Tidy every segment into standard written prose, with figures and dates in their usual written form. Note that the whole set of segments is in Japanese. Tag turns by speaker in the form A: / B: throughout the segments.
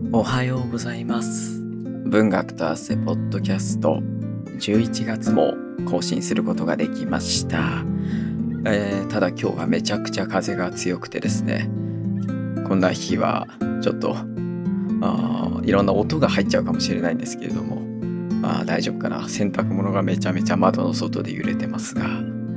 A: おはようございます。文学と汗ポッドキャスト11月も更新することができました。ただ今日はめちゃくちゃ風が強くてですね、こんな日はちょっといろんな音が入っちゃうかもしれないんですけれども、大丈夫かな。洗濯物がめちゃめちゃ窓の外で揺れてますが、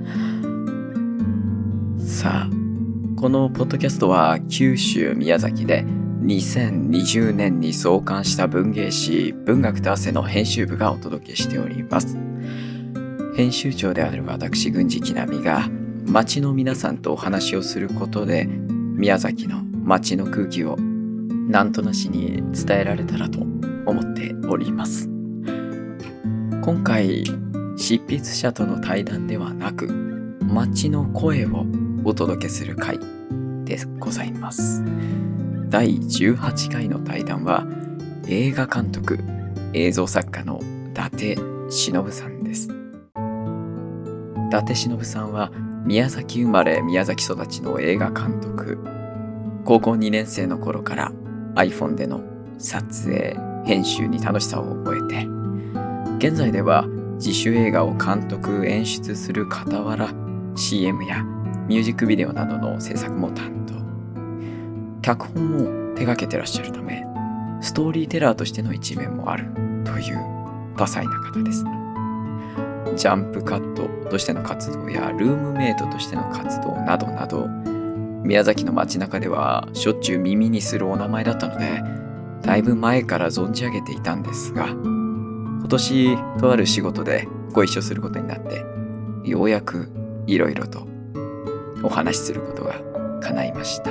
A: さあこのポッドキャストは九州宮崎で2020年に創刊した文芸誌文学と汗の編集部がお届けしております。編集長である私郡司木南が町の皆さんとお話をすることで宮崎の町の空気をなんとなしに伝えられたらと思っております。今回執筆者との対談ではなく町の声をお届けする回でございます。第18回の対談は映画監督、映像作家の伊達忍さんです。伊達忍さんは宮崎生まれ宮崎育ちの映画監督。高校2年生の頃から iPhone での撮影、編集に楽しさを覚えて、現在では自主映画を監督・演出する傍ら CM やミュージックビデオなどの制作も担当。脚本も手掛けてらっしゃるため、ストーリーテラーとしての一面もあるという多彩な方です。ジャンプカットとしての活動やルームメイトとしての活動などなど、宮崎の街中ではしょっちゅう耳にするお名前だったので、だいぶ前から存じ上げていたんですが、今年とある仕事でご一緒することになって、ようやくいろいろとお話しすることが叶いました。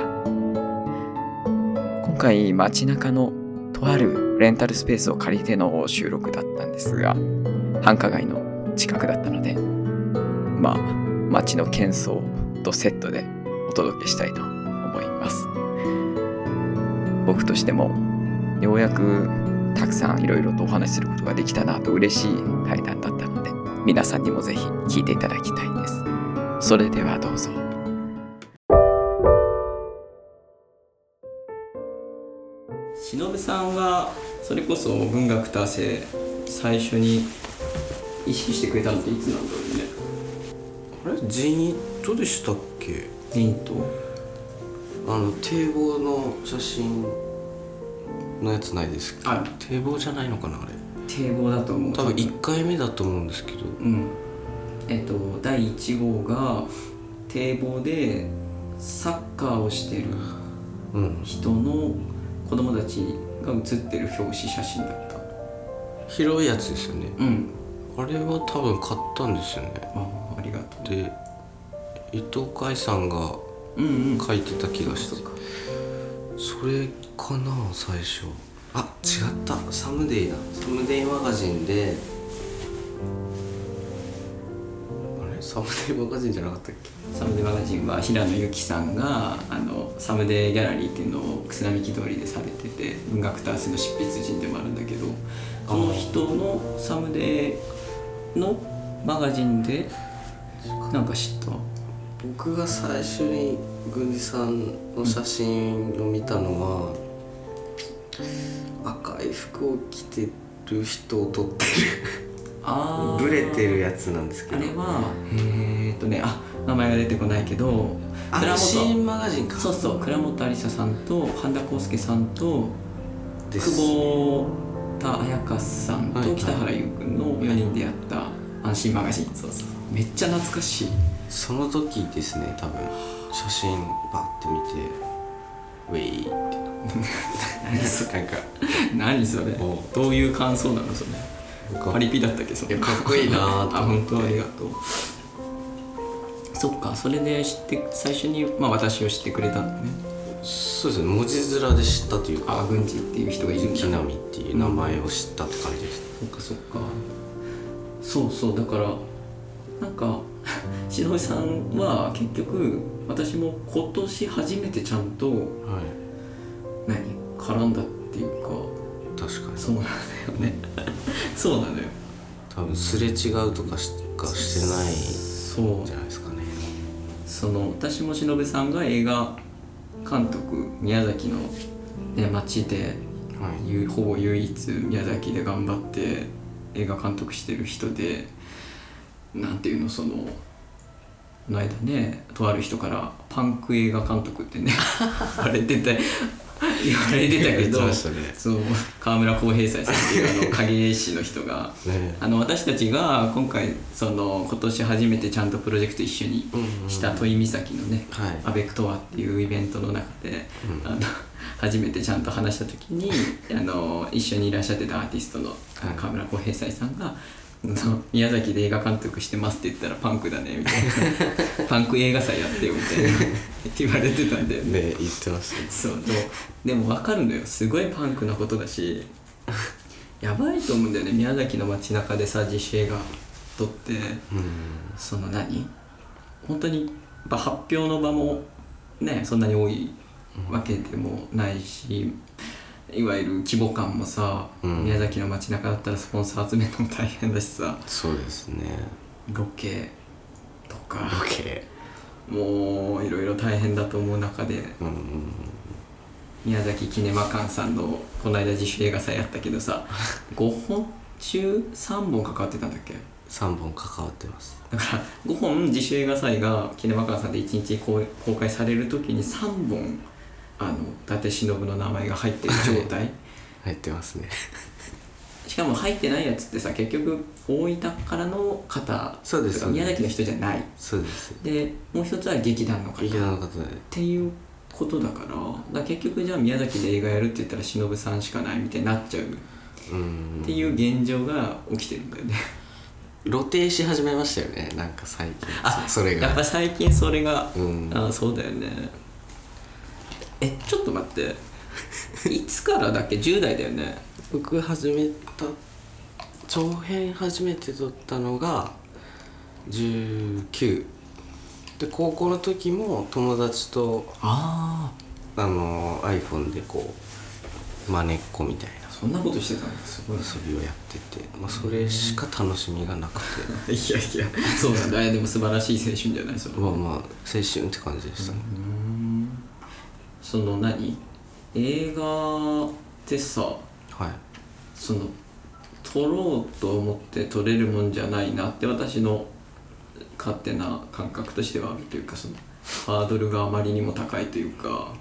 A: 今回街中のとあるレンタルスペースを借りての収録だったんですが、繁華街の近くだったので、街の喧騒とセットでお届けしたいと思います。僕としてもようやくたくさんいろいろとお話しすることができたなと嬉しい対談だったので、皆さんにもぜひ聞いていただきたいです。それではどうぞ。忍さんはそれこそ文学と汗最初に意識してくれたのっていつなんだろうね。
B: あれジーニットでしたっけ？
A: ジーニット？
B: 堤防の写真のやつないですか？堤防じゃないのかな、あれ。
A: 堤防だと思う。
B: 多分1回目だと思うんですけど。
A: 第1号が堤防でサッカーをしてる人の子供たちが写ってる表紙写真だった。
B: 広いやつですよね。あれは多分買ったんですよね。
A: ありがとう。
B: で伊藤海さんが書いてた気がして、それかな最初。違ったサムデイだ。サムデイマガジンで、サムデイマガジンじゃなかったっけ？
A: サムデイマガジンは平野由紀さんがサムデイギャラリーっていうのを楠並木通りでされてて、文学と汗の執筆人でもあるんだけど、その人のサムデイのマガジンでなんか知った。
B: 僕が最初に郡司さんの写真を見たのは、赤い服を着てる人を撮ってるブレてるやつなんですけど、
A: あれは名前が出てこないけど、
B: シーンマガジンか。
A: そう倉本有沙さんと半田康介さんと久保田彩香さんと北原優君の4人でやった安心マガジン。めっちゃ懐かしい。
B: その時ですね、多分写真バッて見てウェイって
A: 何それどういう感想なのそれ。パリピだったっけ？それ
B: かっこいいなと思って。
A: 本当ありがとう。そっか、それで最初に私を知ってくれたんだね。
B: そうですね、文字面で知ったというか、
A: 郡司っていう人がいるんだ。
B: 木南っていう名前を知ったって感じです。
A: そっか。そうだからなんか忍さんは結局私も今年初めてちゃんと、絡んだっていうか。
B: 確かに
A: そうなんだよねそうなのよ。
B: 多分すれ違うとかしてないんじゃないですかね。
A: 私も忍さんが映画監督宮崎の、町でほぼ唯一宮崎で頑張って映画監督してる人で、なんていうの、そのこの間ね、とある人からパンク映画監督ってね言われてたけどそう川村浩平斎さんっていう影絵師の人がね、私たちが今回今年初めてちゃんとプロジェクト一緒にした都井岬のね、アベクトワっていうイベントの中で、初めてちゃんと話した時に一緒にいらっしゃってたアーティストの川村浩平斎さんが宮崎で映画監督してますって言ったらパンクだねみたいなパンク映画祭やってよみたいな言われてたんだよね。
B: 言ってましたね。
A: そうでも分かるのよ、すごいパンクなことだしやばいと思うんだよね。宮崎の街中でさ自主映画撮って、本当に発表の場もねそんなに多いわけでもないし、いわゆる規模感もさ、宮崎の街中だったらスポンサー集めるのも大変だしさ。
B: そうですね。
A: ロケとかもういろいろ大変だと思う中で、宮崎キネマ館さんのこの間自主映画祭やったけどさ5本中3本関わってたんだっけ。
B: 3本関わってます。
A: だから5本自主映画祭がキネマ館さんで1日公開される時に3本伊達忍の名前が入ってる状態
B: 入ってますね
A: しかも入ってないやつってさ、結局大分からの方、
B: そうです、
A: 宮崎の人じゃない。
B: そうです。
A: でもう一つは劇団の方っていうことだから結局じゃあ宮崎で映画やるって言ったら忍さんしかないみたいになっちゃうっていう現状が起きてるんだよね。
B: 露呈し始めましたよね、なんか最近。それが
A: やっぱ最近それが、そうだよね。ちょっと待っていつからだっけ。10代だよね。
B: 僕長編初めて撮ったのが19で、高校の時も友達とiPhone でこうまねっこみたいな、
A: そんなことしてたんですごい
B: 遊びをやってて、それしか楽しみがなくて
A: いやそうなんだ。でも素晴らしい青春じゃないそれ。
B: 青春って感じでしたね。
A: 映画ってさ、撮ろうと思って撮れるもんじゃないなって私の勝手な感覚としてはあるというか、ハードルがあまりにも高いというか、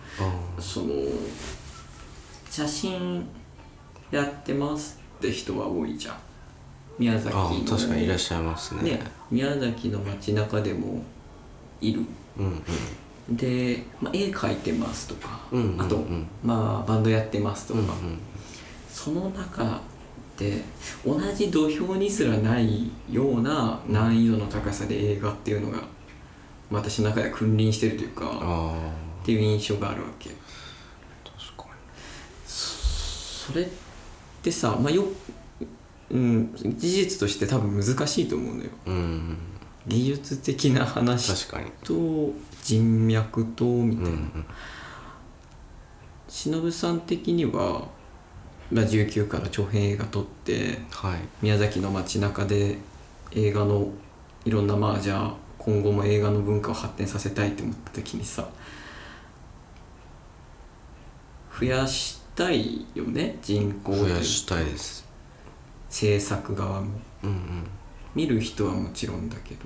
A: 写真やってますって人は多いじゃん。宮崎の
B: 確かにいらっしゃいますね。
A: 宮崎の街中でもいる。で、絵描いてますとか、あと、バンドやってますとか、その中で同じ土俵にすらないような難易度の高さで映画っていうのが私の中で君臨してるというかっていう印象があるわけ。
B: 確かに
A: それってさ、事実として多分難しいと思うのよ。技術的な話と人脈とみたいな。忍さん的には19から長編映画撮って、宮崎の街中で映画のいろんなじゃあ今後も映画の文化を発展させたいって思った時にさ、増やしたいよね、人口
B: 増やしたいです。
A: 制作側も、見る人はもちろんだけど、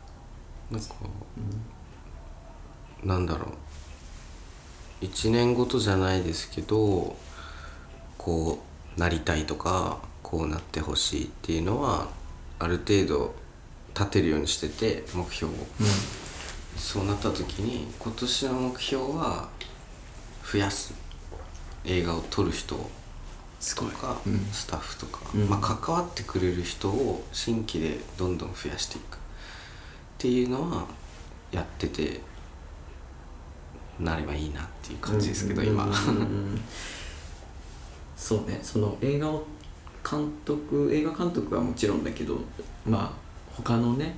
B: なんだろう、1年ごとじゃないですけどこうなりたいとかこうなってほしいっていうのはある程度立てるようにしてて、目標を、そうなった時に今年の目標は増やす、映画を撮る人とか、スタッフとか、関わってくれる人を新規でどんどん増やしていくっていうのはやっててなればいいなっていう感じですけど、今
A: そうね、映画監督はもちろんだけど、他のね、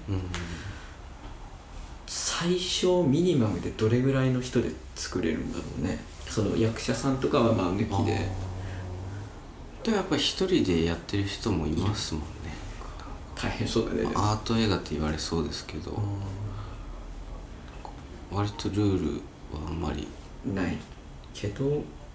A: 最小ミニマムでどれぐらいの人で作れるんだろうね。役者さんとかは抜きで。
B: でもやっぱり一人でやってる人もいますもんね。
A: 大変そうだね。
B: アート映画って言われそうですけど、割とルールはあんまり
A: ないけど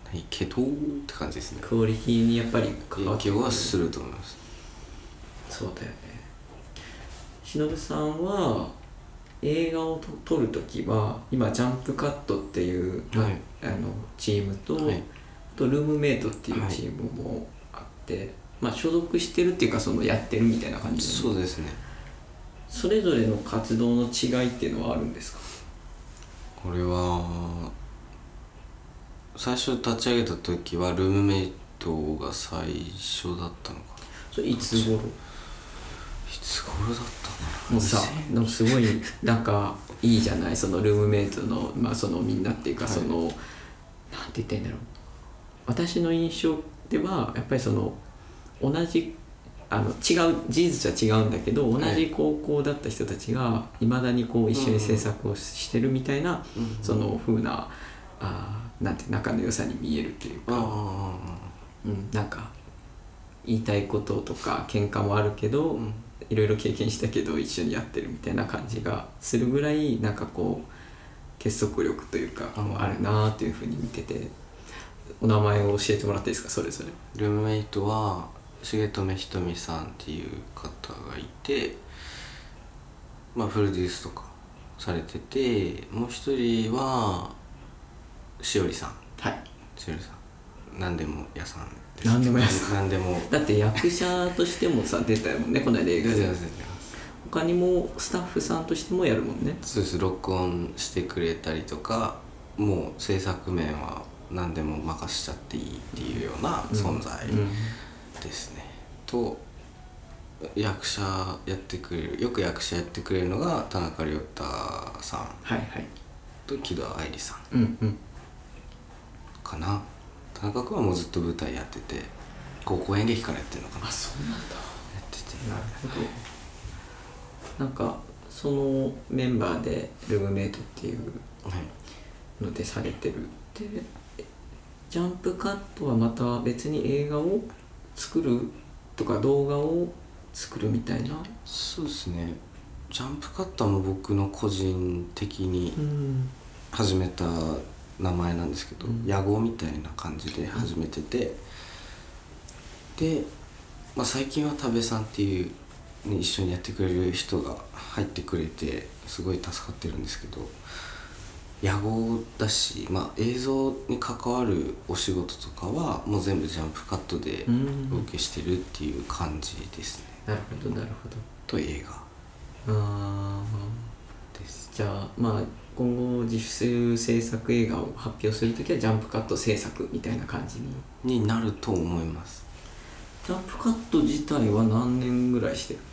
B: ないけどって感じですね。
A: クオリティにやっぱり関わって
B: 影響はすると思います。
A: そうだよね。忍さんは映画を撮るときは今ジャンプカットっていう、
B: はい、
A: チームと、
B: はい、
A: あとルームメイトっていうチームもあって、まあ所属してるっていうかそのやってるみたいな感じで、
B: そうですね。
A: それぞれの活動の違いっていうのはあるんですか？
B: これは最初立ち上げた時はルームメイトが最初だったのかな。
A: それいつ頃？
B: いつ頃だった
A: もうさ、でもすごいなんかいいじゃない、そのルームメイトの、まあ、そのみんなっていうか、そのなんて言ったらいいんだろう、私の印象ではやっぱりその同じ違う事実は違うんだけど、同じ高校だった人たちがいまだにこう一緒に制作をしてるみたいな、その風ななんて仲の良さに見えるっていうか、なんか言いたいこととか喧嘩もあるけど、いろいろ経験したけど一緒にやってるみたいな感じがするぐらい、なんかこう結束力というかあるなっていうふうに見てて、お名前を教えてもらっていいですか、それぞれ。
B: ルームメイトは重留ひとみさんっていう方がいて、まあプロデュースとかされてて、もう一人はしおりさん。
A: はい。
B: しおりさん、何でも屋さんです。
A: 何でも屋さん。
B: 何でも。
A: だって役者としてもさ出たもんね、この間映画で。他にもスタッフさんとしてもやるもんね。
B: そうです。録音してくれたりとか、もう制作面は何でも任しちゃっていいっていうような存在ですね。と役者やってくれる、よく役者やってくれるのが田中亮太さん、
A: はいはい、
B: と木戸愛理さんかな。田中君はもうずっと舞台やってて、高校演劇からやってるのかな。
A: あ、そうなんだ。や
B: ってて、
A: なるほど。なんかそのメンバーでルームメイトっていうのでされてるで、ジャンプカットはまた別に映画を作るとか動画を作るみたいな。
B: そうですね。ジャンプカットはもう僕の個人的に始めた名前なんですけど、野号みたいな感じで始めてて、で、まあ、最近は多部さんっていう、ね、一緒にやってくれる人が入ってくれてすごい助かってるんですけど、野号だし、まあ、映像に関わるお仕事とかはもう全部ジャンプカットでお受けしてるっていう感じですね。
A: なるほどなるほど。
B: と映画です。
A: じゃあまあ今後自主制作映画を発表するときはジャンプカット制作みたいな感じ
B: になると思います。
A: ジャンプカット自体は何年ぐらいしてる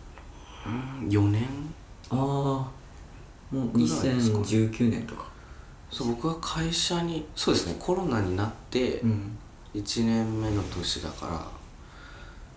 B: ？4年？
A: ああ、もう2019年とか。
B: そう、僕は会社に、そうですね、コロナになって1年目の年だから、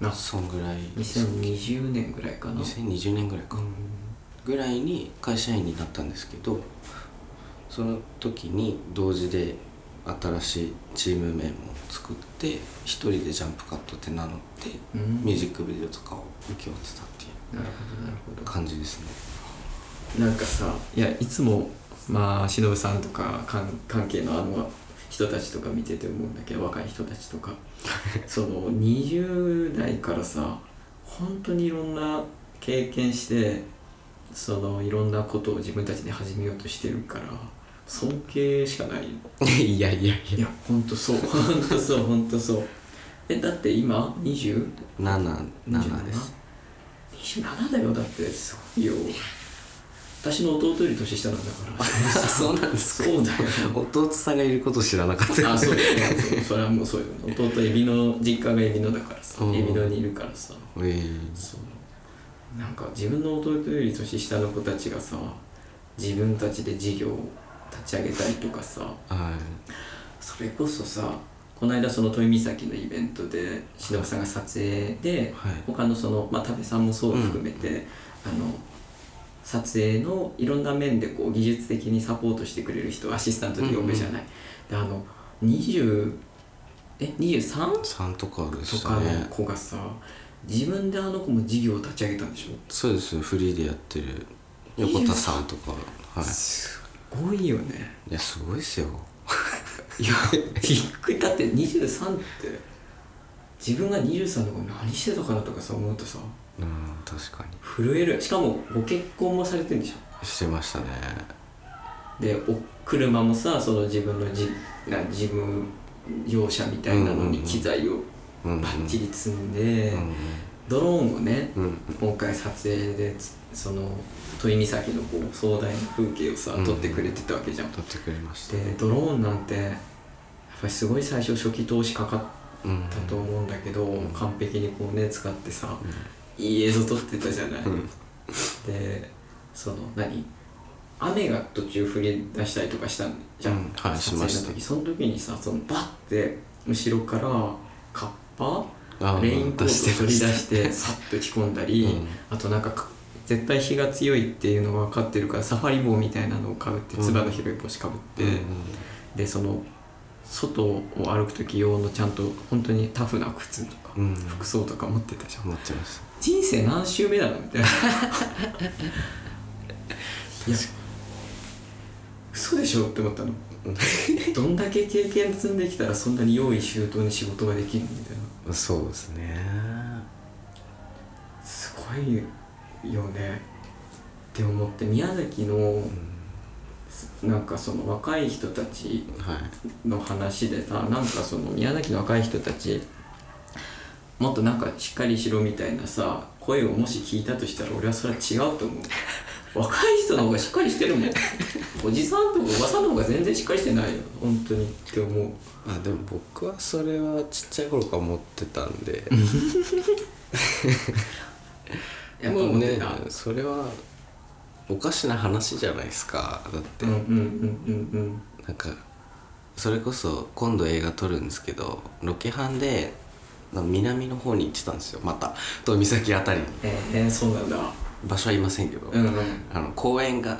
B: そんぐらい
A: 2020年ぐらいかな。
B: 2020年ぐらいか、ぐらいに会社員になったんですけど、その時に同時で新しいチーム名も作って、一人でジャンプカットって名乗って、ミュージックビデオとかを請け負ってたっていう感じですね。
A: なんかさ、いやいつもまあ忍さんとか関係の人たちとか見てて思うんだけど、若い人たちとかその20代からさ、本当にいろんな経験して、そのいろんなことを自分たちで始めようとしてるから尊敬しかない
B: いやいや
A: いや、本当そう本当そう本当そう。だって今27です。27だよ。だってすごいよ。私の弟より年下なんだから
B: そうなんですか。
A: そうだよ。
B: 弟さんがいること知らなかった。
A: あ、そうだよ、それはもうそうよ。弟海老の実家が海老野だからさ、海老野にいるからさ、そうなんか自分の弟より年下の子たちがさ、自分たちで事業を立ち上げたりとかさ、それこそさ、この間その豊見岬のイベントで忍さんが撮影で、他のそのまあ多部さんもそう含めて、撮影のいろんな面でこう技術的にサポートしてくれる人をアシスタントで呼ぶじゃない。で23
B: とかでし
A: とか
B: たね。
A: の子がさ、自分で子も事業を立ち上げたんでしょ。
B: そうです。フリーでやってる横田さんとか、
A: すごいよね。
B: いや、すごいですよ。
A: いやびっくり。だって23って自分が23の頃何してたかなとかさ思うとさ、
B: 確かに
A: 震える。しかもご結婚もされてるんでしょ。
B: してましたね。
A: で車もさ、その自分の事務用車みたいなのに機材をバッチリ積んで、ドローンをね、今回撮影でその都井岬のこう壮大な風景をさ、撮ってくれてたわけじゃん。
B: 撮ってくれました。
A: でドローンなんてやっぱりすごい最初期投資かかったと思うんだけど、完璧にこうね使ってさ、いい映像撮ってたじゃない。でその雨が途中降り出したりとかしたんじゃん、
B: はい、しました。
A: その時にさ、そのバッて後ろからカッパレインコートを取り出してさっと着込んだり、あとなんか絶対日が強いっていうのが分かってるからサファリ帽みたいなのをかぶって、つばの広い帽子かぶって、でその外を歩く時用のちゃんと本当にタフな靴とか、服装とか持ってたじゃん。
B: 持ってました。
A: 人生何周目なのみたいな。いや嘘でしょって思ったの。どんだけ経験積んできたらそんなに用意周到に仕事ができるみたいな。
B: そうですね。
A: すごいよねって思って、宮崎の、なんかその若い人たちの話でさ、なんかその宮崎の若い人たちもっとなんかしっかりしろみたいなさ声をもし聞いたとしたら、俺はそれは違うと思う。若い人の方がしっかりしてるもん。おじさんとかおばさんの方が全然しっかりしてないよ本当にって思う。
B: でも僕はそれはちっちゃい頃から思ってたんで
A: やっぱ思ってた。
B: もうね、それはおかしな話じゃないですか。だってなんかそれこそ今度映画撮るんですけど、ロケハンで南の方に行ってたんですよ。また都井岬あたりに。
A: そうなんだ。
B: 場所はいませんけど、公園があって、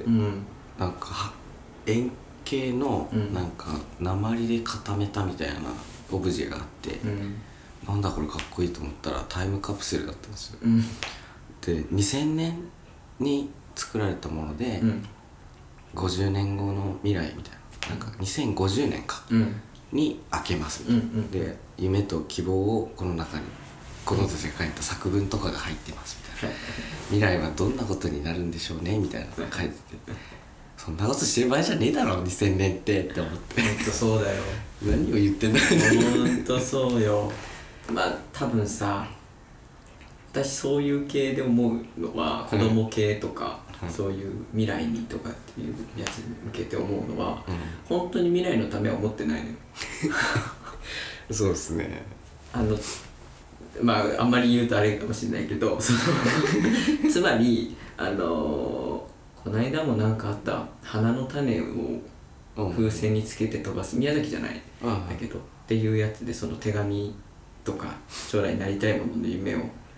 B: なんか円形のなんか鉛で固めたみたいなオブジェがあって、なんだこれかっこいいと思ったらタイムカプセルだったんですよ。で2000年に作られたもので、50年後の未来みたいな、なんか2050年か、に開けますみたいな、で夢と希望をこの中に子供たちが書いた作文とかが入ってますみたいな、未来はどんなことになるんでしょうねみたいなのが書いてて、そんなことしてる場合じゃねえだろ2000年って思って。
A: ほんとそうだよ。
B: 何を言ってんだろ
A: ほんとそうよ。まあ多分さ、私そういう系で思うのは、子供系とか、そういう未来にとかっていうやつに向けて思うのは、本当に未来のためは思ってないのよ。
B: そうですね。
A: まああんまり言うとあれかもしれないけど、つまりこの間もなんかあった花の種を風船につけて飛ばす、宮崎じゃないだけどっていうやつで、その手紙とか将来になりたいものの夢を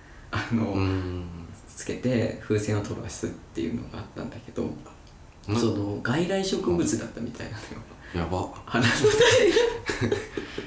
A: つけて風船を飛ばすっていうのがあったんだけど、その外来植物だったみたいなのよ。
B: やば。
A: 花の種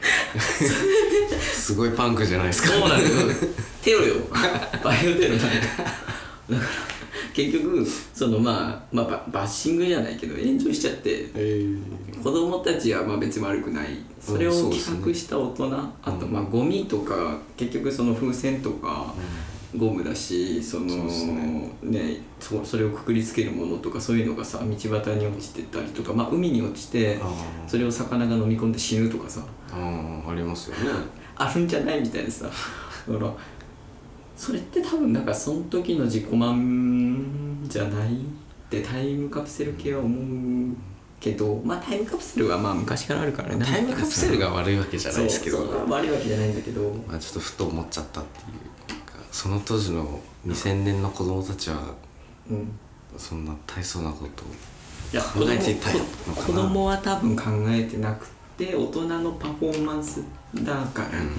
B: すごいパンクじゃないですか。
A: そうなんだよ。テロよ。バイオテロだね。だから結局そのバッシングじゃないけど炎上しちゃって、子供たちはまあ別に悪くない。それを企画した大人、あとまあゴミとか結局その風船とかゴムだし、そのね、それをくくりつけるものとかそういうのがさ道端に落ちてたりとか、まあ海に落ちてそれを魚が飲み込んで死ぬとかさ、
B: ありますよね。
A: あるんじゃないみたいなさ。だからそれって多分なんかその時の自己満じゃないってタイムカプセル系は思うけど、まあタイムカプセルはまあ昔からあるからね。
B: タイムカプセルが悪いわけじゃないですけど、
A: そう悪いわけじゃないんだけど、
B: まあちょっとふと思っちゃったっていうか、その当時の2000年の子供たちは、そんな大層なことを考えていたのかな。
A: 子供は多分考えてなくて、大人のパフォーマンスだからね。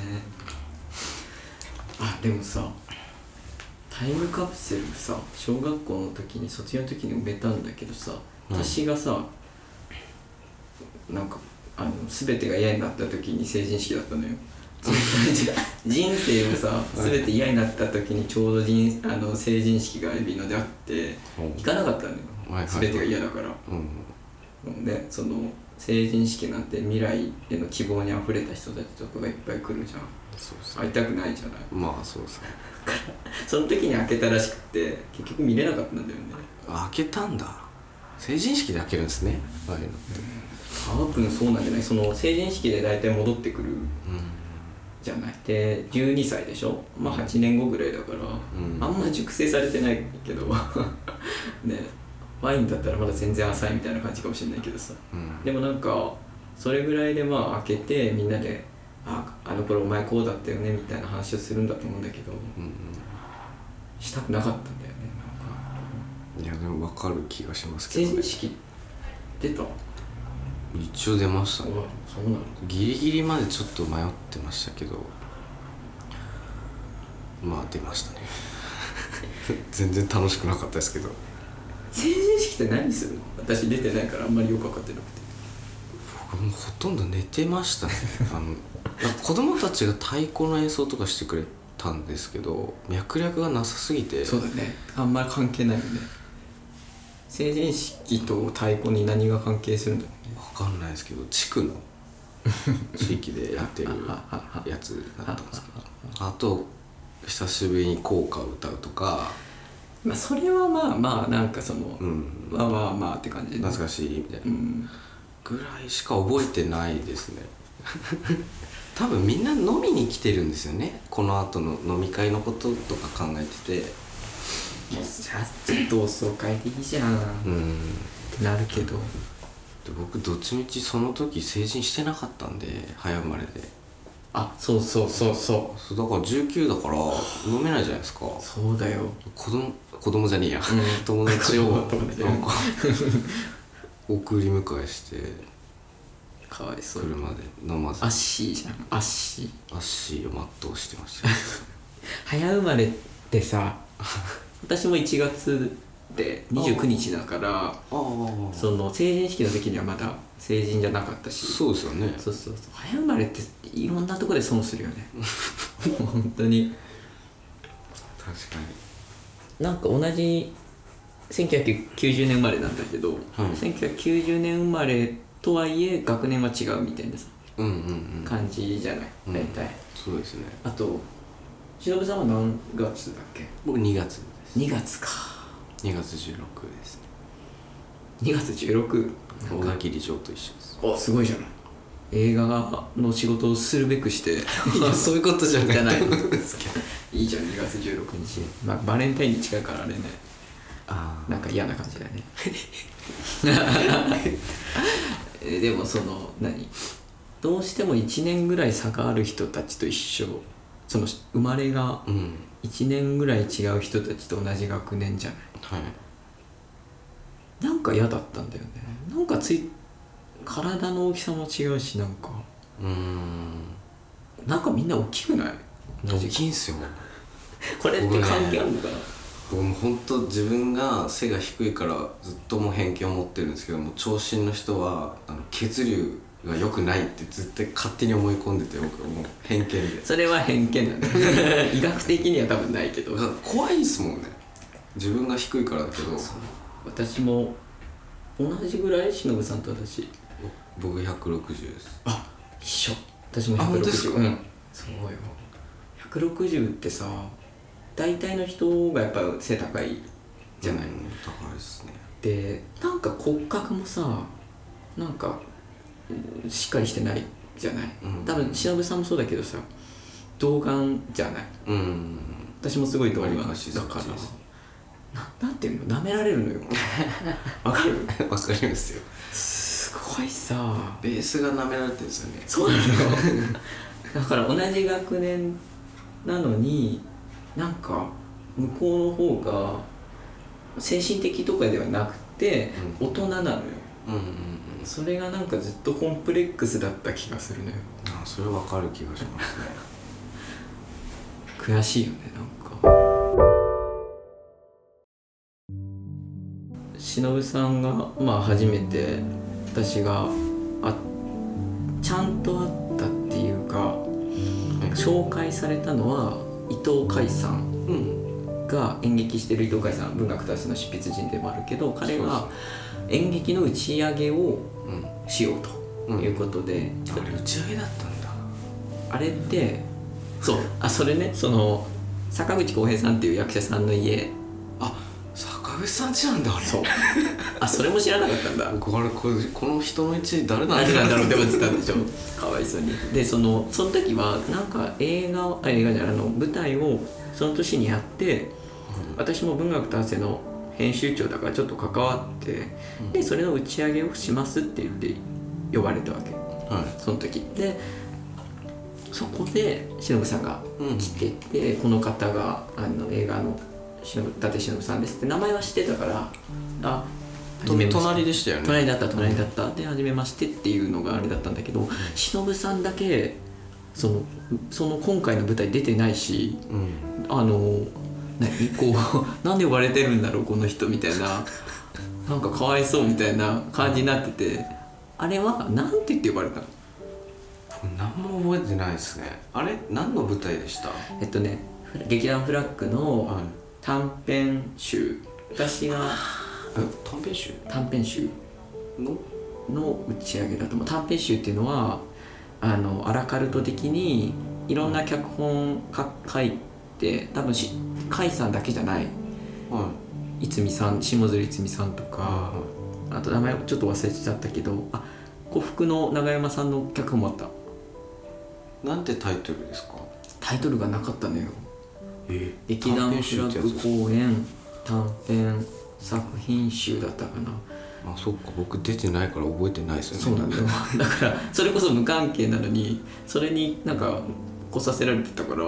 A: でもさ、タイムカプセルさ、小学校の時に卒業の時に埋めたんだけどさ、私がさ、なんか全てが嫌になった時に成人式だったのよ。人生をさ全て嫌になった時にちょうど成人式がエビのであって行かなかったのよ、全てが嫌だから。でその成人式なんて未来への希望にあふれた人たちとかがいっぱい来るじゃん。
B: そうですね。
A: 会いたくないじゃない。
B: まあそうですね。
A: その時に開けたらしくて結局見れなかったんだよね。
B: 開けたんだ。成人式で開けるんですね、ああいうのって。
A: 多分そうなんじゃない。その成人式で大体戻ってくるじゃない。で12歳でしょ、まあ8年後ぐらいだから、あんま熟成されてないけどね、ワインだったらまだ全然浅いみたいな感じかもしれないけどさ、でもなんかそれぐらいでまあ開けてみんなであの頃お前こうだったよねみたいな話をするんだと思うんだけど、したくなかったんだよね。
B: いやでも分かる気がしますけどね。
A: 成人式出た？
B: 一応出ましたね。
A: そうなの？
B: ギリギリまでちょっと迷ってましたけど、まあ出ましたね。全然楽しくなかったですけど。
A: 成人式って何するの？私出てないからあんまりよく分かってなくて。
B: 僕もほとんど寝てましたね。なんか子供たちが太鼓の演奏とかしてくれたんですけど、脈絡がなさすぎて。
A: そうだね、あんまり関係ないよね。成人式と太鼓に何が関係するんだろうね。
B: 分かんないですけど、地区の地域でやってるやつだったんですけど、あと久しぶりに校歌を歌うとか、
A: まあそれはまあまあなんかその、まあまあまあって感じで
B: 懐かしいみたいな、ぐらいしか覚えてないですね。多分みんな飲みに来てるんですよね、この後の飲み会のこととか考えてて。
A: じゃあ同窓会でいいじゃんってなるけど、
B: で僕どっちみちその時成人してなかったんで、早生まれで。
A: そうだから
B: 19だから飲めないじゃないですか。
A: そうだよ。
B: 子供じゃねえや、友達をなんか送り迎えして
A: かわいそう。
B: 車で飲まず
A: アッシーじゃん、アッシ
B: ーを全うしてました。
A: 早生まれってさ私も1月で29日だからその成人式の時にはまだ成人じゃなかったし。
B: そうですよね。
A: そう早生まれっていろんなとこで損するよね。本当に。
B: 確か
A: なんか同じ1990年生まれなんだけど、1990年生まれとはいえ学年は違うみたいなさ、感じじゃない大体。
B: そうですね。
A: あと忍さんは何月だっけ？
B: 僕2月です。
A: 2月か。
B: 2月16ですね。
A: 2月16。
B: 小田切城と一緒です。
A: すごいじゃない。映画の仕事をするべくして。
B: いやそういうことじゃない
A: いいじゃん、2月16日。まあバレンタインに近いからあれね。なんか嫌な感じだね。でもそのどうしても1年ぐらい差がある人たちと一緒、その生まれが1年ぐらい違う人たちと同じ学年じゃない。なんか嫌だったんだよね。なんか体の大きさも違うし、なんかみんな大きくない？
B: 大きいんすよ。
A: これって関係あるのかな？
B: 僕も本当自分が背が低いからずっともう偏見を持ってるんですけども、長身の人は血流が良くないってずっと勝手に思い込んでて、僕はもう偏見で。
A: それは偏見だね。医学的には多分ないけど
B: 怖いですもんね、自分が低いからだけど。
A: 私も同じぐらい、忍さんと私。
B: 僕160です。
A: 一緒。私も160。そうよ。160ってさ、大体の人がやっぱ背高いじゃない。
B: 高いですね。
A: でなんか骨格もさ、なんかしっかりしてないじゃない。多分忍さんもそうだけどさ、童顔じゃない。私もすごい童顔だから、なんていうの、舐められるのよ。わかる？
B: わかりますよ。
A: すごいさ、
B: ベースが舐められてるんですよね。
A: そうなのよ。だから同じ学年なのに、なんか向こうの方が精神的とかではなくて大人なのよ。それがなんかずっとコンプレックスだった気がするのよ。
B: それわかる気がしますね。
A: 悔しいよね、なんか。忍さんが初めて私がちゃんと会ったっていうか、紹介されたのは伊藤海さんが演劇してる伊藤海さん、文学としての執筆人でもあるけど、彼が演劇の打ち上げをしようということで、
B: あれ打ち上げだったんだ。
A: あれってそれね、その坂口浩平さんっていう役者さんの家、
B: 坂口さんちなんだあれ。
A: そうそれも知らなかったんだ。
B: 僕この人の一誰なん
A: 誰なんだろうって思ってたんでしょかわいそうに。でその時はなんか映画じゃない舞台をその年にやって、私も文学と汗の編集長だからちょっと関わって、でそれの打ち上げをしますって言って呼ばれたわけ、その時で、そこで忍さんが来てて、この方が映画の伊達忍さんですって名前は知ってたから、
B: 隣でしたよね。
A: 隣だったで、初めましてっていうのがあれだったんだけど、忍さんだけその今回の舞台出てないし、なんで呼ばれてるんだろうこの人みたいな、なんかかわいそうみたいな感じになってて、あれはなんて言って呼ばれたの？
B: 何も覚えてないですね。あれ何の舞台でした？
A: 劇団フラッグの短編集、私が短編集の打ち上げだと思う。短編集っていうのはアラカルト的にいろんな脚本書いて、多分甲斐さんだけじゃない、いつみさん、下鶴いつみさんとか、あと名前ちょっと忘れちゃったけど、呉服の長山さんの脚本もあった。
B: なんてタイトルですか？
A: タイトルがなかったのよ。劇団フラッグ公演短編作品集だったかな。
B: そっか、僕出てないから覚えてないですよね。
A: そうなんだよだからそれこそ無関係なのに、それになんか来させられてたから、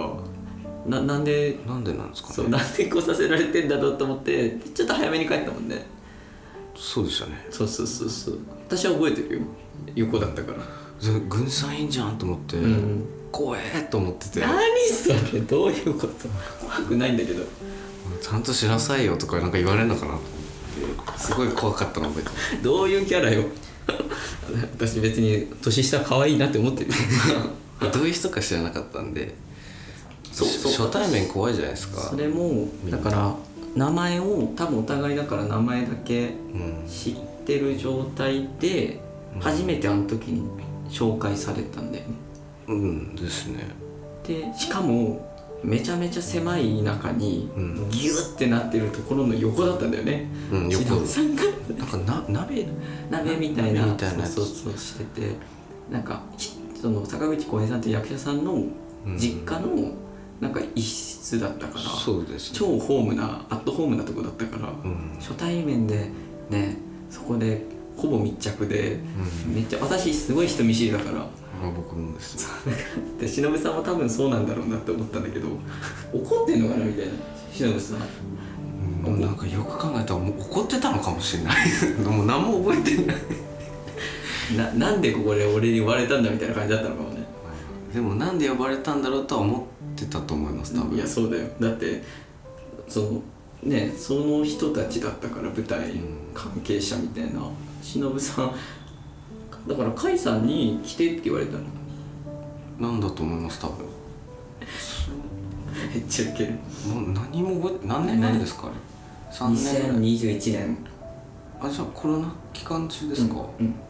A: なんで
B: なんですかね。
A: なんで来させられてんだろうと思って、ちょっと早めに帰ったもんね。
B: そうでしたね。
A: そう私は覚えてるよ、横だったから。
B: 軍産員じゃんと思って、怖えと思ってて、
A: 何それ、どういうこと？怖くないんだけど、
B: ちゃんとしなさいよとかなんか言われるのかなと思って、すごい怖かったの覚えてます。
A: どういうキャラよ私別に年下可愛いなって思ってる
B: どういう人か知らなかったんで、初対面怖いじゃないですか。
A: それもだから名前を多分お互いだから名前だけ知ってる状態で初めてあの時に紹介されたんだよね。
B: ですね。
A: でしかもめちゃめちゃ狭い中にギュッてなってるところの横だったんだよね。
B: 横
A: さんが
B: なんか鍋
A: みたいな
B: そう
A: してて、なんかその坂口浩平さんって役者さんの実家のなんか一室だったから、
B: そうですね、
A: 超アットホームなとこだったから、初対面でね、そこでほぼ密着で、めっちゃ私すごい人見知りだから、
B: 僕もです
A: で忍さんも多分そうなんだろうなって思ったんだけど、怒ってんのかなみたいな。忍さん
B: なんかよく考えたらもう怒ってたのかもしれないもう何も覚えてない
A: なんでここで俺に呼ばれたんだみたいな感じだったのかもね。
B: でもなんで呼ばれたんだろうとは思ってたと思います多分。
A: いやそうだよ、だってその人たちだったから、舞台関係者みたいな。忍さんだから甲斐さんに来てって言われたの。
B: なんだと思います多分
A: めっちゃウケる。
B: もう何も覚えて、何年前ですか？3年
A: 2021年。
B: じゃあコロナ期間中ですか？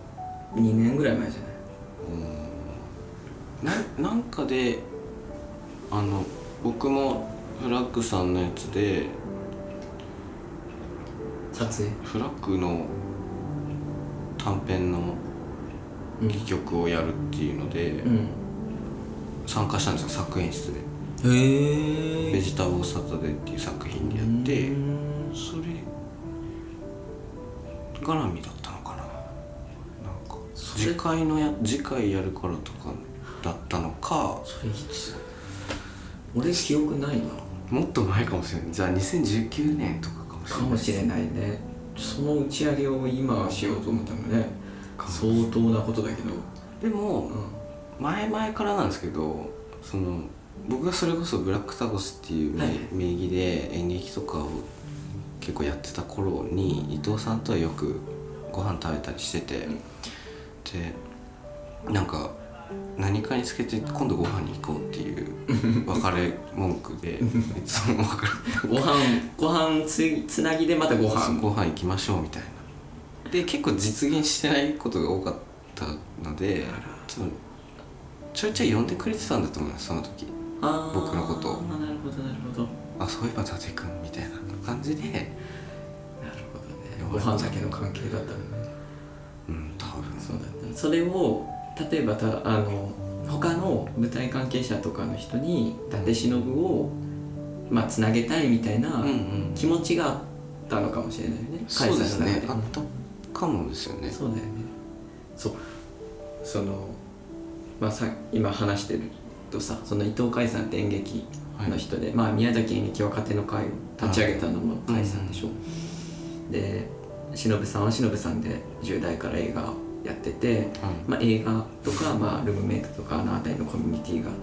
A: 2年ぐらい前じゃない？
B: なんかで僕もフラッグさんのやつで
A: 撮影
B: フラッグの短編の戯曲をやるっていうので、参加したんですよ、作演室で。ベジタブルサタデーっていう作品でやって、それ絡みだったのかな。なんか次回やるからとかだったのか。
A: それいつ？俺記憶ないな。
B: もっと前かもしれない。じゃあ2019年とかかもしれない
A: ね。その打ち上げを今しようと思ったのね、相当なことだけど。
B: でも、前々からなんですけど、僕がそれこそブラックタコスっていう名義で演劇とかを結構やってた頃に伊藤さんとはよくご飯食べたりしてて、でなんか何かにつけて今度ご飯に行こうっていう別れ文句でいつも別れ
A: ご飯つなぎでまたご飯
B: 行きましょうみたいなで結構実現してないことが多かったのでちょいちょい呼んでくれてたんだと思いますその時僕のことを
A: なるほどなるほど
B: あそういえば伊達君みたいな感じで
A: なるほどねご飯だけの関係だったのね
B: 多分
A: そうだったそれを例えば他の舞台関係者とかの人に伊達忍をつなげたいみたいな気持ちがあったのかもしれないよね、
B: そうですねあったかもですよね
A: そうだよね今話してるとさその伊藤海さんって演劇の人で、宮崎演劇若手の会を立ち上げたのも海さんでしょ、で忍さんは忍さんで10代から映画をやってて、映画とか、ルームメイトとかあの辺りのコミュニティがあって、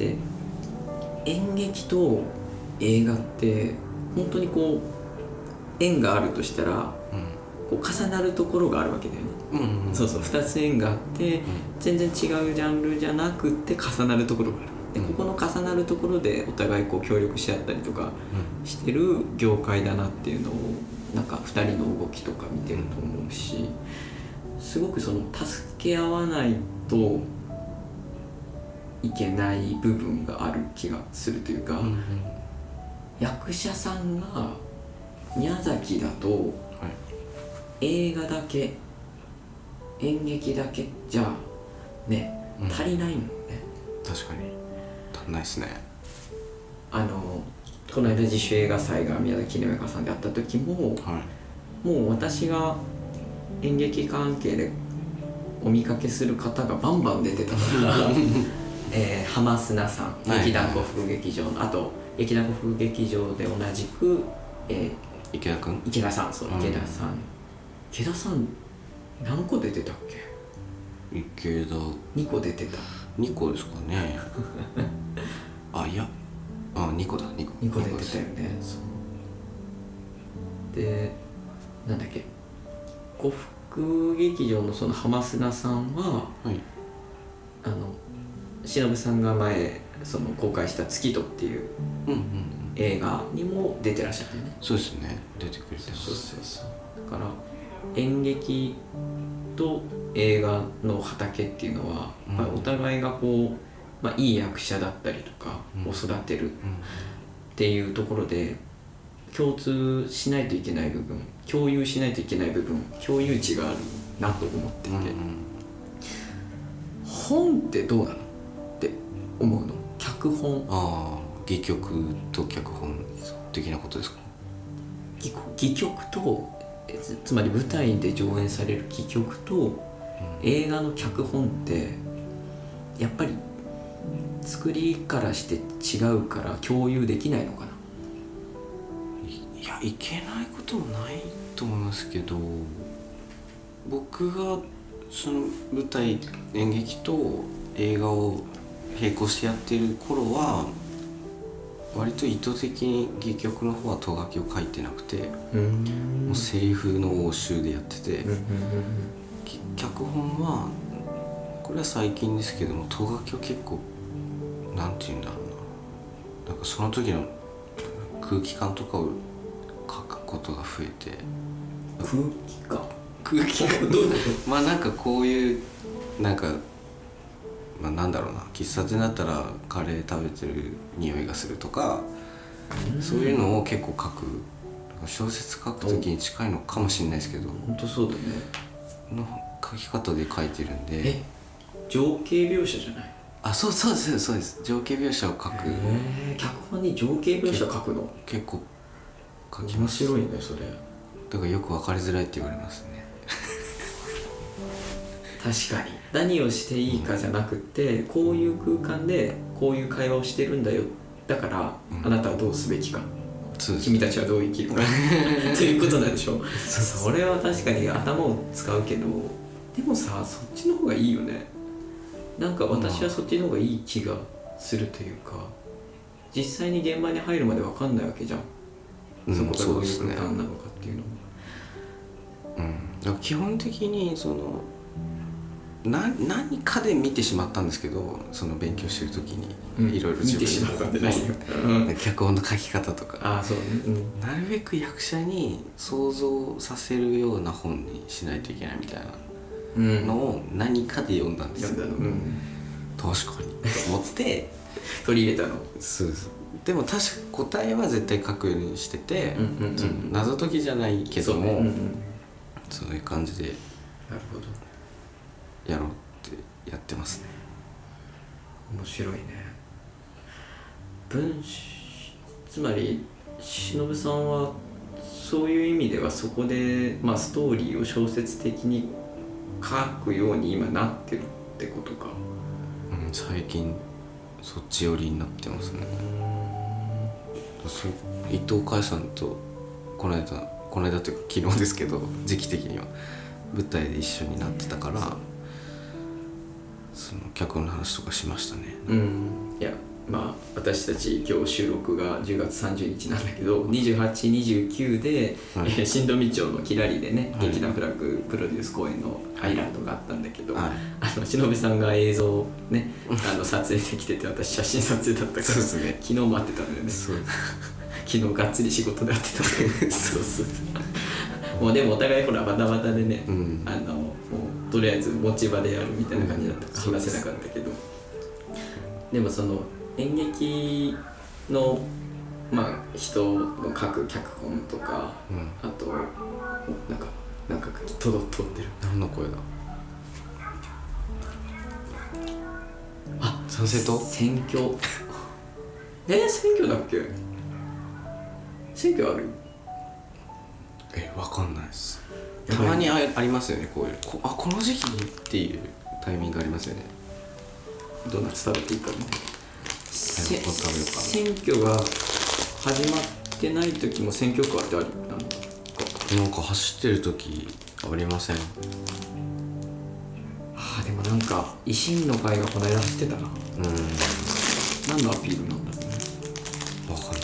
A: で演劇と映画って本当にこう縁があるとしたら、こう重なるところがあるわけだよね、そうそう2つ縁があって、全然違うジャンルじゃなくって重なるところがあるでここの重なるところでお互いこう協力し合ったりとかしてる業界だなっていうのをなんか2人の動きとか見てると思うし、すごくその助け合わないといけない部分がある気がするというか、役者さんが宮崎だと映画だけ演劇だけじゃね、足りないもんね。
B: 確かに足んないですね。
A: この間自主映画祭が宮崎キネメカさんであった時も、もう私が演劇関係でお見かけする方がバンバン出てたから浜砂さん、劇団呉服劇場の、あと劇団呉服劇場で同じく、
B: 池田君、
A: 池田さん、そう、池田さん、池田さん何個出てたっけ？
B: 池田
A: 2個出てた。
B: 2個ですかねいや2個だ2個
A: 出てたよね。でなんだっけ、呉服劇場のその浜砂さんは、忍さんが前その公開した「月と」っていう映画にも出てらっしゃったよね。
B: そうですね、出てくれてます。
A: そうだから演劇と映画の畑っていうのは、お互いがこう、いい役者だったりとかを育てるっていうところで共通しないといけない部分、共有しないといけない部分、共有値があるなと思ってて、本ってどうなのって思うの？脚本。
B: 戯曲と脚本的なことですか？
A: 戯曲と、つまり舞台で上演される戯曲と、映画の脚本ってやっぱり作りからして違うから共有できないのかな？
B: いや、いけないこともないと思いますけど、僕がその舞台演劇と映画を並行してやってる頃は割と意図的に戯曲の方はト書きを書いてなくて、もうセリフの応酬でやってて、脚本はこれは最近ですけどもト書きを結構なんていうんだろうな、なんかその時の空気感とかを書くことが増えて。空気感どういうことなんかこういうなんかなんだろうな、喫茶店だったらカレー食べてる匂いがするとか、そういうのを結構書く、小説書く時に近いのかもしれないですけど、
A: 本当そうだね
B: の書き方で書いてるんで。
A: 情景描写じゃない？
B: そうです、情景描写を書く。
A: 脚本に情景描写書くの？
B: 結構書きます。
A: 面白いねそれ。
B: だからよく分かりづらいって言われますね
A: 確かに何をしていいかじゃなくて、こういう空間でこういう会話をしてるんだよ、だから、あなたはどうすべきか、君たちはどう生きるかということなんでしょそれは確かに頭を使うけど、でもさ、そっちの方がいいよね。なんか私はそっちの方がいい気がするというか、実際に現場に入るまで分かんないわけじゃん、そこがどういう空間なのかっていうのも。
B: だから基本的にその何かで見てしまったんですけど、その勉強してる時にいろいろ
A: 見てしまったって何よ、
B: 脚本の書き方とか、
A: あそうね、
B: なるべく役者に想像させるような本にしないといけないみたいなのを何かで読んだんですよ、確かにと思って
A: 取り入れたの。
B: そうです。でも確か答えは絶対書くようにしてて、謎解きじゃないけども、そういう感じで
A: なるほど
B: やろうってやってますね。
A: 面白いね。つまり忍さんはそういう意味ではそこで、ストーリーを小説的に書くように今なってるってことか。
B: 最近そっち寄りになってますね。伊藤かえさんとこの間というか昨日ですけど、時期的には舞台で一緒になってたから、その脚本の話とかしましたね。
A: いや私たち今日収録が10月30日なんだけど、28、29で、新富町のキラリでね、劇団フラッグプロデュース公演のアイランドがあったんだけど、忍さんが映像をね撮影できてて、私写真撮影だったから
B: そうですね、
A: 昨日待ってたんだよね。そう昨日がっつり仕事でやってたんだよそうもうでもお互いほらバタバタでね、もうとりあえず持ち場でやるみたいな感じだったから話せなかったけど、でもその演劇の人の書く脚本とか、あとなんか通ってる。
B: 何の声だ。参政党
A: 選挙選挙だっけ。選挙ある？
B: わかんないです。たまにありますよね、こういうこの時期にっていうタイミングありますよね。
A: ドーナツ食べていいかな。
B: 選
A: 挙が始まってない時も選挙カーってあり
B: なんか走ってる時ありません？
A: でもなんか維新の会がこの間走ってたな。何のアピールなんだろうね。
B: わかん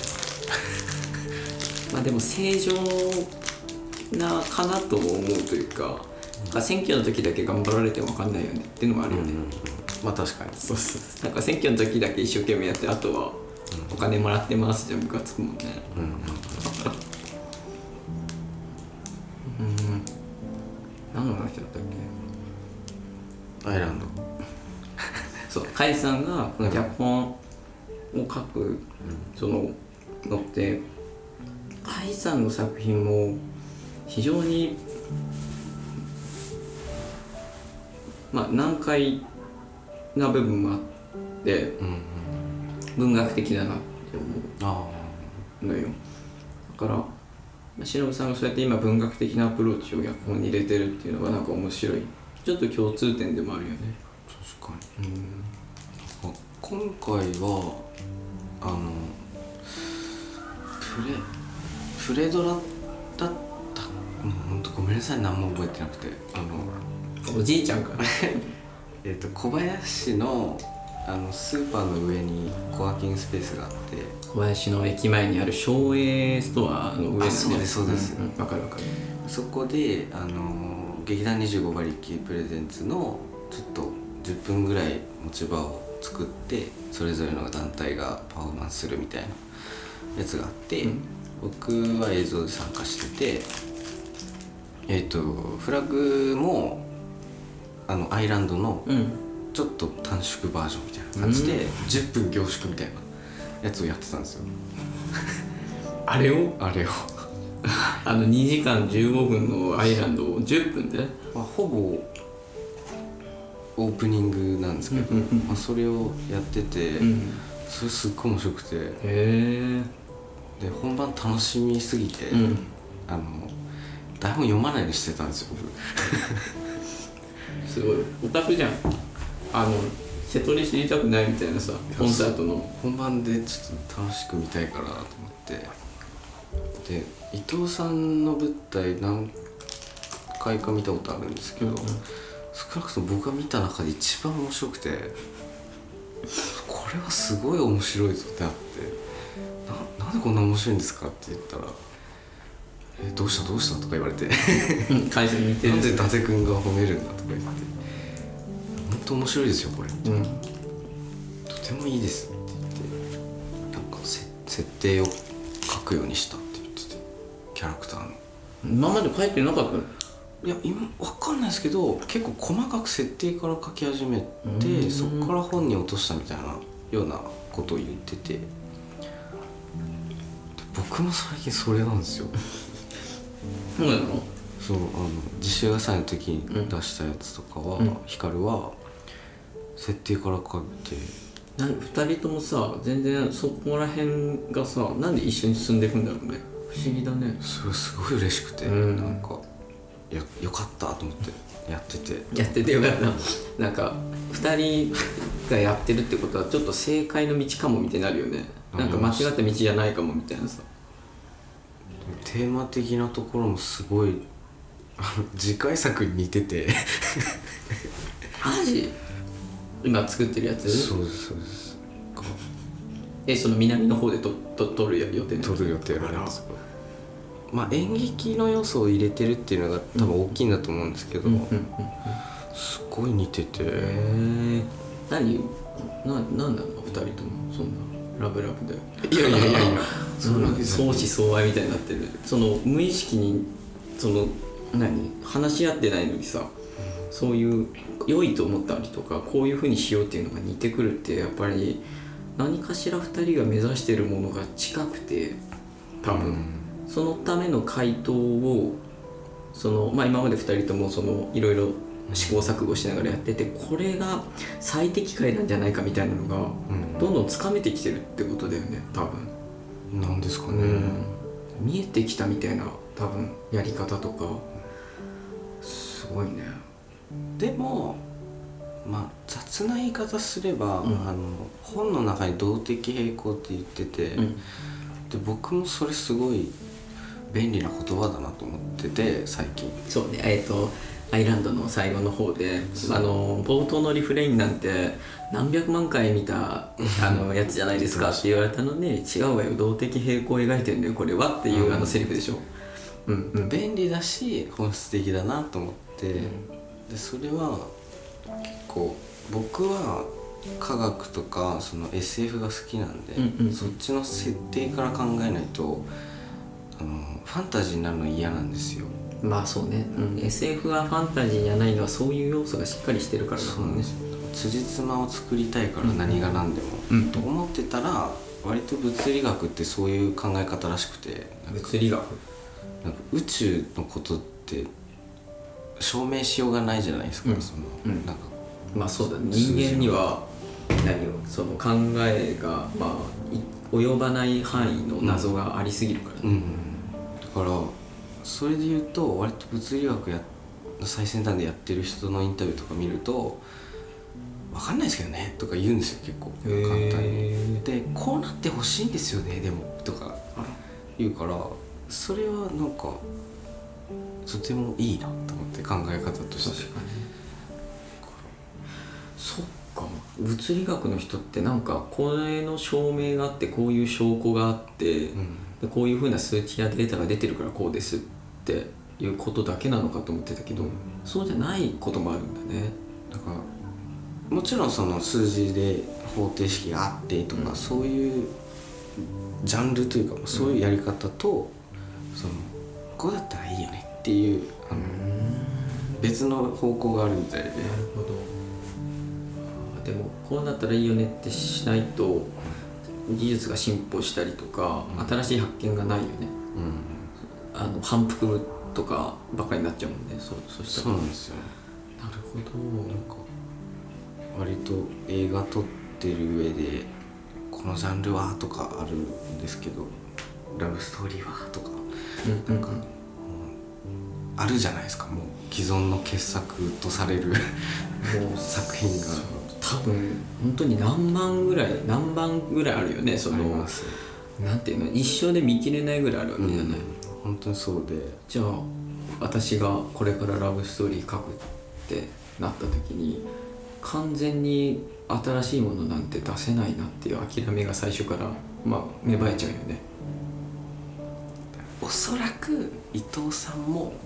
B: ない
A: でも正常なかなとも思うというか、選挙の時だけ頑張られても分かんないよねっていうのもあるよね。
B: 確かに
A: そうなんか選挙の時だけ一生懸命やって、あとはお金もらってますじゃムカつくもんね。何の話だったっけ。
B: アイランド
A: そう、甲斐さんがこの脚本を書くそののって、甲斐さんの作品も非常に難解な部分もあって、文学的だなって思うのよ。だから忍さんがそうやって今文学的なアプローチを脚本に入れてるっていうのはなんか面白い、ちょっと共通点でもあるよね。
B: 確かに。今回はプレドラだった。ほんとごめんなさい、何も覚えてなくて。
A: おじいちゃんかな
B: 小林のスーパーの上にコワーキングスペースがあって、
A: 小林の駅前にある松栄ストアの上ですね。
B: そうです。
A: わかる。
B: そこで劇団25馬力プレゼンツのちょっと10分ぐらい持ち場を作って、それぞれの団体がパフォーマンスするみたいなやつがあって、僕は映像で参加してて、フラグもアイランドのちょっと短縮バージョンみたいな感じで、10分凝縮みたいなやつをやってたんですよ。
A: あれを2時間15分のアイランドを10分で、
B: ほぼオープニングなんですけど、それをやってて、それすっごい面白くて、で本番楽しみすぎて、台本読まないようにしてたんですよ
A: すごいオタクじゃん。瀬戸り知りたくないみたいなさ、コンサートの
B: 本番でちょっと楽しく見たいからと思って、で伊藤さんの舞台何回か見たことあるんですけど、少なくとも僕が見た中で一番面白くて、これはすごい面白いぞってなって、なんでこんな面白いんですかって言ったら、どうしたとか言われて
A: 会社に似てる、
B: なんで伊達君が褒めるんだとか言って、 と面白いですよこれ」みたいな、
C: うん、
B: とてもいいです」って言ってなんか設定を書くようにしたって言ってて、キャラクターの
C: 今まで書いてなかったの？
B: いや今わかんないですけど結構細かく設定から書き始めて、そこから本に落としたみたいなようなことを言ってて、で僕も最近それなんですよ。
C: そうなの？
B: そう自主野菜の時に出したやつとかは、光は設定から書いて、
C: 2人ともさ全然そこら辺がさなんで一緒に進んでいくんだろうね。不思議だね。
B: それすごい嬉しくて、なんかよかったと思ってやってて
C: よかった。なんか2人がやってるってことはちょっと正解の道かもみたいになるよね。なんか間違った道じゃないかもみたいなさ。
B: テーマ的なところもすごい次回作に似てて
C: マジ？今作ってるやつ？
B: そうです
C: その南の方で撮る予定？
B: 撮る予定なんです。まあ演劇の要素を入れてるっていうのが多分大きいんだと思うんですけど、すごい似てて。
C: なんなの2人ともそんなラブラブで。
B: いや
C: そんな相思相愛みたいになってる。その無意識にその話し合ってないのにさ、そういう良いと思ったりとかこういう風にしようっていうのが似てくるって、やっぱり何かしら2人が目指してるものが近くて、多分、そのための回答を今まで2人ともいろいろ試行錯誤しながらやってて、これが最適解なんじゃないかみたいなのがどんどんつかめてきてるってことだよね、多分。
B: なんですかね、
C: 見えてきたみたいな多分やり方とかすごいね。
B: でもまあ雑な言い方すれば、本の中に動的平衡って言ってて、で僕もそれすごい便利な言葉だなと思ってて最近。
C: そうね、アイランドの最後の方で冒頭のリフレインなんて何百万回見たやつじゃないですかって言われたのに、違うわよ、動的平衡を描いてるんだよこれはっていうセリフでしょ。
B: 便利だし本質的だなと思って、でそれは結構僕は科学とかその SF が好きなんで、そっちの設定から考えないとファンタジーになるの嫌なんですよ。
C: まあそうね、SF はファンタジーじゃないのはそういう要素がしっかりしてるからだもんね。
B: 辻褄を作りたいから何が何でも、と思ってたら割と物理学ってそういう考え方らしくて、
C: 物理学
B: なんか宇宙のことって証明しようがないじゃないですか、なんか
C: まあそうだね、人間にはその考えが及ばない範囲の謎がありすぎるからね。
B: だからそれで言うと割と物理学最先端でやってる人のインタビューとか見ると「分かんないですけどね」とか言うんですよ、結構簡単に。で「こうなってほしいんですよねでも」とか言うから、それはなんかとてもいいなと思って考え方として。
C: 確かに。そっか、物理学の人ってなんかこれの証明があってこういう証拠があって、でこういう風な数値やデータが出てるからこうですっていうことだけなのかと思ってたけど、そうじゃないこともあるんだね。
B: だからもちろんその数字で方程式があってとか、そういうジャンルというか、そういうやり方と、こうだったらいいよねっていう別の方向があるみたいで。なる
C: ほど。でもこうだったらいいよねってしないと技術が進歩したりとか、新しい発見がないよね。反復とかばっかりになっちゃうもんね。
B: そうなんですよ。
C: なるほど。
B: なんか割と映画撮ってる上でこのジャンルはとかあるんですけど、ラブストーリーはとか、なんかあるじゃないですか、もう既存の傑作とされるもう作品が
C: 多分本当に何番ぐらいあるよね。
B: あります。
C: なんていうの、一生で見切れないぐらいあるわけじゃない。
B: 本当にそうで、
C: じゃあ私がこれからラブストーリー書くってなった時に完全に新しいものなんて出せないなっていう諦めが最初から芽生えちゃうよね。
B: おそらく伊藤さんも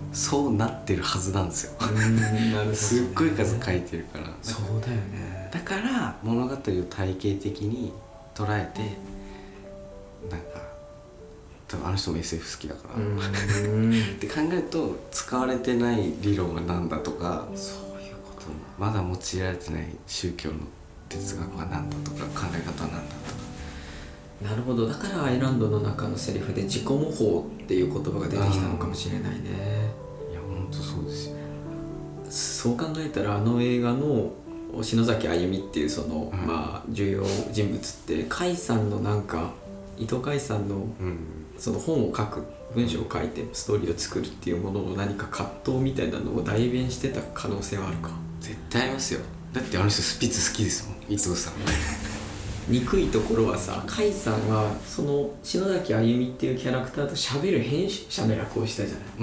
B: そうなってるはずなんですよ
C: なるほど、ね、
B: すっごい数書いてるから。
C: そうだよね。
B: だから物語を体系的に捉えて、なんか多分あの人も SF 好きだからって考えると、使われてない理論は何だとか、
C: そういうこと
B: まだ用いられてない宗教の哲学は何だとか、考え方は何だとか。
C: なるほど。だからアイランドの中のセリフで自己模倣っていう言葉が出てきたのかもしれないね。
B: いや本当そうですよ。
C: そう考えたら、あの映画の篠崎あゆみっていうその、まあ重要人物って甲斐さんのなんか伊藤甲斐さんのその本を書く、文章を書いてストーリーを作るっていうものの何か葛藤みたいなのを代弁してた可能性はあるか。
B: 絶対ありますよ。だってあの人スピッツ好きですもん、伊藤さん
C: 憎いところはさ、甲斐さんはその篠崎あゆみっていうキャラクターと喋る編集者の役をしたじゃない。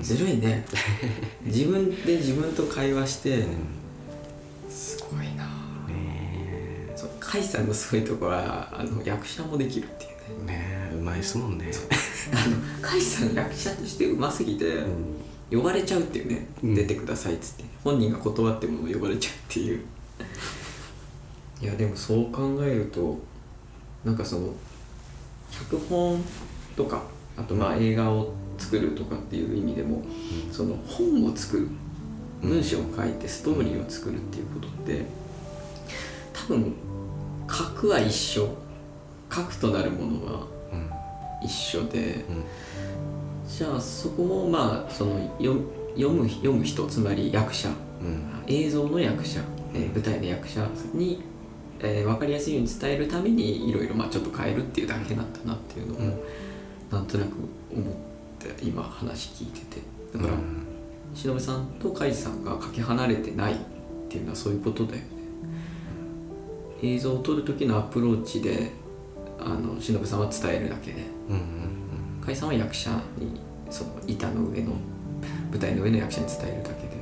C: ずるいね自分で自分と会話して、すごいなね。そう、甲斐さんのすごいところは役者もできるっていうね。
B: ねえ、うまいですもんね
C: 甲斐さん役者としてうますぎて、呼ばれちゃうっていうね、出てくださいっつって本人が断っても呼ばれちゃうっていういやでもそう考えると、なんかその脚本とか、あとまあ映画を作るとかっていう意味でも、その本を作る、文章を書いてストーリーを作るっていうことって、多分核は一緒、核となるものは一緒で、じゃあそこもまあその読む人、つまり役者、映像の役者、舞台の役者に分かりやすいように伝えるためにいろいろちょっと変えるっていうだけなんだなっていうのも、なんとなく思って今話聞いてて、だから忍さんと海さんがかけ離れてないっていうのはそういうことだよね。映像を撮る時のアプローチで忍さんは伝えるだけで、海さんは役者にその板の上の舞台の上の役者に伝えるだけで、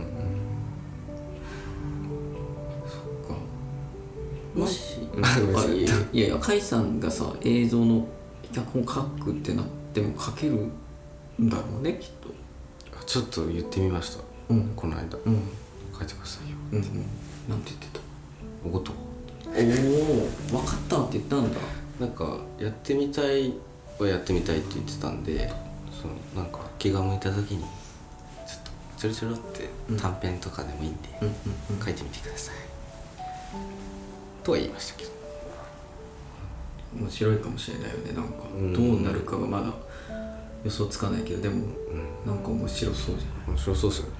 C: そっか。もしいや甲斐さんがさ、映像の脚本書くってなっても書けるんだろうね、きっと。
B: ちょっと言ってみました、この間、書いてくださいよ、
C: なんて言ってた？
B: おごと。
C: おお、分かったって言ったんだ。
B: なんかやってみたいはやってみたいって言ってたんで、そのなんか気が向いた時にちょっとちょろちょろって短編とかでもいいんで書いてみてくださいとは言いましたけど。
C: 面白いかもしれないよね。なんかどうなるかがまだ予想つかないけど、でもなんか面白そうじゃない？
B: 面白そうですよね。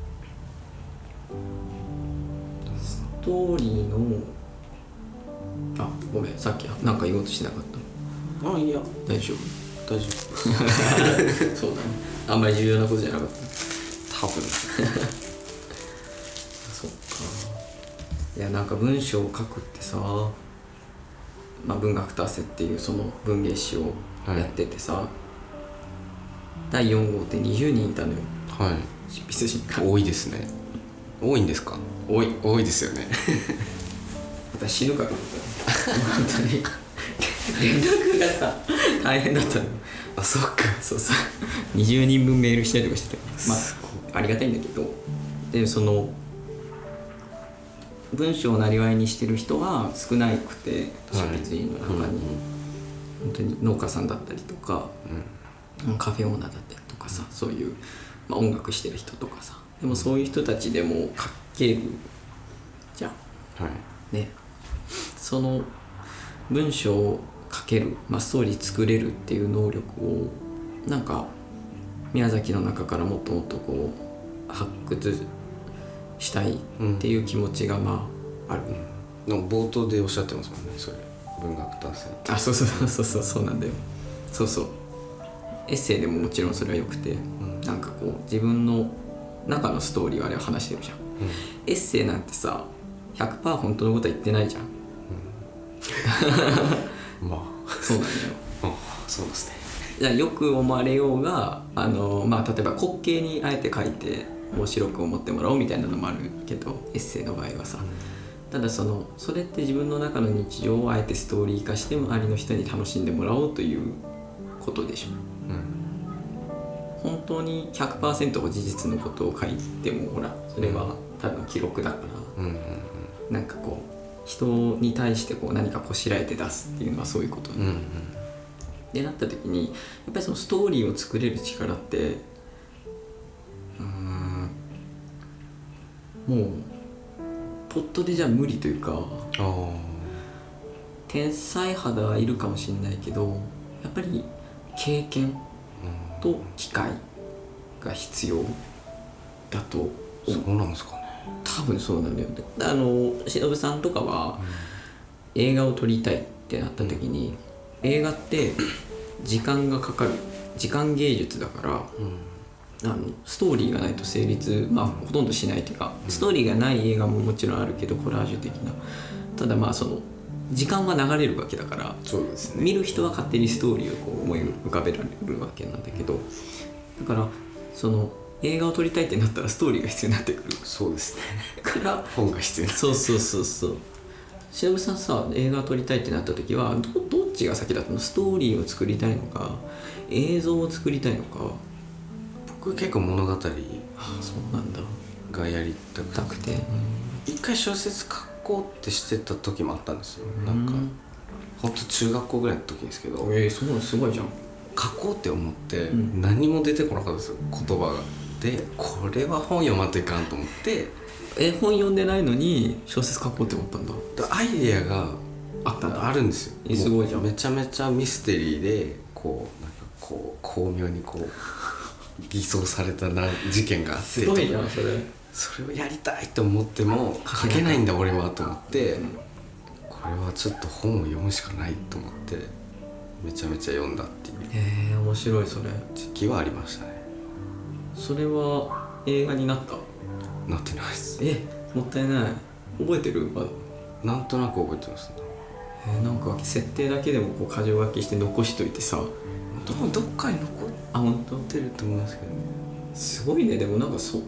C: ストーリーのごめん、さっきなんか言おうとしなかった？
B: いや
C: 大丈夫
B: 大丈夫
C: そうだね、あんまり重要なことじゃなかった
B: 多分
C: そっか。いやなんか文章を書くってさ、文学達成っていうその文芸誌をやっててさ、第4号って20人いたのよ。執筆人が
B: 多いですね。多いんですか？多いですよね
C: 私死ぬかと思った本当に連絡がさ大変だったの。
B: そっか。
C: そう20人分メールしたりとかしてて、ありがたいんだけど、でその文章をなりわいにしてる人は少なくて、執筆人の中に、本当に農家さんだったりとか、カフェオーナーだったりとかさ、そういう、音楽してる人とかさ、でもそういう人たちでも書けるじゃん、ね。その文章を書ける、ストーリー作れるっていう能力をなんか宮崎の中からもっともっとこう発掘したいっていう気持ちがある。
B: なんか冒頭でおっしゃってますもんね、それ文学達成。
C: そうなんだよ。そうエッセイでももちろんそれはよくて、なんかこう自分の中のストーリーをあれは話してるじゃん、エッセイなんてさ 100% 本当のことは言ってないじゃん、そうなんだよ
B: そうですね。
C: じゃあよく思われようが例えば滑稽にあえて書いて面白く思ってもらおうみたいなのもあるけど、エッセイの場合はさ、ただそれって自分の中の日常をあえてストーリー化して周りの人に楽しんでもらおうということでしょ、 本当に 100% 事実のことを書いてもほらそれは多分記録だから、なんかこう人に対してこう何かこしらえて出すっていうのはそういうことに、でなった時にやっぱりそのストーリーを作れる力ってもうポットでじゃ無理というか、天才肌はいるかもしれないけどやっぱり経験と機会が必要だと思う。
B: そうなんですかね。
C: 多分そうなんだよ。忍さんとかは映画を撮りたいってなった時に、映画って時間がかかる時間芸術だから、ストーリーがないと成立、ほとんどしないというか、ストーリーがない映画ももちろんあるけどコラージュ的な、ただその時間は流れるわけだから、
B: そうですね、
C: 見る人は勝手にストーリーをこう思い浮かべられるわけなんだけど、だからその映画を撮りたいってなったらストーリーが必要になってくる。
B: そうですね
C: から
B: 本が必要な
C: そう忍さんさ、映画を撮りたいってなった時はどっちが先だったの？ストーリーを作りたいのか映像を作りたいのか。
B: 僕結構物語
C: そうなんだ
B: がやりたくて、一回小説書こうってしてた時もあったんですよ。なんかほんと中学校ぐらいの時ですけど、
C: そうすごいじゃん。
B: 書こうって思って何も出てこなかったんですよ、言葉が。でこれは本読まんといかんと思って、
C: 本読んでないのに小説書こうって思ったんだ。
B: アイデアがあるんですよ。
C: すごいじゃん。
B: めちゃめちゃミステリーでこうなんかこう巧妙にこう偽装された事件があって、
C: すごいじゃんそれ
B: をやりたいと思っても書けないんだ俺はと思って、これはちょっと本を読むしかないと思ってめちゃめちゃ読んだっていう
C: 面白い。それ
B: 時期はありましたね。
C: それは映画になった？
B: なってないです。
C: もったいない。覚えてる？まだ
B: なんとなく覚えてますね。
C: なんか設定だけでもこう箇条書きして残しといてさ、
B: どっかに残ってると思いますけどね。
C: すごいね。でもなんかそう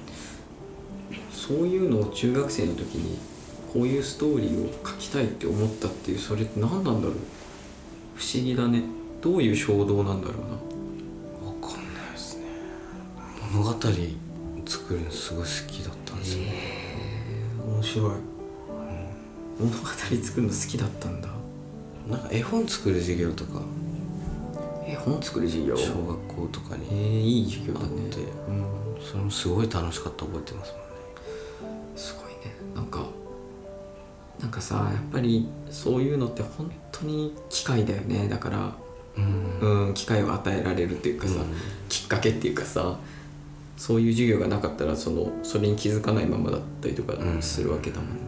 C: いうのを中学生の時にこういうストーリーを書きたいって思ったっていう、それって何なんだろう。不思議だね。どういう衝動なんだろう
B: な。分かんないですね。物語作るのすごい好きだったんですよ。
C: 面白い、物語作るの好きだったんだ。
B: なんか絵本作る授業とか、
C: 絵本作る授業、
B: 小学校とかに
C: いい授業だね。
B: それもすごい楽しかった覚えてますもんね。
C: すごいね。なんかさ、やっぱりそういうのって本当に機会だよね。だから、機会を与えられるっていうかさ、きっかけっていうかさ、そういう授業がなかったらそれに気づかないままだったりとかするわけだもんね。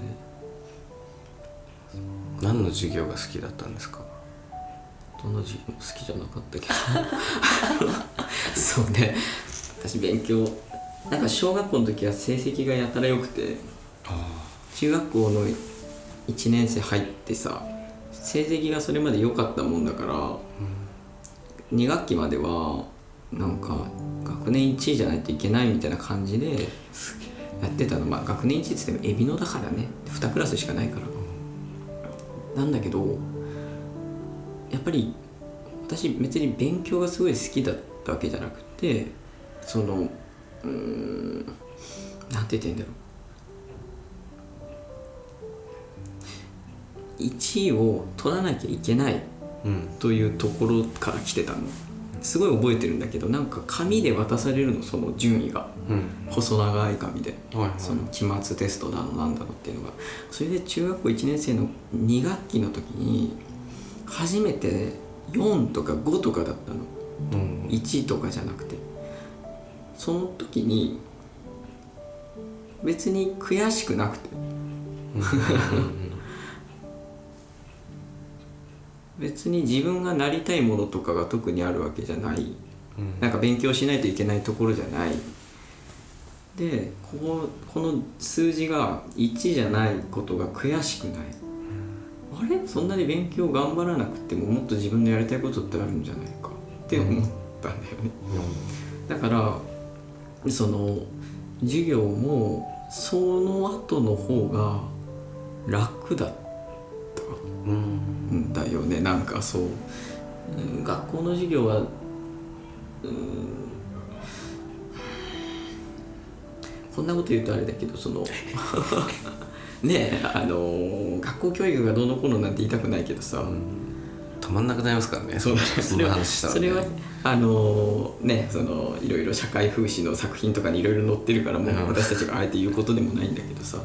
B: 何の授業が好きだったんですか？
C: どんな授業も好きじゃなかったけどそうね、私勉強なんか小学校の時は成績がやたら良くて、中学校の1年生入ってさ、成績がそれまで良かったもんだから、2学期まではなんか学年1位じゃないといけないみたいな感じでやってたの。学年1位って言っても海老野だからね、2クラスしかないからなんだけど、やっぱり私別に勉強がすごい好きだったわけじゃなくて、なんて言ってんだろう、1位を取らなきゃいけないというところから来てたの。すごい覚えてるんだけど、なんか紙で渡されるの、その順位が、細長い紙で、その期末テストだのなんだろうっていうのが。それで中学校1年生の2学期の時に初めて4とか5とかだったの、1とかじゃなくて。その時に別に悔しくなくて別に自分がなりたいものとかが特にあるわけじゃない、なんか勉強しないといけないところじゃないで、この数字が1じゃないことが悔しくない、あれそんなに勉強頑張らなくてももっと自分のやりたいことってあるんじゃないかって思ったんだよね、だからその授業もその後の方が楽だったんだよね。なんかそう、学校の授業はこんなこと言うとあれだけどねえ学校教育がどうのこうのなんて言いたくないけどさ、
B: 止まんなくなりますからね。
C: そうだね、
B: そんな話したらね。
C: それはねいろいろ社会風刺の作品とかにいろいろ載ってるから、もう私たちがあえて言うことでもないんだけどさ、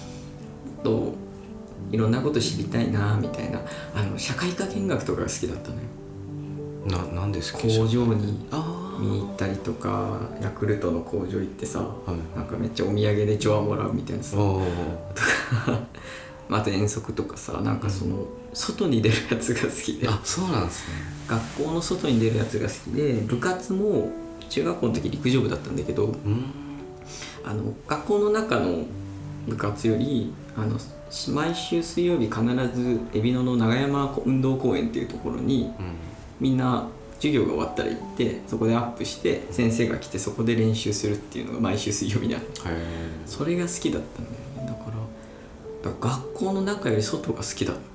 C: いろんなこと知りたいなみたいな社会科見学とかが好きだったのよ。
B: なんですか。
C: 工場に見に行ったりとか、ヤクルトの工場行ってさ、なんかめっちゃお土産でジョアもらうみたいなさ、とかあと遠足とかさ、なんか外に出るやつが好きで。
B: あ、そうなんですね。
C: 学校の外に出るやつが好きで、部活も中学校の時陸上部だったんだけど、学校の中の部活より毎週水曜日必ず海老野の長山運動公園っていうところに、みんな授業が終わったら行って、そこでアップして先生が来てそこで練習するっていうのが毎週水曜日にあって、それが好きだったんだよね。だから学校の中より外が好きだった。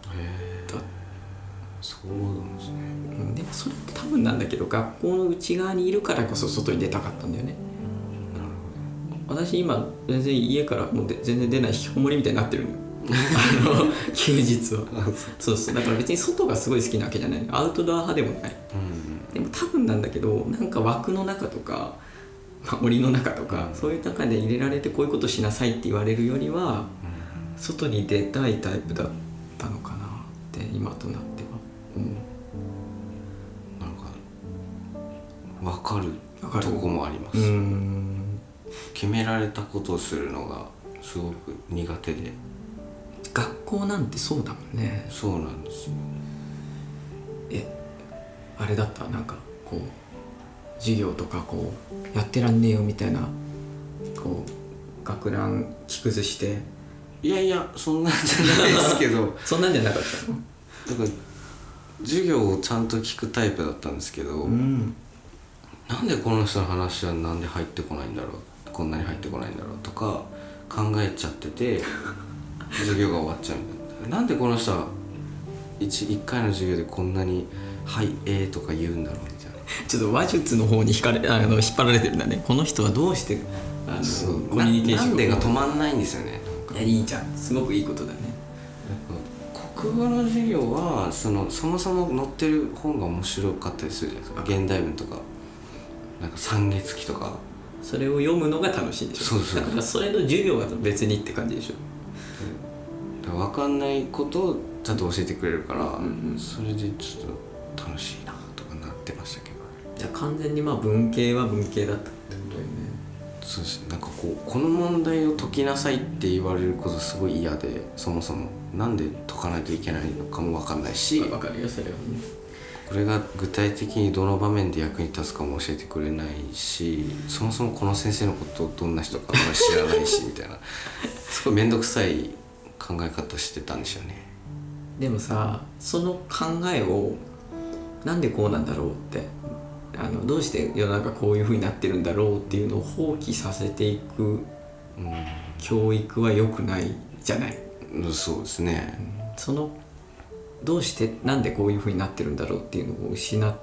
B: そうなんですね。
C: でもそれって多分なんだけど、学校の内側にいるからこそ外に出たかったんだよね。私今全然家からもう全然出ない引きこもりみたいになってるのよ休日はそうだから別に外がすごい好きなわけじゃない、アウトドア派でもない、でも多分なんだけど、なんか枠の中とか、森の中とか、そういう中で入れられてこういうことしなさいって言われるよりは、外に出たいタイプだったのかなって今となっては思う。
B: なんか分かるとこもあります。決められたことをするのがすごく苦手で。
C: 学校なんてそうだもんね。
B: そうなんですよ。
C: あれだった、なんかこう授業とかこうやってらんねえよみたいな、こう学ラン着崩して。
B: いやそんなんじゃないですけど
C: そんなんじゃなかったの？
B: だから授業をちゃんと聞くタイプだったんですけど、なんでこの人の話はなんで入ってこないんだろう、こんなに入ってこないんだろうとか考えちゃってて授業が終わっちゃうみたいな。なんでこの人は1回の授業でこんなに「はいとか言うんだろうみたいな。
C: ちょっと話術の方に引っ張られてるんだね。この人はどうしてコミュニケーション
B: なんでが止まんないんですよね。
C: いいじゃん、すごくいいことだね。
B: 国語の授業はそもそも載ってる本が面白かったりするじゃないですか。現代文とかなんか三月期とか、
C: それを読むのが楽しいんでしょ。
B: そう
C: だからそれの授業が別にって感じでしょ。
B: だから分かんないことをちゃんと教えてくれるから、それでちょっと楽しいなとかなってましたけど。
C: じゃあ完全に文系は文系だったってことだよね。
B: そうですね。なんかこの問題を解きなさいって言われることすごい嫌で、そもそもなんで解かないといけないのかも分かんないし、
C: 分かるよそれはね。
B: これが具体的にどの場面で役に立つかも教えてくれないし、そもそもこの先生のことをどんな人かあんまり知らないしみたいなすごい面倒くさい考え方してたんでしょうね。
C: でもさ、その考えをなんでこうなんだろうって、どうして世の中こういう風になってるんだろうっていうのを放棄させていく教育は良くないじゃない。
B: そうですね。
C: どうしてなんでこういう風になってるんだろうっていうのを失って、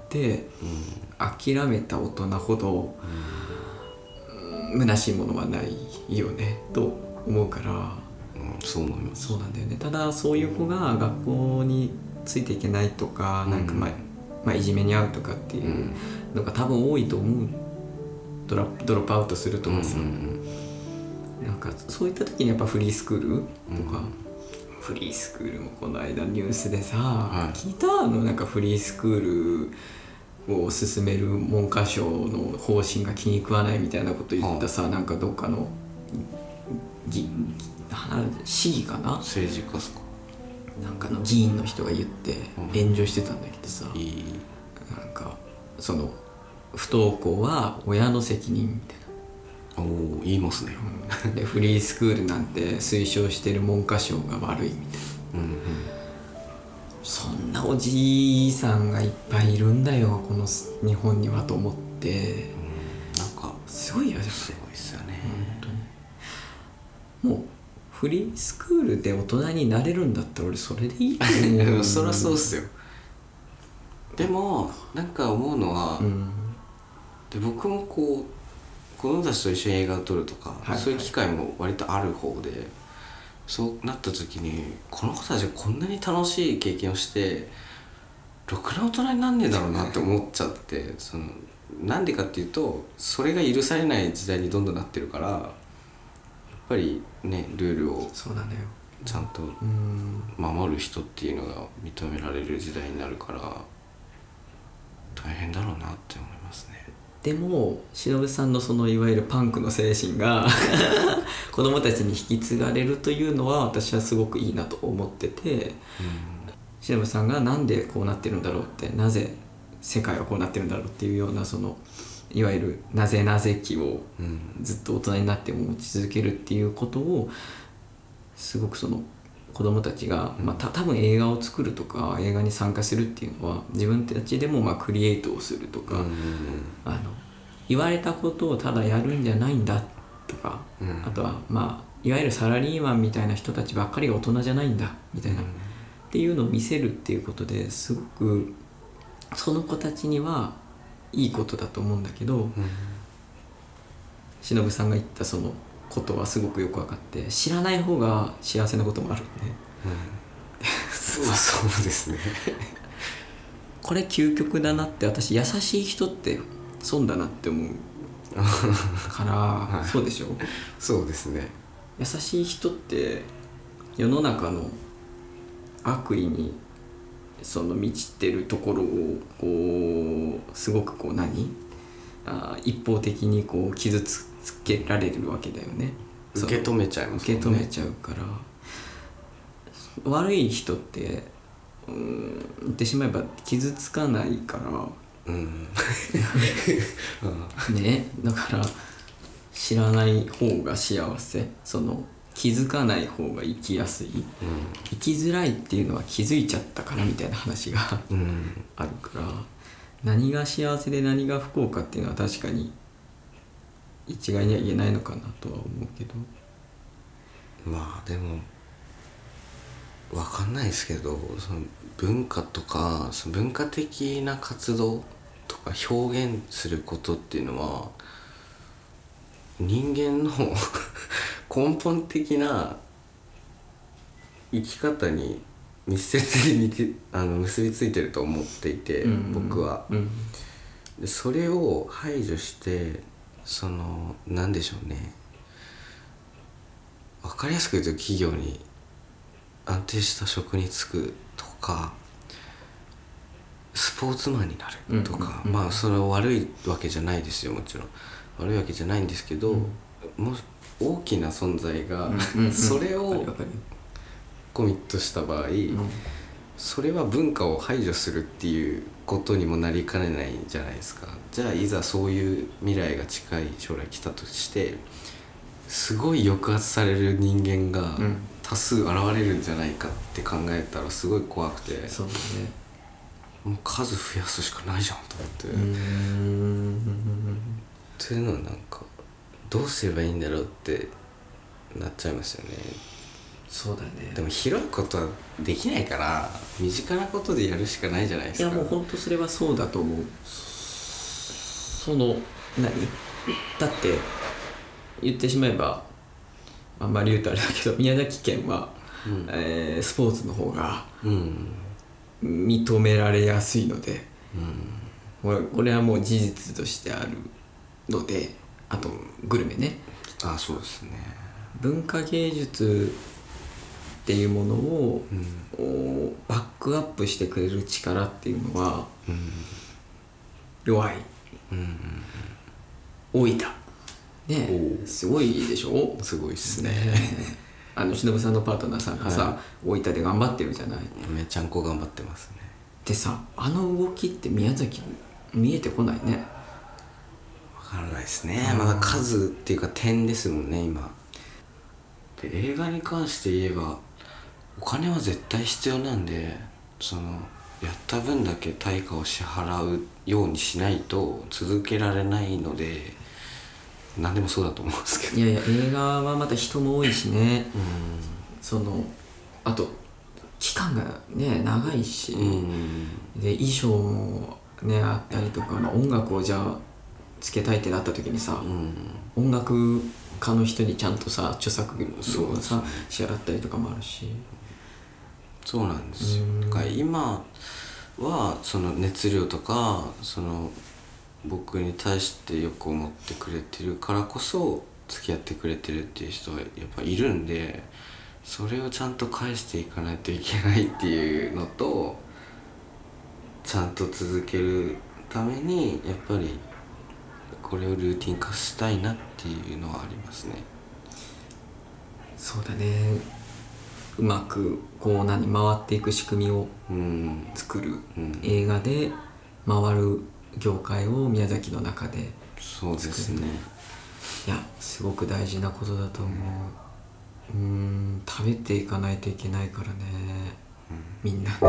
C: 諦めた大人ほど、虚しいものはないよねと思うから、
B: そう思います。
C: そうなんだよね。ただそういう子が学校についていけないとか、なんかいじめに遭うとかっていうのが多分多いと思う。ドロップアウトするとかさ、なんかそういった時にやっぱフリースクールとか、フリースクールもこの間ニュースでさ、聞いたなんかフリースクールを進める文科省の方針が気に食わないみたいなこと言ったさ、なんかどっかの市議かな、
B: 政治家ですか、
C: なんかの議員の人が言って炎上してたんだけどさ、なんか不登校は親の責任みたいな。
B: 言いますね。
C: でフリースクールなんて推奨してる文科省が悪いみたいな、そんなおじいさんがいっぱいいるんだよこの日本にはと思って、
B: なんか
C: すごい嫌じゃん。
B: すごいですよね。
C: 本当にもうフリースクールで大人になれるんだったら俺それでいいと思う。
B: そりゃそうっすよ。でもなんか思うのは、で僕もこ子供たちと一緒に映画を撮るとか、
C: はい、
B: そういう機会も割とある方で、そうなった時にこの子たちがこんなに楽しい経験をしてろくな大人になんねえだろうなって思っちゃってなんでかっていうとそれが許されない時代にどんどんなってるからやっぱりねルールを
C: そうなんだよ
B: ちゃんと守る人っていうのが認められる時代になるから大変だろうなって思いますね。
C: でも忍さんのそのいわゆるパンクの精神が子供たちに引き継がれるというのは私はすごくいいなと思ってて、忍さんがなんでこうなってるんだろうって、なぜ世界はこうなってるんだろうっていうようなそのいわゆるなぜなぜ期をずっと大人になっても持ち続けるっていうことをすごくその子供たちが、多分映画を作るとか映画に参加するっていうのは自分たちでもクリエイトをするとか、言われたことをただやるんじゃないんだとか、あとはいわゆるサラリーマンみたいな人たちばっかりが大人じゃないんだみたいな、っていうのを見せるっていうことですごくその子たちにはいいことだと思うんだけど、忍さんが言ったそのことはすごくよく分かって、知らない方が幸せなこともあるね、
B: そうですね
C: これ究極だなって。私優しい人って損だなって思うから、はい、そうでしょ。
B: そうですね。
C: 優しい人って世の中の悪意にその満ちてるところをこうすごくこう一方的にこう傷つけられるわけだよね。
B: 受け止めちゃいますもんね。
C: 受け止めちゃうから、悪い人って言ってしまえば傷つかないからね、だから知らない方が幸せ、その気づかない方が生きやすい、生きづらいっていうのは気づいちゃったからみたいな話があるから、何が幸せで何が不幸かっていうのは確かに一概には言えないのかなとは思うけど、
B: でも分かんないですけど、その文化とかその文化的な活動とか表現することっていうのは人間の根本的な生き方に密接に結びついてると思っていて、僕は、でそれを排除してなんでしょうね、分かりやすく言うと企業に安定した職に就くとかスポーツマンになるとか、それは悪いわけじゃないですよ、もちろん悪いわけじゃないんですけど、もう大きな存在がそれをコミットした場合、それは文化を排除するっていうことにもなりかねないじゃないですか。じゃあいざそういう未来が近い将来来たとしてすごい抑圧される人間が多数現れるんじゃないかって考えたらすごい怖くて、
C: そうだね、
B: もう数増やすしかないじゃんと思って、っていうのはなんかどうすればいいんだろうってなっちゃいますよね。
C: そうだね。
B: でも広いことはできないから身近なことでやるしかないじゃないですか。
C: いやもう本当それはそうだと思う。だって言ってしまえばあんまり言うとあれだけど、宮崎県は、スポーツの方が認められやすいので、これはもう事実としてあるので、あとグルメね。
B: そうですね。
C: 文化芸術っていうものを、バックアップしてくれる力っていうのは、弱い、大分ね、すごいでしょ。
B: すごいっすね。
C: 忍さんのパートナーさんがさ、大分で頑張ってるじゃない。
B: めちゃんこ頑張ってますね。
C: でさ、あの動きって宮崎見えてこないね。
B: 分からないですね。まだ数っていうか点ですもんね今で。映画に関して言えばお金は絶対必要なんで、やった分だけ対価を支払うようにしないと続けられないので、何でもそうだと思うんですけど。
C: いや映画はまた人も多いしね、あと期間がね長いし、で衣装もねあったりとか、音楽をじゃあつけたいってなった時にさ、
B: うん、
C: 音楽家の人にちゃんとさ著作料をさ、
B: そう
C: 支払ったりとかもあるし。
B: そうなんですよ。だから今はその熱量とかその僕に対してよく思ってくれてるからこそ付き合ってくれてるっていう人がやっぱいるんで、それをちゃんと返していかないといけないっていうのと、ちゃんと続けるためにやっぱりこれをルーティン化したいなっていうのはありますね。
C: そうだね、うまくこう回っていく仕組みを作る、映画で回る業界を宮崎の中で
B: そうですね。
C: いやすごく大事なことだと思う。食べていかないといけないからね、みんなね。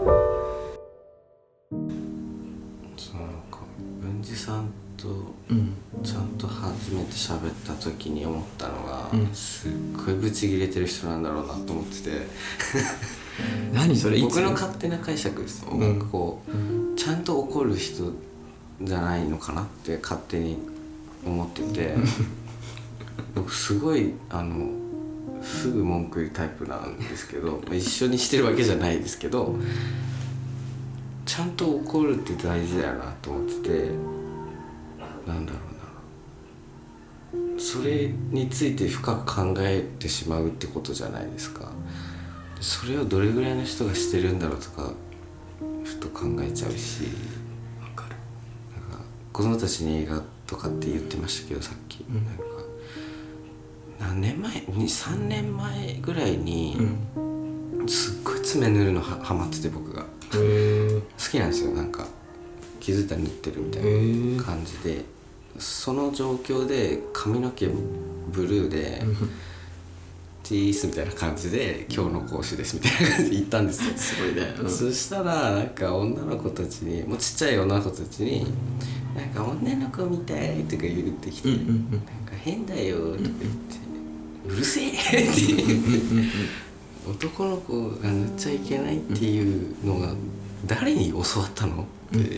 B: そうなんか文治さんとちゃんと初めて喋った時に思ったのが、すっごいブチギレてる人なんだろうなと思ってて
C: 何それ、
B: 僕の勝手な解釈です。なんかこう、ちゃんと怒る人じゃないのかなって勝手に思ってて僕すごいすぐ文句言うタイプなんですけど一緒にしてるわけじゃないですけど、ちゃんと怒るって大事だよなと思ってて、なんだろうな、それについて深く考えてしまうってことじゃないですか。それをどれぐらいの人がしてるんだろうとかふと考えちゃうし、
C: わかる。
B: なんか子供たちに映画とかって言ってましたけどさっき、なんか何年前3年前ぐらいに、すっごい爪塗るのハマってて、僕が好きなんですよ。なんか気づいたら塗ってるみたいな感じで、その状況で髪の毛ブルーでチースみたいな感じで今日の講師ですみたいな感じで言ったんですよ。
C: すごいね、
B: そしたらなんか女の子たちに、もうちっちゃい女の子たちになんか女の子みたいとか言ってきて、なんか変だよとか言って、うるせえって男の子が塗っちゃいけないっていうのが誰に教わったのって言って、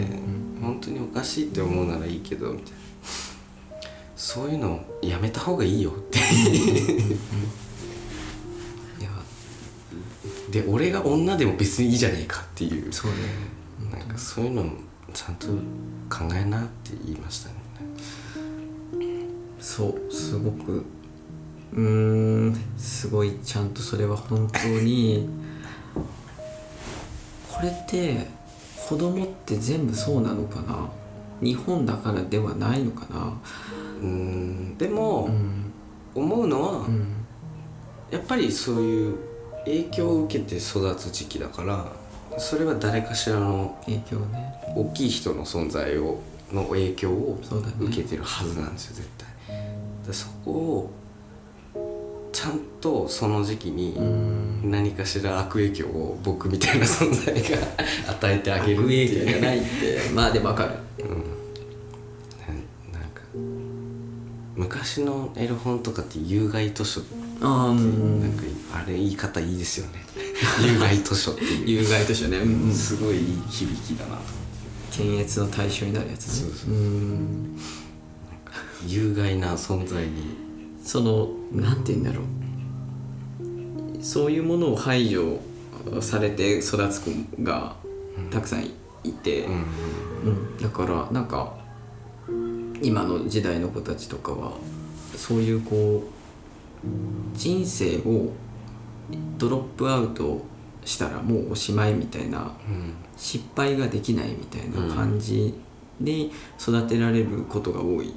B: 本当におかしいって思うならいいけどみたいな、そういうのやめた方がいいよっていやで、俺が女でも別にいいじゃねえかっていう、
C: そうね、
B: なんかそういうのちゃんと考えなって言いましたね。
C: そうすごくすごいちゃんとそれは本当にこれって子供って全部そうなのかな、日本だからではないのかな。
B: でも、思うのは、やっぱりそういう影響を受けて育つ時期だから、それは誰かしらの
C: 影響ね、
B: 大きい人の存在の影響を受けてるはずなんですよ、絶対。でそこをちゃんとその時期に何かしら悪影響を僕みたいな存在が与えてあげるっていう。
C: 悪影響じゃないってまあでも分かる。
B: なんか昔のエロ本とかって有害図書って
C: なん
B: かあれ言い方いいですよね有害図書っていう
C: 有害図書ね、
B: すごいいい響きだなと。
C: 検閲の対象になるやつね。
B: 有害な存在に、
C: そのなんて言うんだろう、そういうものを排除されて育つ子がたくさんいて、だからなんか今の時代の子たちとかはそういうこう人生をドロップアウトしたらもうおしまいみたいな、失敗ができないみたいな感じで育てられることが多い。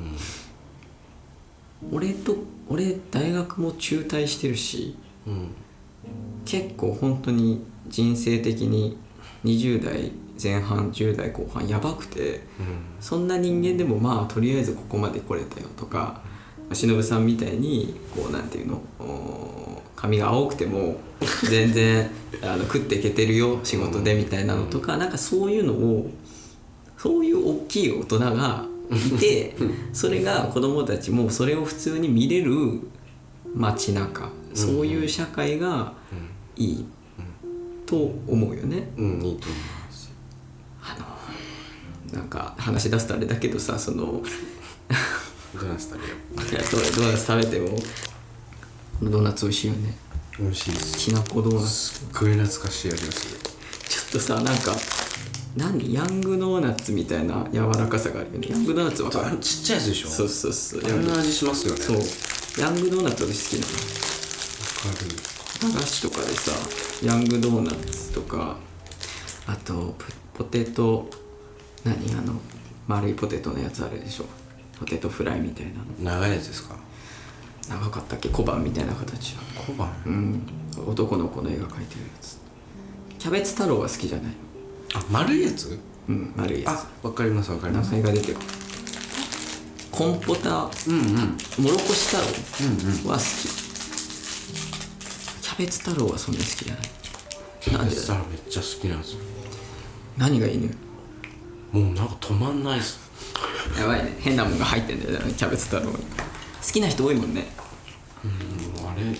C: 俺大学も中退してるし、結構本当に人生的に20代前半10代後半やばくて、そんな人間でもまあとりあえずここまで来れたよとか、忍さんみたいにこうなんていうの、髪が青くても全然食っていけてるよ仕事でみたいなのとか、なんかそういうのを、そういう大きい大人がいてそれが子供たちもそれを普通に見れる街中、そういう社会がいいと思うよね。
B: いいと思います。
C: なんか話し出すとあれだけどさ、その
B: ドーナツ食べよ
C: いやドーナツ食べてもこのドーナツ美味しいよね。
B: う。美味しいです。
C: きなこドーナツ
B: すっごい懐かしい味がする。
C: ちょっとさ、なんかヤングドーナツみたいな柔らかさがあるよね。ヤングドーナツは
B: あのちっちゃいやつでしょ。
C: そうそうそう、
B: あんな味しますよね。
C: そうヤングドーナツ私好きなの。
B: わかる。
C: 駄菓子とかでさ、ヤングドーナツとか、あとポテト、丸いポテトのやつあるでしょ。ポテトフライみたいなの。
B: 長いやつですか。
C: 長かったっけ、小判みたいな形。
B: 小判。
C: 男の子の絵が描いてるやつ。キャベツ太郎は好きじゃないの。
B: あ、丸いやつ。
C: 丸いや
B: あ、わかりますわかり
C: つ。名
B: ます。
C: 前が出てる。コンポタ、もろこし太郎は好き。キャベツ太郎はそんなに好きじゃない。
B: キャベツ太郎めっちゃ好きなんですよ。
C: 何がいいのよ。
B: もうなんか止まんないです。
C: やばいね、変なもんが入ってんだよね、キャベツ太郎に。好きな人多いもんね。
B: あれ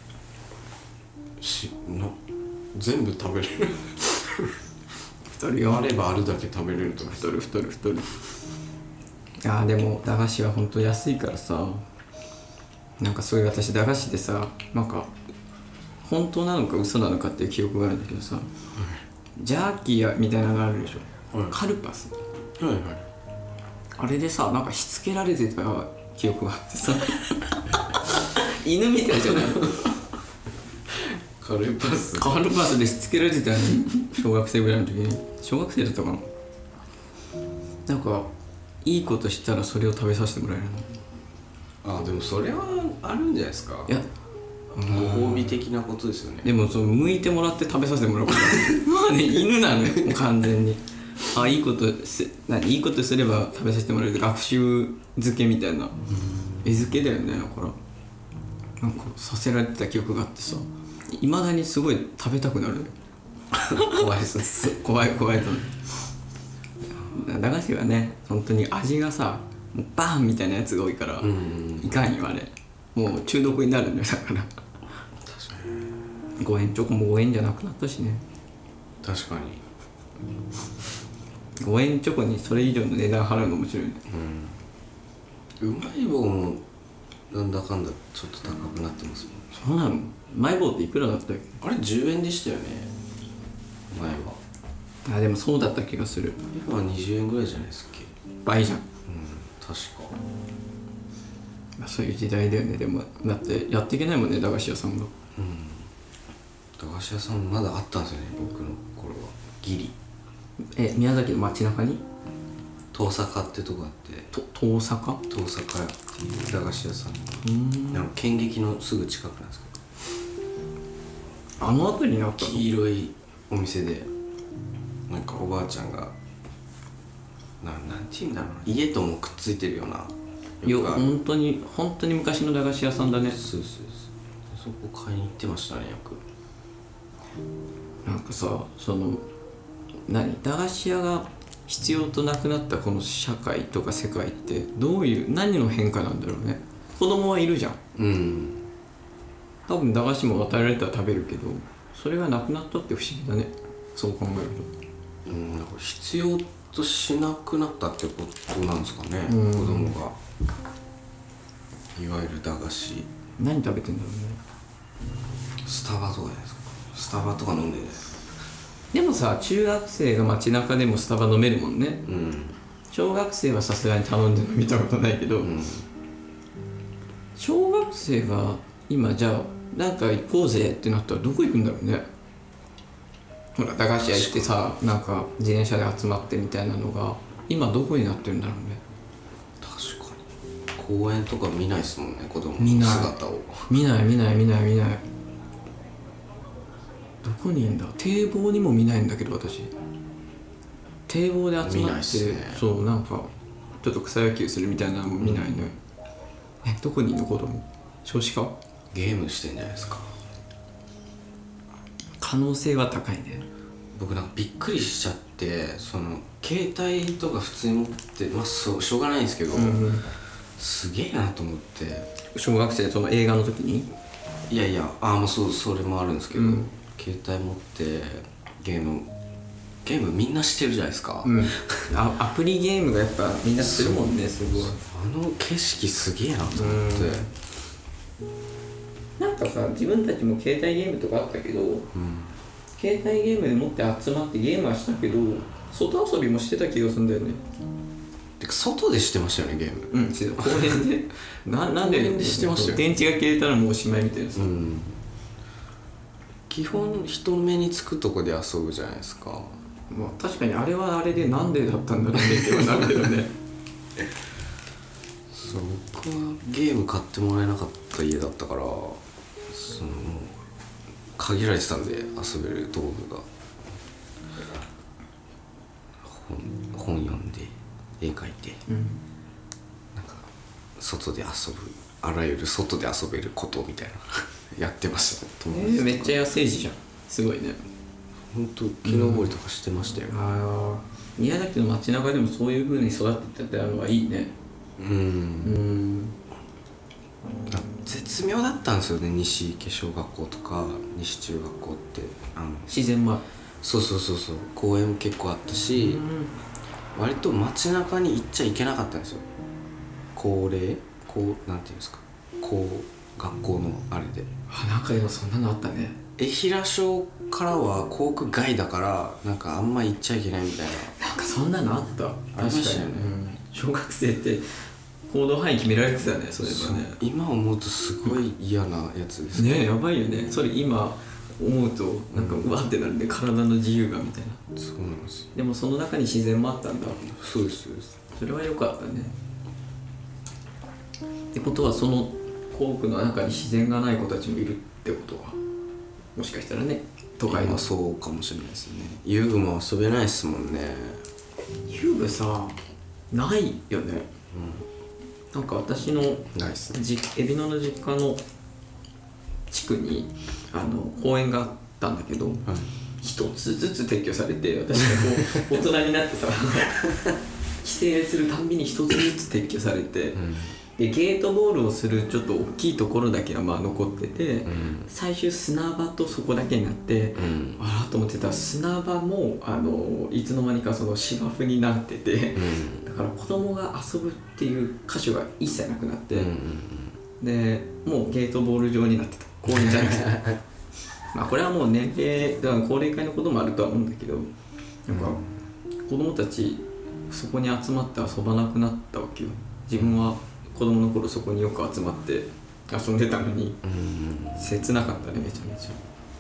B: 全部食べれる。
C: 太るよ。
B: あればあるだけ食べれると
C: 太る。でも駄菓子はほんと安いからさ、なんかそういう私駄菓子でさ、なんか本当なのか嘘なのかっていう記憶があるんだけどさ、ジャーキーみたいなのがあるでしょ、
B: はい
C: カルパス。
B: はいはい。
C: あれでさ、なんかしつけられてた記憶があってさ犬みたいじゃない
B: カルパス。
C: カルパスでしつけられてたよね、小学生ぐらいの時に。小学生だったかな。なんかいいことしたらそれを食べさせてもらえるの。
B: あ、でもそれはあるんじゃないですか。
C: いや、
B: ご褒美的なことですよね。
C: でもその剥いてもらって食べさせてもらうからまあね、犬なのよ、もう完全に。いいことすれば食べさせてもらえる学習漬けみたいな、絵付けだよね。だからなんかさせられてた記憶があってさ、いまだにすごい食べたくなる
B: 怖いですね。
C: 怖いと。駄菓子はね、本当に味がさ、もうバーンみたいなやつが多いから、いかんよあれ。もう中毒になるんだよ、だから。5円チョコも5円じゃなくなったしね。
B: 確かに。
C: 5円チョコにそれ以上の値段払うの面白いね。
B: うまい棒もなんだかんだちょっと高くなってますもん。
C: そうなの？マイボーっていくらだったっけ？
B: あれ10円でしたよね、前は。
C: でもそうだった気がする。
B: 今は20円ぐらいじゃないですっけ。
C: 倍じゃん。
B: 確か。
C: そういう時代だよね。でもだってやっていけないもんね、駄菓子屋さんが。
B: 駄菓子屋さんまだあったんですよね、僕の頃は。ギリ。
C: 宮崎の街中に
B: 遠坂ってとこあって、
C: 遠坂
B: 遠坂屋っていう駄菓子屋さん。なんか剣劇のすぐ近くなんですけど、
C: あの辺りにあったの？
B: 黄色いお店で、なんかおばあちゃんがなんて言うんだろうな、家ともくっついてるような。
C: 本当に昔の駄菓子屋さんだね。
B: そうそこ買いに行ってましたね、よく。
C: なんかさ、その駄菓子屋が必要となくなったこの社会とか世界って何の変化なんだろうね。子供はいるじゃん。多分駄菓子も与えられたら食べるけど、それがなくなったって不思議だね、そう考えると。
B: だから必要としなくなったってことなんですかね、子供が。いわゆる駄菓子。
C: 何食べてんだろうね。
B: スタバとかじゃないですか。スタバとか飲んでるじゃないですか。
C: でもさ、中学生が街中でもスタバ飲めるもんね。小学生はさすがに頼んでるの見たことないけど、小学生が今じゃあなんか行こうぜってなったらどこ行くんだろうね。ほら駄菓子屋行ってさ、なんか自転車で集まってみたいなのが今どこになってるんだろうね。
B: 確かに公園とか見ないですもんね、子供
C: 見ない
B: の姿を。
C: 見ない。どこにいんだ。堤防にも見ないんだけど、私堤防で集
B: 見
C: まって、
B: ないっすね。
C: そうなんかちょっと草野球するみたいなのも見ないのよ。どこにいんの子供。少子化？
B: ゲームしてんじゃないですか。
C: 可能性は高いね。
B: 僕なんかびっくりしちゃって、その携帯とか普通に持ってしょうがないんですけど、すげえなと思って。
C: 小学生その映画の時に
B: いやもうそれもあるんですけど、携帯持ってゲームゲームみんなしてるじゃないですか、
C: アプリゲームがやっぱみんなするもんね。すごい。
B: あの景色すげえなと思って、
C: なんかさ、自分たちも携帯ゲームとかあったけど、携帯ゲームで持って集まってゲームはしたけど、外遊びもしてた気がするんだよね。
B: てか外でしてましたよねゲーム。
C: してた。公園でなんで
B: 公園でしてましたよ。
C: 電池が切れたらもうおしまいみたいなさ、
B: 基本人目につくとこで遊ぶじゃないですか。
C: まあ、確かにあれはあれでなんでだったんだろうねってはなるけどね
B: そう、僕はゲーム買ってもらえなかった家だったから、もう限られてたんで遊べる道具が、本読んで絵描いて、なんか外で遊ぶ、あらゆる外で遊べることみたいなやってましたね、友達とか。
C: めっちゃ安いじゃん。すごいね。
B: ほんと木登りとかしてましたよ、
C: 宮崎の街中でもそういう風に育ってたのはいいね。
B: 絶妙だったんですよね、西池小学校とか西中学校って。
C: 自然も
B: そう公園も結構あったし、割と街中に行っちゃいけなかったんですよ。なんていうんですか、学校のあれで。
C: なんかでもそんなのあったね。
B: 江平小からは校区外だからなんかあんま行っちゃいけないみたいな。
C: なんかそんなのあった。
B: ありましたよね。
C: 小学生って行動範囲決められてたね。それはね。
B: 今思うとすごい嫌なやつですね。
C: やばいよね。それ今思うとなんかうわってなるね、体の自由がみたいな。
B: そうなんですよ。
C: でもその中に自然もあったんだ。
B: そうです。
C: それは良かったね。ってことはその校区の中に自然がない子たちもいるってことは、もしかしたらね、都会の。
B: そうかもしれないですね。遊具も遊べないですもんね。
C: 遊具さ、ないよね。なんか私の
B: ないっすね。
C: 海老野の実家の地区に公園があったんだけど、一つずつ撤去されて、私がこう大人になってさ帰省するたんびに一つずつ撤去されて、でゲートボールをするちょっと大きいところだけがまあ残ってて、最終砂場とそこだけになって、あらと思ってたら砂場もいつの間にかその芝生になってて、だから子供が遊ぶっていう箇所が一切なくなって、でもうゲートボール場になってた、公園じゃなくてまあこれはもう年齢だから高齢化のこともあるとは思うんだけど、なんか子供たちそこに集まって遊ばなくなったわけよ。自分は子供の頃そこによく集まって遊んでたのに、切なかったね、めちゃめち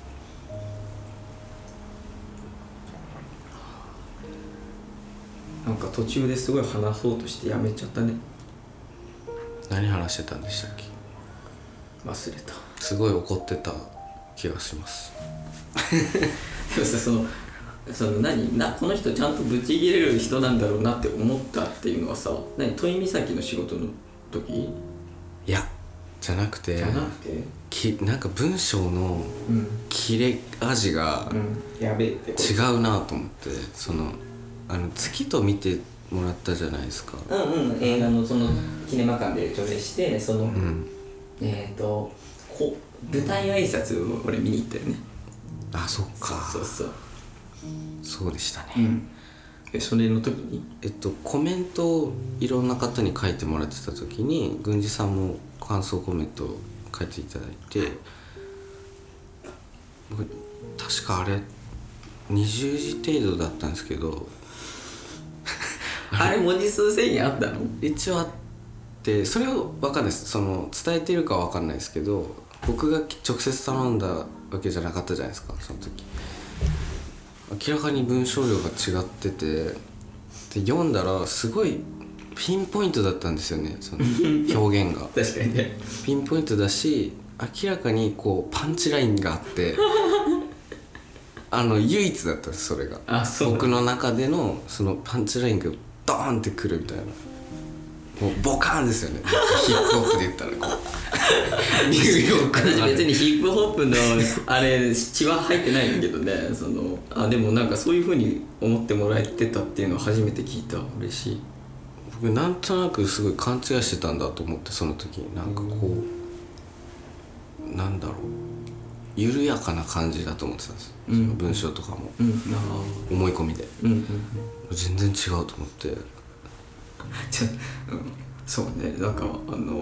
C: ゃ。なんか途中ですごい話そうとしてやめちゃったね。
B: 何話してたんでしたっけ？
C: 忘れた。
B: すごい怒ってた気がします
C: でもさ、この人ちゃんとブチ切れる人なんだろうなって思ったっていうのはさ、都井岬の仕事の時？
B: いや、じゃなくてなんか文章の切れ味が
C: やべえって
B: 違うなと思って、月と見てもらったじゃないですか。
C: 映画のそのキネマ館で上映して、その、舞台挨拶を俺見に行ったよね。
B: あ、そっか。そうでしたね。
C: それの時に
B: コメントをいろんな方に書いてもらってた時に、郡司さんも感想コメントを書いていただいて、僕確かあれ20字程度だったんですけど
C: あれ文字数制限あったの？
B: 一応あって、それは分かんないです。伝えてるかは分かんないですけど、僕が直接頼んだわけじゃなかったじゃないですか、その時。明らかに文章量が違ってて、で読んだらすごいピンポイントだったんですよね、その表現が
C: 確かにね、
B: ピンポイントだし、明らかにこうパンチラインがあって唯一だったんです、それが。僕の中でのそのパンチラインがドーンってくるみたいな、もうボカーンですよねヒップホップで言ったらこうニューヨーク
C: 私別にヒップホップのあれ血は入ってないんだけどね、でもなんかそういう風に思ってもらえてたっていうのを初めて聞いた。嬉しい。
B: 僕なんとなくすごい勘違いしてたんだと思って、その時になんかこうなんだろう、 緩やかな感じだと思ってたんです、その文章とかも、思い込みで、全然違うと思って
C: そうね、なんか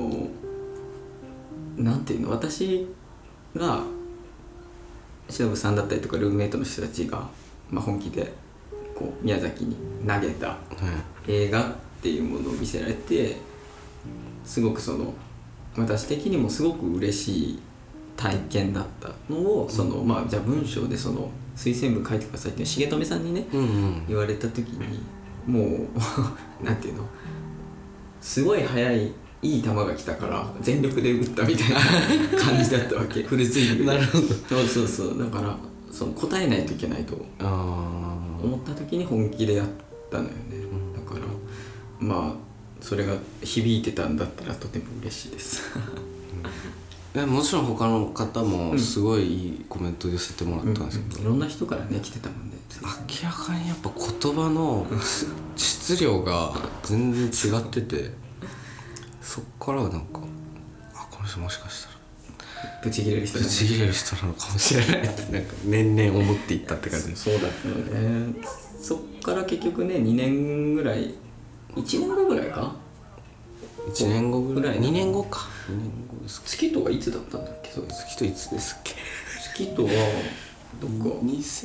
C: なんていうの、私が忍さんだったりとかルームメイトの人たちが、本気でこう宮崎に投げた映画っていうものを見せられて、すごくその私的にもすごく嬉しい体験だったのを、じゃあ文章でその推薦文書いてくださいって重留さんにね、言われた時にもうなんていうの、すごい速いいい球が来たから全力で打ったみたいな感じだったわけ。フルスイングで。なるほど。そうだからその答えないといけないと思った時に本気でやったのよね、だからそれが響いてたんだったらとても嬉しいです
B: もちろん他の方もすごいいいコメント寄せてもらったんですけど、
C: いろんな人からね来てたもんね。
B: 明らかにやっぱ言葉の質量が全然違っててそっからなんかこの人もしかしたら
C: ブチ切れる人
B: なのかもしれないってなんか年々思っていったって感じ。
C: そうだったのね。そっから結局ね2年ぐらい、1年後ぐらいか、
B: 1年後ぐらい、2年後か、2年後ですか。
C: 月とはいつだったんだっけ。そう
B: 月といつですっけ。
C: 月とはどっか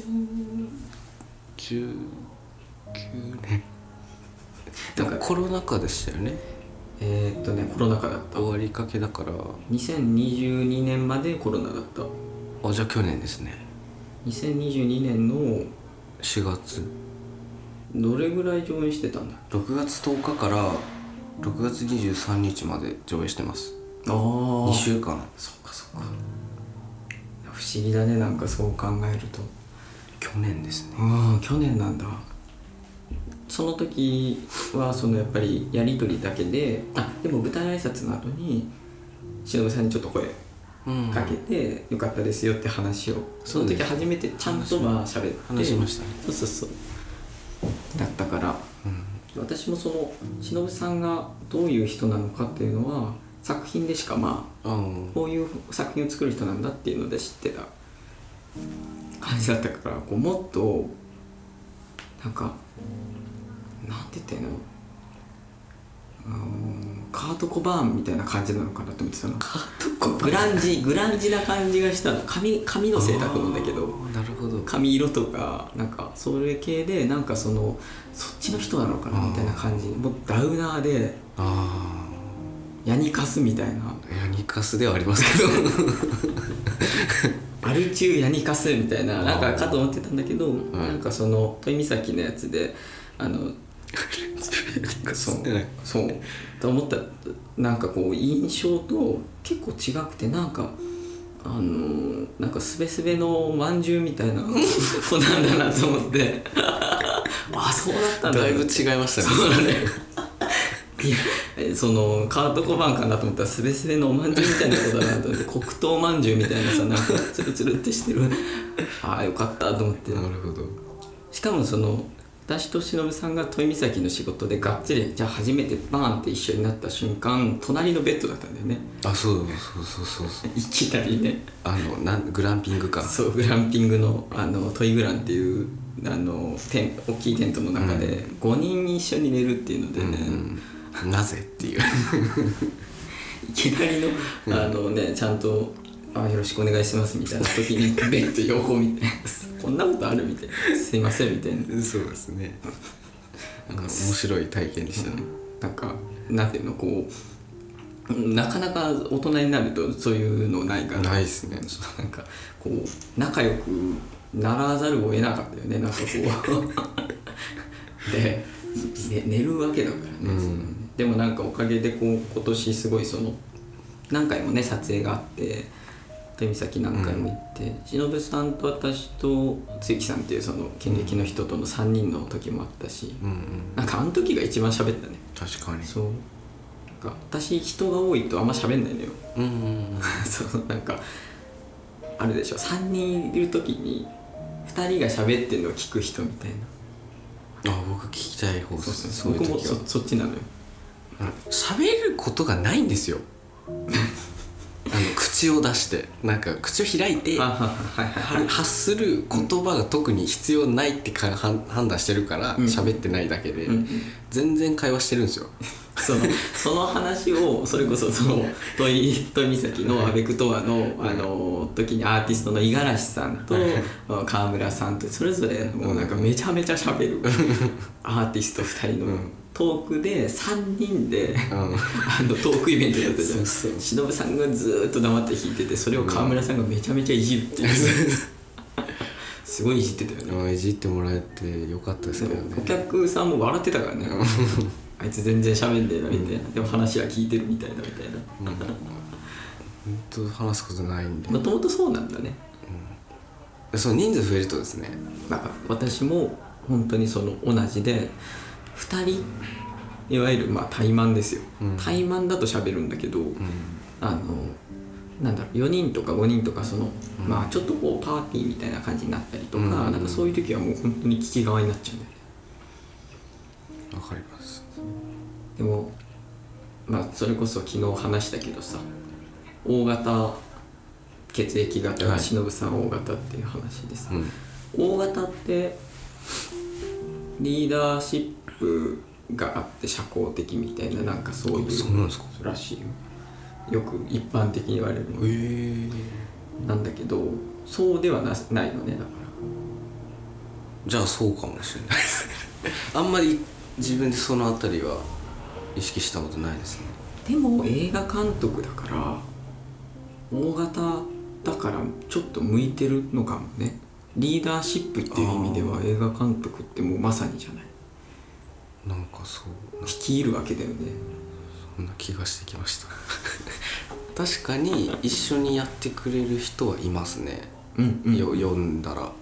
B: 2019年でもコロナ禍でしたよね。
C: コロナ禍だった。
B: 終わりかけだから
C: 2022年までコロナだった。
B: じゃあ去年ですね。
C: 2022年の
B: 4月。
C: どれぐらい上映してたんだ。
B: 6月10日から6月23日まで上映してます。2週間。
C: そっか不思議だね、なんかそう考えると。
B: 去年ですね。
C: 去年なんだ。その時はやっぱりやり取りだけで、でも舞台挨拶の後に忍さんにちょっと声かけて、よかったですよって話をその時初めてちゃんと喋って
B: 話しましたね。
C: そうだったから、私も忍さんがどういう人なのかっていうのは作品でしかこういう作品を作る人なんだっていうので知ってた感じだったから、もっとなんかなんて言ったらいいの、カート・コバーンみたいな感じなのかなと思ってたの。
B: カート・コバーン
C: グランジな感じがしたの。髪のせいだと思うんだけど、
B: なるほど。
C: 髪色とかなんかそれ系でなんかそっちの人なのかなみたいな感じ。もうダウナーでヤニカスみたいな。
B: ヤニカスではありますけど
C: アル中ヤニカスみたいななんかかと思ってたんだけど、なんか豊岬のやつでそうと思ったらなんか印象と結構違くて、なんかなんかスベスベのまんじゅうみたいな子なんだなと思ってそうだったんだ。
B: だいぶ違いましたね。
C: そうだねいやカート・コバーンかなと思ったらスベスベのおまんじゅうみたいな子だなと思って黒糖まんじゅうみたいななんかツルツルってしてるよかったと思って。
B: なるほど。
C: しかも私と忍さんが豊岬の仕事でがっつりじゃあ初めてバーンって一緒になった瞬間、隣のベッドだったんだよね。そういきなりね、
B: グランピングか。
C: そうグランピングのトイグランっていう大きいテントの中で5人一緒に寝るっていうのでね、
B: なぜっていう
C: いきなりのちゃんとよろしくお願いしますみたいな時にベッド横みたいなこんなことあるみたいな、すいませんみたいな。
B: そうですね。なんか面白い体験でしたね。
C: なんかなんていうのなかなか大人になるとそういうのないから。
B: ないですね。
C: なんか仲良くならざるを得なかったよね。なんかで寝るわけだからね。でもなんかおかげで今年すごい何回もね撮影があって豊岬何回も行って、忍さんと私と露木さんっていう剣劇の人との3人の時もあったし、なんかあの時が一番喋ったね。
B: 確かに。
C: そうなんか私人が多いとあんま喋んないのよ。なんかあるでしょ、3人いる時に2人が喋ってるのを聞く人みたいな。
B: 僕聞きたい方です。
C: そう僕もそっちなのよ。
B: 喋ることがないんですよ口を出してなんか口を開いて発する言葉が特に必要ないって判断してるから喋ってないだけで、全然会話してるんですよ。
C: その話をそれこそ土井岬のアベクトアの時にアーティストの五十嵐さんと川村さんとそれぞれもうなんかめちゃめちゃ喋るアーティスト2人のトークで3人でトークイベントやってたじゃん。忍さんがずーっと黙って弾いててそれを川村さんがめちゃめちゃいじるっていうすごいいじってたよね。
B: いじってもらえてよかったですけどね。
C: お客さんも笑ってたからねあいつ全然喋んねえなみたいな、でも話は聞いてるみたいな本
B: 当話すことないんで。
C: もともとそうなんだね。
B: そう人数増えるとですね、
C: 私も本当に同じで2人いわゆる怠慢ですよ、怠慢だと喋るんだけど、なんだろう4人とか5人とかちょっとこうパーティーみたいな感じになったりとか、なんかそういう時はもう本当に聞き側になっちゃうんだよね。
B: わかります。
C: でもそれこそ昨日話したけどさ、大型血液型が忍さん大型っていう話でさ、大型ってリーダーシップがあって社交的みたいな、なんかそういう
B: そうなんですか。
C: らしいよ。よく一般的に言われるのなんだけど、そうではないのね。だから
B: じゃあそうかもしれないですあんまり自分でそのあたりは意識したことないですね。
C: でも映画監督だから大型だからちょっと向いてるのかもね。リーダーシップっていう意味では映画監督ってもうまさにじゃない。
B: なんかそう
C: 率いるわけだよね。
B: そんな気がしてきました確かに一緒にやってくれる人はいますね。読んだら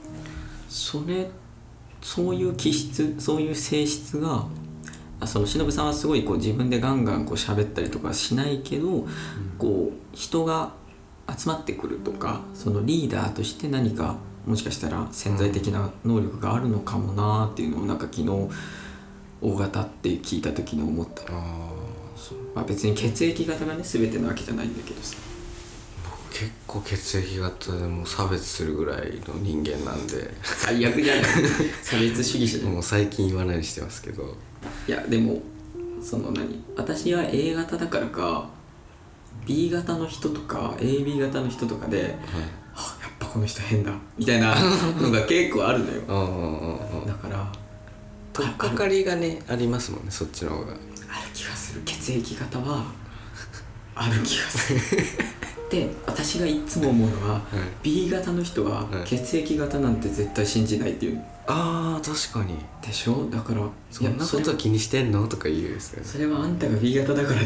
C: そういう気質、そういう性質が忍さんはすごいこう自分でガンガンこう喋ったりとかしないけど、こう人が集まってくるとか、そのリーダーとして何かもしかしたら潜在的な能力があるのかもなっていうのをなんか昨日大型って聞いた時に思った。別に血液型がね全てなわけじゃないんだけどさ、
B: 僕結構血液型でもう差別するぐらいの人間なんで
C: 最悪じゃない差別主義者じゃない。
B: もう最近言わないようにしてますけど、
C: いやでも私は A 型だからか B 型の人とか AB 型の人とかで、やっぱこの人変だみたいなのが結構あるのよだから
B: 取っかかりがねありますもんね、そっちの方が。
C: ある気がする。血液型はある気がするで、私がいつも思うのは、B 型の人は血液型なんて絶対信じないっていう。
B: 確かに
C: でしょ。だから
B: そんなこと気にしてんのとか言うんですよね。
C: それはあんたが B 型だからだ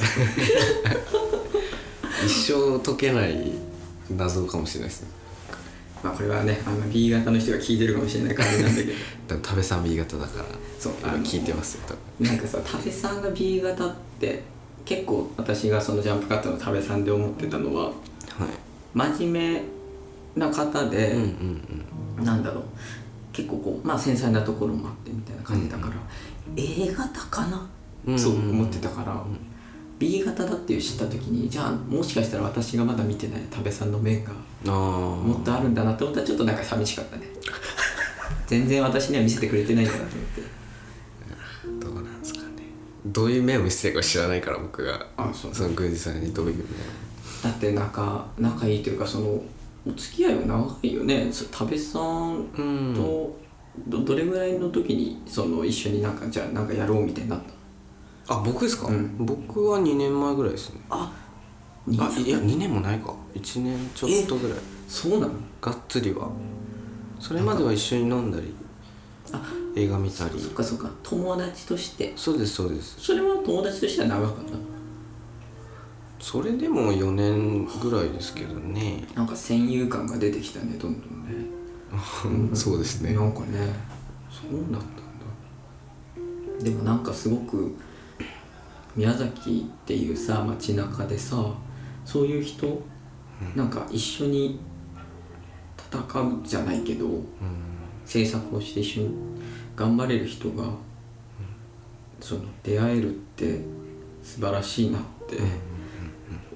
B: 一生解けない謎かもしれないですね。
C: これはねB 型の人が聞いてるかもしれないからなんだけど
B: 多部さん B 型だから
C: そう
B: 今聞いてますよ多
C: 分。なんかさ、多部さんが B 型って結構私がそのジャンプカットの多部さんで思ってたのは、真面目な方で、なんだろう、結構こう繊細なところもあってみたいな感じだから、A 型かな、そう思ってたから、B 型だっていう知った時に、じゃあもしかしたら私がまだ見てない多部さんの面がもっとあるんだなって思ったらちょっとなんか寂しかったね全然私には見せてくれてないんだなと思って
B: どうなんですかね。どういう面を見せてるか知らないから僕がその宮司さんにどういう面
C: だって仲いいというかお付き合いは長いよね。多部さんとどれぐらいの時に一緒にじゃあなんかやろうみたいになった？
B: 僕ですか、僕は2年前ぐらいですね。いや2年もないか、1年ちょっとぐらい。
C: そうなの？
B: がっつりは。それまでは一緒に飲んだり映画見たり。
C: そっか友達として。
B: そうです。
C: それは友達としては長かった？
B: それでも4年ぐらいですけどね。
C: なんか戦友感が出てきたね、どんどんね
B: そうですね。
C: なんかね、そうだったんだ。でもなんかすごく宮崎っていうさ街中でさ、そういう人、なんか一緒に戦うじゃないけど、制作をして一緒に頑張れる人が、出会えるって素晴らしいなって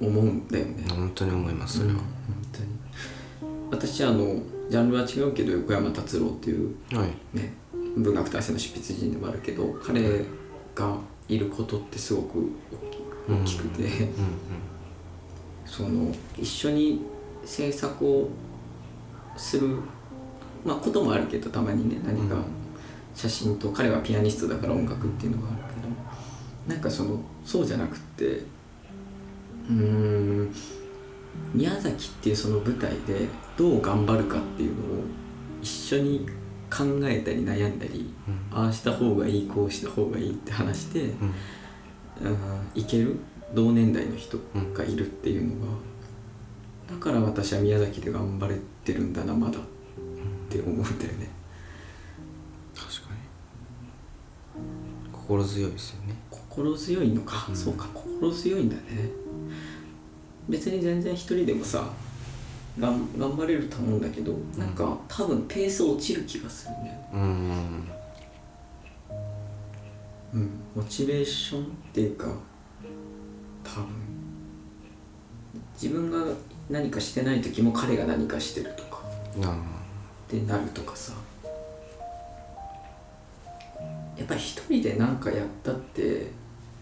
C: 思うんだよね。
B: 本当に思いますそれは、
C: 本当に私ジャンルは違うけど横山達郎っていう
B: はい
C: ね文学大成の執筆人でもあるけど、彼がいることってすごく大きくて、その一緒に制作をすることもあるけど、たまにね何か写真と、彼はピアニストだから音楽っていうのがあるけど、なんかそうじゃなくって宮崎っていうその舞台でどう頑張るかっていうのを一緒に考えたり悩んだり、ああした方がいいこうした方がいいって話して、いける同年代の人がいるっていうのが、だから私は宮崎で頑張れてるんだなまだって思うんだよね。
B: 確かに心強いですよね。
C: 心強いのか、そうか心強いんだね。別に全然一人でもさ頑張れると思うんだけど、なんか多分ペース落ちる気がするんだよね。モチベーションっていうか、多分自分が何かしてない時も彼が何かしてるとかってなるとかさ、やっぱり一人で何かやったって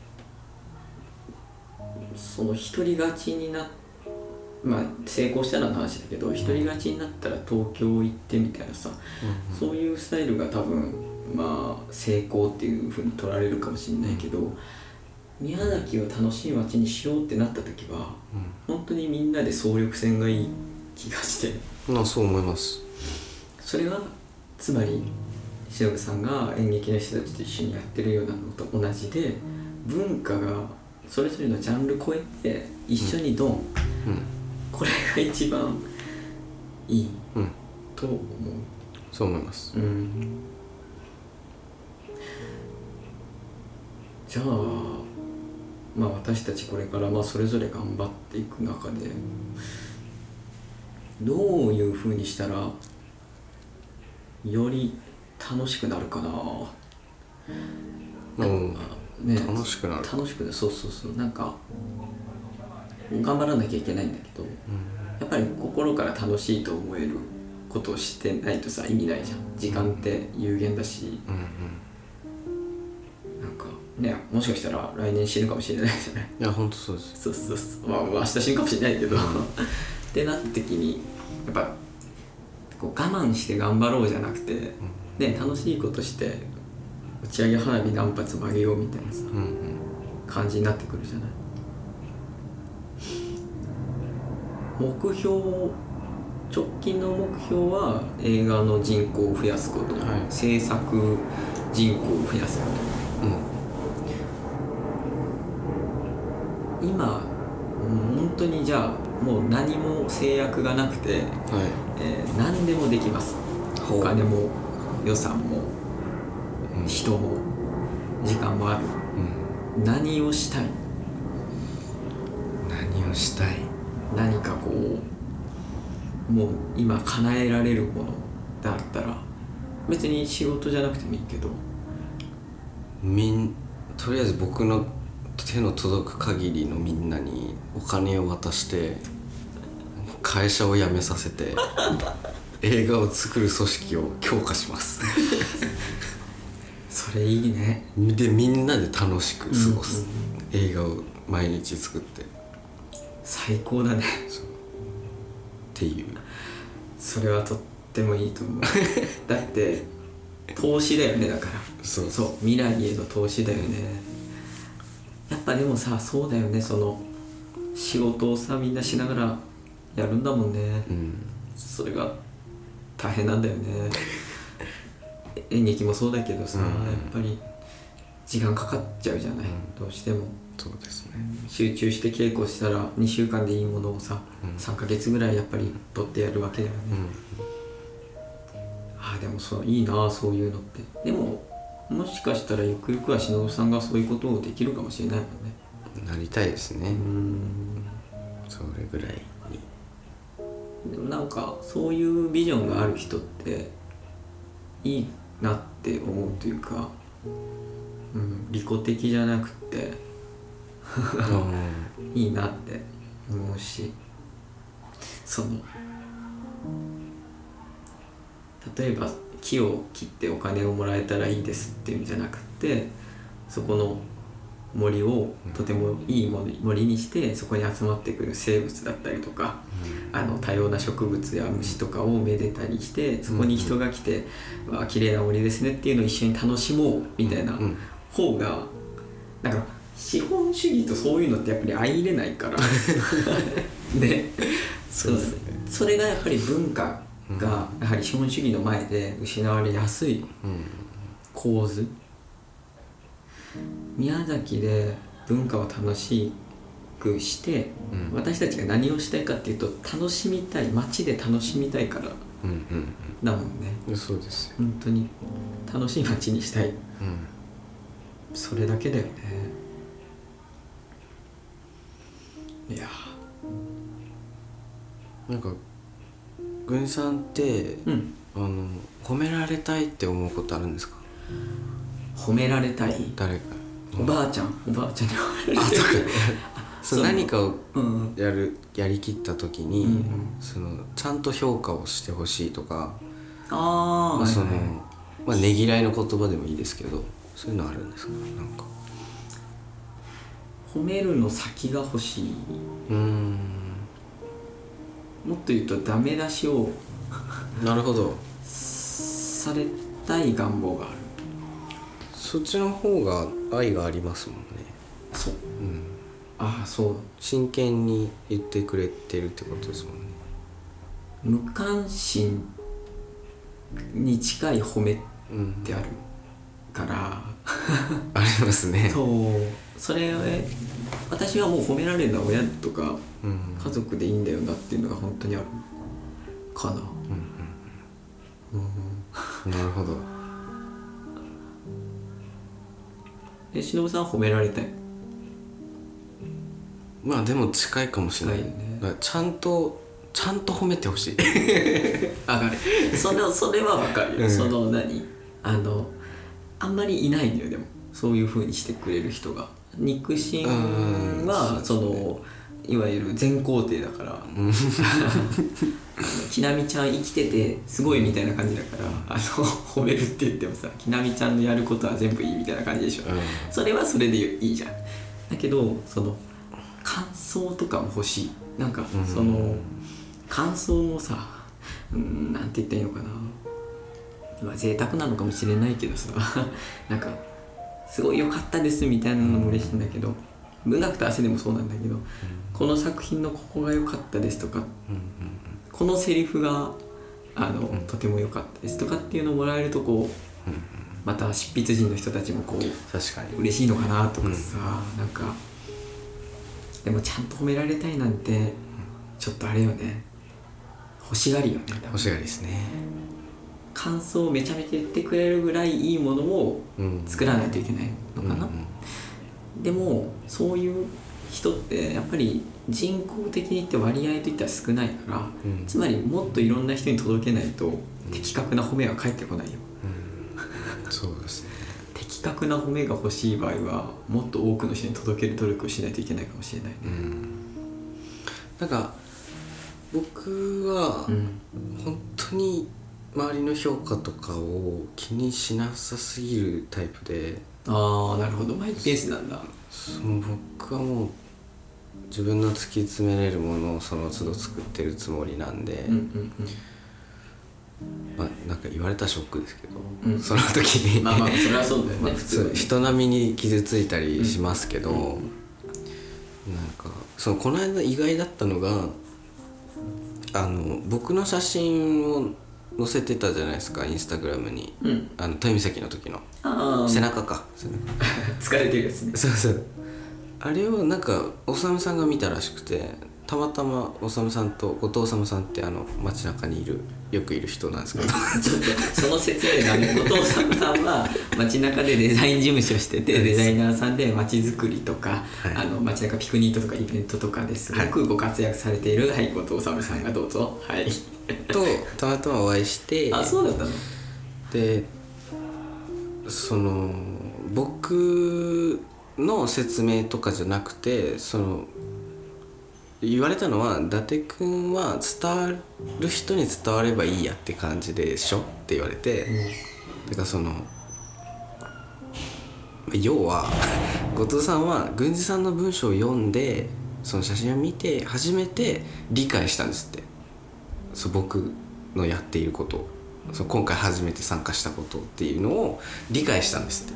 C: その一人勝ちに成功したらの話だけど、一人勝ちになったら東京行ってみたいなさ、そういうスタイルが多分成功っていう風に取られるかもしれないけど、宮崎を楽しい街にしようってなった時は、本当にみんなで総力戦がいい気がして、
B: そう思います。
C: それはつまり忍さんが演劇の人たちと一緒にやってるようなのと同じで、文化がそれぞれのジャンル超えて一緒にドン、これが一番いいと思う。
B: そう思います。
C: じゃあ私たちこれからそれぞれ頑張っていく中で、どういう風にしたらより楽しくなるかな。
B: 楽しくなる。
C: そうなんか頑張らなきゃいけないんだけど、やっぱり心から楽しいと思えることをしてないとさ意味ないじゃん。時間って有限だし、なんかね、もしかしたら来年死ぬかもしれないじゃない。
B: いや本当そうです。
C: そう明日死ぬかもしれないけどってなった時にやっぱこう我慢して頑張ろうじゃなくて、楽しいことして打ち上げ花火何発も上げようみたいなさ、感じになってくるじゃない。直近の目標は映画の人口を増やすこと、制作人口を増やすこと、今本当にじゃあもう何も制約がなくて、何でもできます。お金も予算も、人も時間もある、何をしたい何かこうもう今叶えられるものだったら、別に仕事じゃなくてもいいけど、
B: とりあえず僕の手の届く限りのみんなにお金を渡して会社を辞めさせて映画を作る組織を強化します
C: それいいね。
B: でみんなで楽しく過ごす、映画を毎日作って
C: 最高だね
B: っていう。
C: それはとってもいいと思うだって投資だよね。だからそう未来への投資だよね。やっぱでもさ、そうだよね、その仕事をさみんなしながらやるんだもんね、それが大変なんだよね演劇もそうだけどさ、やっぱり時間かかっちゃうじゃない、どうしても。
B: そうですね。
C: 集中して稽古したら2週間でいいものをさ、3ヶ月ぐらいやっぱり取ってやるわけだよね、でもいいなそういうのって。でももしかしたらゆくゆくは忍さんがそういうことをできるかもしれないもんね。
B: なりたいですね。それぐらいに。
C: でもなんかそういうビジョンがある人っていいなって思うというか、利己的じゃなくていいなって思うし、その例えば木を切ってお金をもらえたらいいですっていうんじゃなくて、そこの森をとてもいい森にして、そこに集まってくる生物だったりとか、多様な植物や虫とかをめでたりして、そこに人が来て、わあ綺麗な森ですねっていうのを一緒に楽しもうみたいな方が、なんか資本主義とそういうのってやっぱり相入れないからで、それがやっぱり文化がやはり資本主義の前で失われやすい構図。宮崎で文化を楽しくして、私たちが何をしたいかっていうと、楽しみたい、街で楽しみたいからだもんね。
B: そうですよ。
C: 本当に楽しい街にしたい、それだけだよね。いや
B: なんか軍さんって、褒められたいって思うことあるんですか？
C: 褒められたい。
B: 誰か、
C: おばあちゃんに褒められて
B: そう何かをやりきった時に、ちゃんと評価をしてほしいとか、ねぎらいの言葉でもいいですけど、そういうのあるんですか？なんか
C: 褒めるの先が欲しい。もっと言うとダメ出しを
B: なるほど
C: されたい願望がある。
B: そっちの方が愛がありますもんね。
C: そう、ああそう、
B: 真剣に言ってくれてるってことですもんね。
C: 無関心に近い褒めってあるから、
B: ありますね。
C: それ私はもう褒められるのは親とか家族でいいんだよなっていうのが本当にあるかな。
B: なるほど。
C: 忍さんは褒められたい？
B: まあでも近いかもしれない。
C: 近いよね。
B: だからちゃんと褒めてほしい。
C: わかる。それはわかるよ。あんまりいないのよ。でもそういう風にしてくれる人が。肉親はいわゆる全肯定だからきなみちゃん生きててすごいみたいな感じだから、褒めるって言ってもさ、きなみちゃんのやることは全部いいみたいな感じでしょ。それはそれでいいじゃん。だけど感想とかも欲しい。なんか感想もさ、なんて言ったらいいのかな、贅沢なのかもしれないけどさなんかすごい良かったですみたいなのも嬉しいんだけど、文学と汗でもそうなんだけど、この作品のここが良かったですとか、このセリフがとても良かったですとかっていうのをもらえるとまた執筆陣の人たちも
B: 確かに
C: 嬉しいのかなとかさ、なんかでもちゃんと褒められたいなんてちょっとあれよね、欲しがりよね。
B: 欲しがりですね。
C: 感想をめちゃめちゃ言ってくれるぐらいいいものを作らないといけないのかな。でもそういう人ってやっぱり人口的に言って割合といったら少ないから、つまりもっといろんな人に届けないと的確な褒めは返ってこないよ。
B: そうですね。
C: 的確な褒めが欲しい場合はもっと多くの人に届ける努力をしないといけないかもしれないね。
B: なんか僕は本当に周りの評価とかを気にしなさすぎるタイプで。
C: ああ、なるほど。マイペースなんだ。
B: 僕はもう自分の突き詰めれるものをその都度作ってるつもりなんで、なんか言われたらショックですけど、その時に
C: まあそれはそうだよね、普通
B: 人並みに傷ついたりしますけど、なんかこの間意外だったのが僕の写真を載せてたじゃないですか、インスタグラムに、豊見岬の時の背中
C: 疲れてるやつね。
B: そうあれをなんかおさむさんが見たらしくて、たまたまおさむさんと後藤治さんって街中によくいる人なんですけどちょっ
C: とその説明がね、後藤治さんは街中でデザイン事務所してて、デザイナーさんで街づくりとか、街中ピクニックとかイベントとかですごくご活躍されている、後藤治さんがどうぞ
B: とたまたまお会いして、
C: あ、そうだったの。
B: で僕の説明とかじゃなくて、 言われたのは、伊達くんは伝わる人に伝わればいいやって感じでしょって言われて、だからその要は後藤さんは郡司さんの文章を読んでその写真を見て初めて理解したんですって。そう僕のやっていること、そう今回初めて参加したことっていうのを理解したんですって。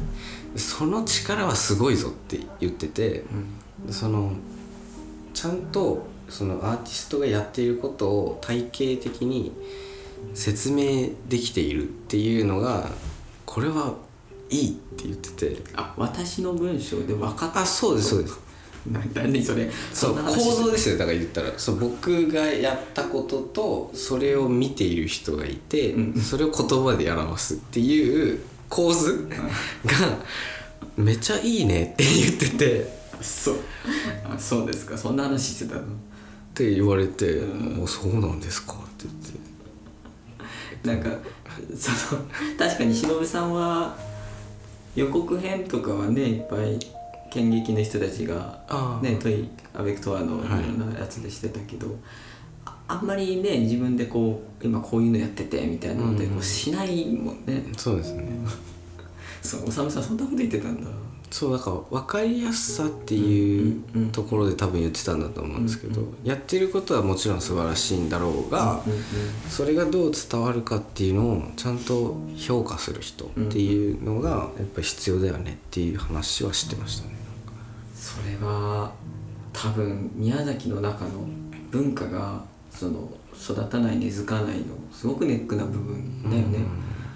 B: その力はすごいぞって言ってて、そのちゃんとそのアーティストがやっていることを体系的に説明できているっていうのがこれはいいって言ってて、
C: 私の文章で分かった。
B: そうですそうです。
C: 何それ。
B: そう構造ですよ。だから言ったらそう僕がやったこととそれを見ている人がいて、それを言葉で表すっていう構図がめちゃいいねって言ってて、
C: そうですか。そんな話してたの
B: って言われて、そうなんですかって
C: 言って、なんか確かに忍さんは予告編とかはねいっぱい剣劇の人たちがねトイアベクトワのいろんなやつでしてたけど、あんまりね自分でこう今こういうのやっててみたいなのでこうしないもんね。
B: そうですね。
C: そう、おさむさんそんなこと言ってたんだ。
B: そうだから分かりやすさっていうところで多分言ってたんだと思うんですけど、やってることはもちろん素晴らしいんだろうが、それがどう伝わるかっていうのをちゃんと評価する人っていうのがやっぱり必要だよねっていう話はしてましたね。
C: それは多分宮崎の中の文化がその育たない根付かないのすごくネックな部分だよね。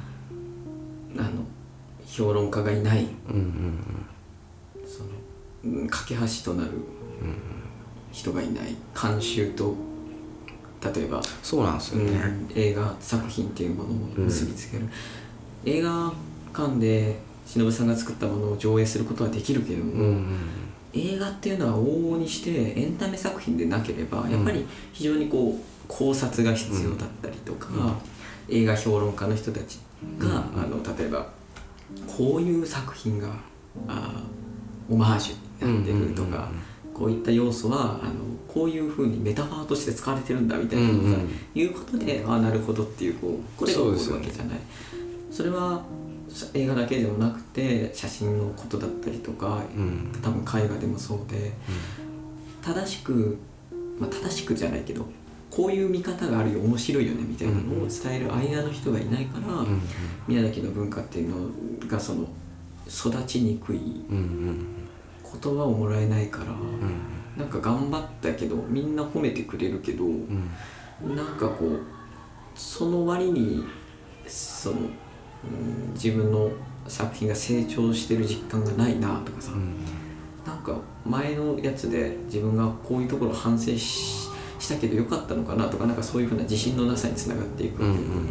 C: 評論家がいない、その架け橋となる人がいない、監修と例えば
B: そうなんですよね、
C: 映画作品っていうものを結びつける、映画館で忍さんが作ったものを上映することはできるけれども、映画っていうのは往々にしてエンタメ作品でなければやっぱり非常にこう考察が必要だったりとか、映画評論家の人たちが、例えばこういう作品がオマージュになってるとか、こういった要素はこういうふうにメタファーとして使われてるんだみたいなことがいうことで、なるほどっていうこれが起こるわけじゃない。それは映画だけでもなくて写真のことだったりとか、多分絵画でもそうで、正しくじゃないけどこういう見方があるよ面白いよねみたいなのを伝える間の人がいないから、宮崎の文化っていうのがその育ちにくい、言葉をもらえないから、なんか頑張ったけどみんな褒めてくれるけど、なんかこうその割にその、自分の作品が成長してる実感がないなとかさ、なんか前のやつで自分がこういうところ反省したけど良かったのかなとか、なんかそういうふうな自信のなさにつながっていく、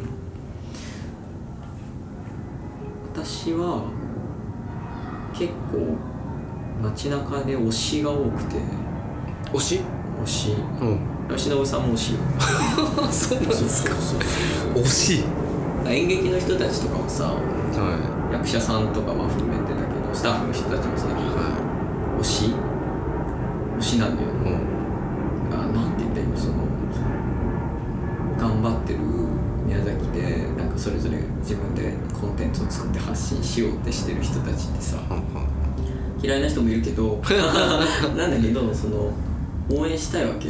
C: 私は結構街中で推しが多くて。
B: 推し？
C: 忍さんも推しよ。
B: そうなんですか。推し？
C: 演劇の人たちとかもさ、役者さんとかは含めてだけどスタッフの人たちもさ、推しなんだよ。なんて言ったらいいの、その頑張ってる宮崎でなんかそれぞれ自分でコンテンツを作って発信しようってしてる人たちってさ、嫌いな人もいるけどなんだけどその応援したいわけ、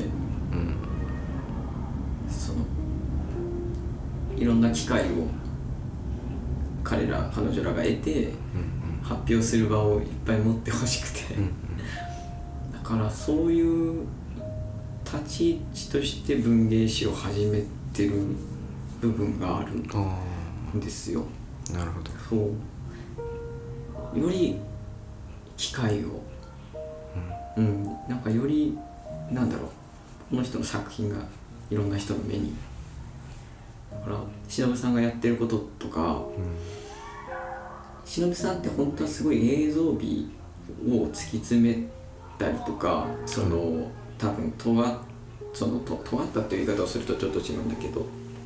C: そのいろんな機会を彼女らが得て、発表する場をいっぱい持ってほしくて、だからそういう立ち位置として文芸誌を始めてる部分があるんですよ。
B: なるほど。
C: そうより機会を、なんかよりなんだろう、この人の作品がいろんな人の目に、だから忍さんがやってることとか、忍さんって本当はすごい映像美を突き詰めたりとか、その多分尖ったっていう言い方をするとちょっと違うんだけど、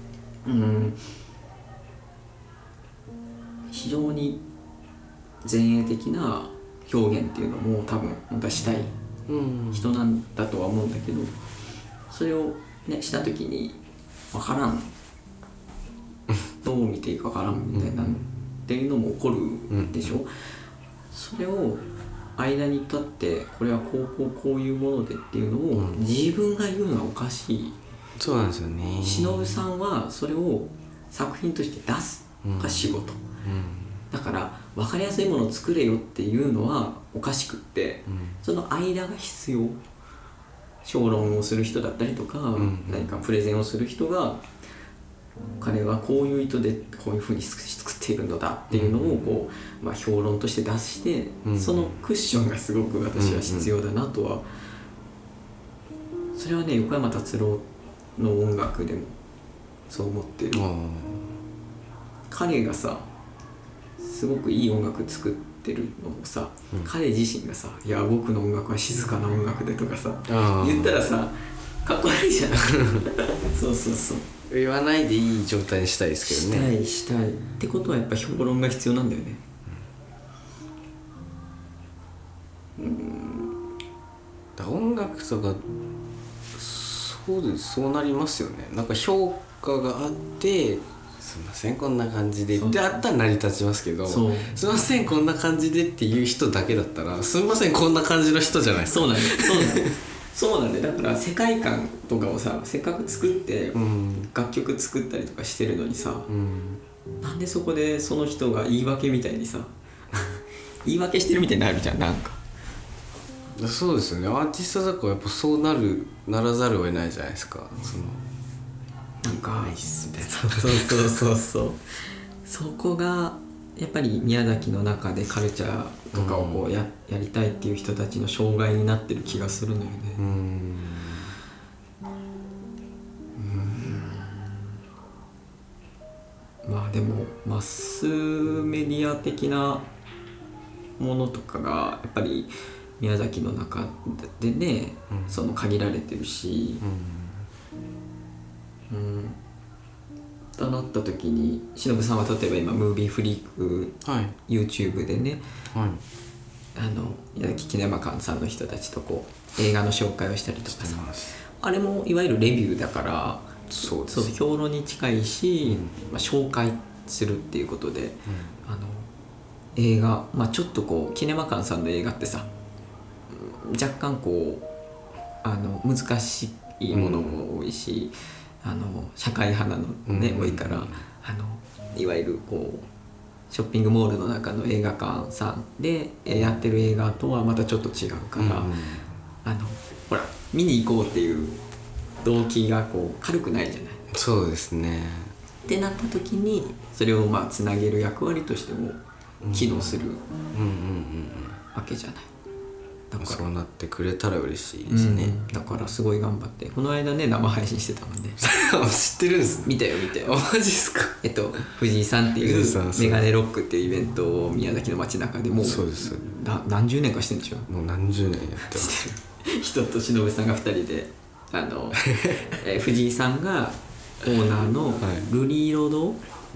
C: 非常に前衛的な表現っていうのも多分本当はしたい人なんだとは思うんだけど、それをねした時に分からんどう見ていいか分からんみたいなっていうのも起こるでしょ。それを間に立ってこれはこういうものでっていうのを自分が言うのはおかしい。
B: そうなんですよね。
C: 忍さんはそれを作品として出すが仕事、だから分かりやすいものを作れよっていうのはおかしくって、その間が必要。評論をする人だったりとか、何かプレゼンをする人が彼はこういう意図でこういうふうに作っているのだっていうのをこう、評論として出して、そのクッションがすごく私は必要だなとは、それはね横山達郎の音楽でもそう思ってる。彼がさすごくいい音楽作ってるのもさ、彼自身がさ「いや僕の音楽は静かな音楽で」とかさ言ったらさかっこ悪いじゃんそう
B: 言わないでいい状態にしたいですけどね。
C: したいってことはやっぱ評論が必要なんだよね。
B: 音楽とかそうなりますよね。なんか評価があってすいませんこんな感じでってあったら成り立ちますけど、すいませんこんな感じでっていう人だけだったらすいませんこんな感じの人じゃないですか。
C: そうなんでだから世界観とかをさせっかく作って楽曲作ったりとかしてるのにさ、なんでそこでその人が言い訳みたいにさ言い訳してるみたいになるじゃん。なんか
B: そうですよね。アーティストだからやっぱそうならざるを得ないじゃないですか。
C: なんか
B: ナイスみたいな。
C: そうそこがやっぱり宮崎の中でカルチャーとかをこうやりたいっていう人たちの障害になってる気がするのよね。まあでもマスメディア的なものとかがやっぱり宮崎の中でね、その限られてるし、となった時に忍さんは例えば今ムービーフリーク、YouTube でね、矢崎キネマ館さんの人たちとこう映画の紹介をしたりとかさ、あれもいわゆるレビューだからそう評論に近いし、紹介するっていうことで、映画、ちょっとこうキネマ館さんの映画ってさ若干こう難しいものも多いし、社会派なのね、多いからいわゆるこうショッピングモールの中の映画館さんでやってる映画とはまたちょっと違うから、ほら見に行こうっていう動機がこう軽くないじゃない。
B: そうですね。
C: ってなった時にそれをつなげる役割としても機能するわけじゃない。だから
B: そうなってくれたら嬉しいですね。
C: だからすごい頑張ってこの間ね生配信してたもんね
B: 知ってるんですね。
C: 見たよ
B: マジっすか。
C: 藤井さんっていうメガネロックっていうイベントを宮崎の街中でもう何十年かしてるんでしょ。
B: もう何十年やってます
C: 人と忍さんが2人で藤井さんがオーナーのルリーロ堂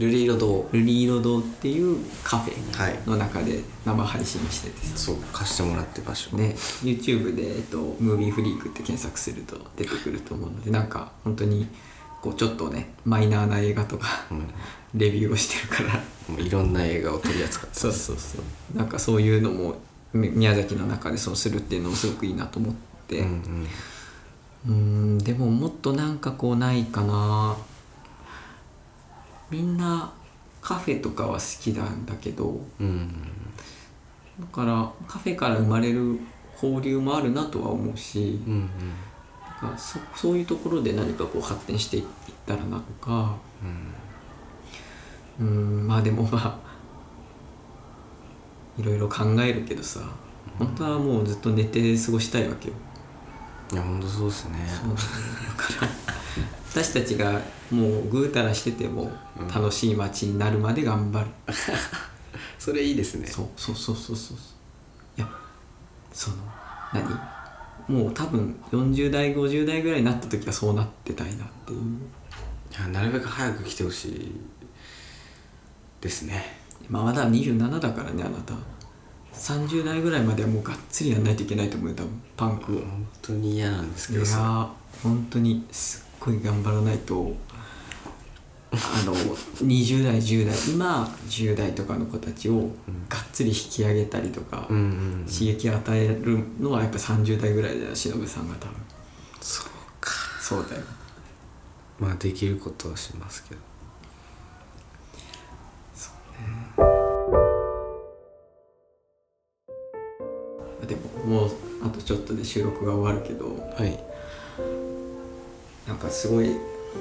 C: っていうカフェの中で生配信しててさ、
B: そう貸してもらって場所
C: で YouTube で、ムービーフリークって検索すると出てくると思うので、なんか本当にこうちょっとねマイナーな映画とか、レビューをしてるから
B: もういろんな映画を取り扱って
C: そうなんかそういうのも宮崎の中でそうするっていうのもすごくいいなと思って、でももっとなんかこうないかな。みんなカフェとかは好きなんだけど、だからカフェから生まれる交流もあるなとは思うし、なんかそういうところで何かこう発展していったらなとか、でもいろいろ考えるけどさ、本当はもうずっと寝て過ごしたいわけよ。
B: いや本当そうですね。
C: だから私たちがもうぐうたらしてても楽しい街になるまで頑張る、
B: それいいですね。
C: そういやもう多分40代50代ぐらいになった時はそうなってたいなっていう。
B: いやなるべく早く来てほしいですね。
C: まだ27だからねあなた。 30代ぐらいまではもうがっつりやんないといけないと思うよ多分パンクを。
B: 本当に嫌なんですけ
C: いや
B: どさ、
C: 本当にすっごい頑張らないと20代10代今10代とかの子たちをがっつり引き上げたりとか、
B: うんうんうん、
C: 刺激を与えるのはやっぱ30代ぐらいだよ忍さんが多分。
B: そうか。
C: そうだよ。
B: まあできることはしますけど。
C: でももうあとちょっとで収録が終わるけど、
B: はい。
C: なんかすごい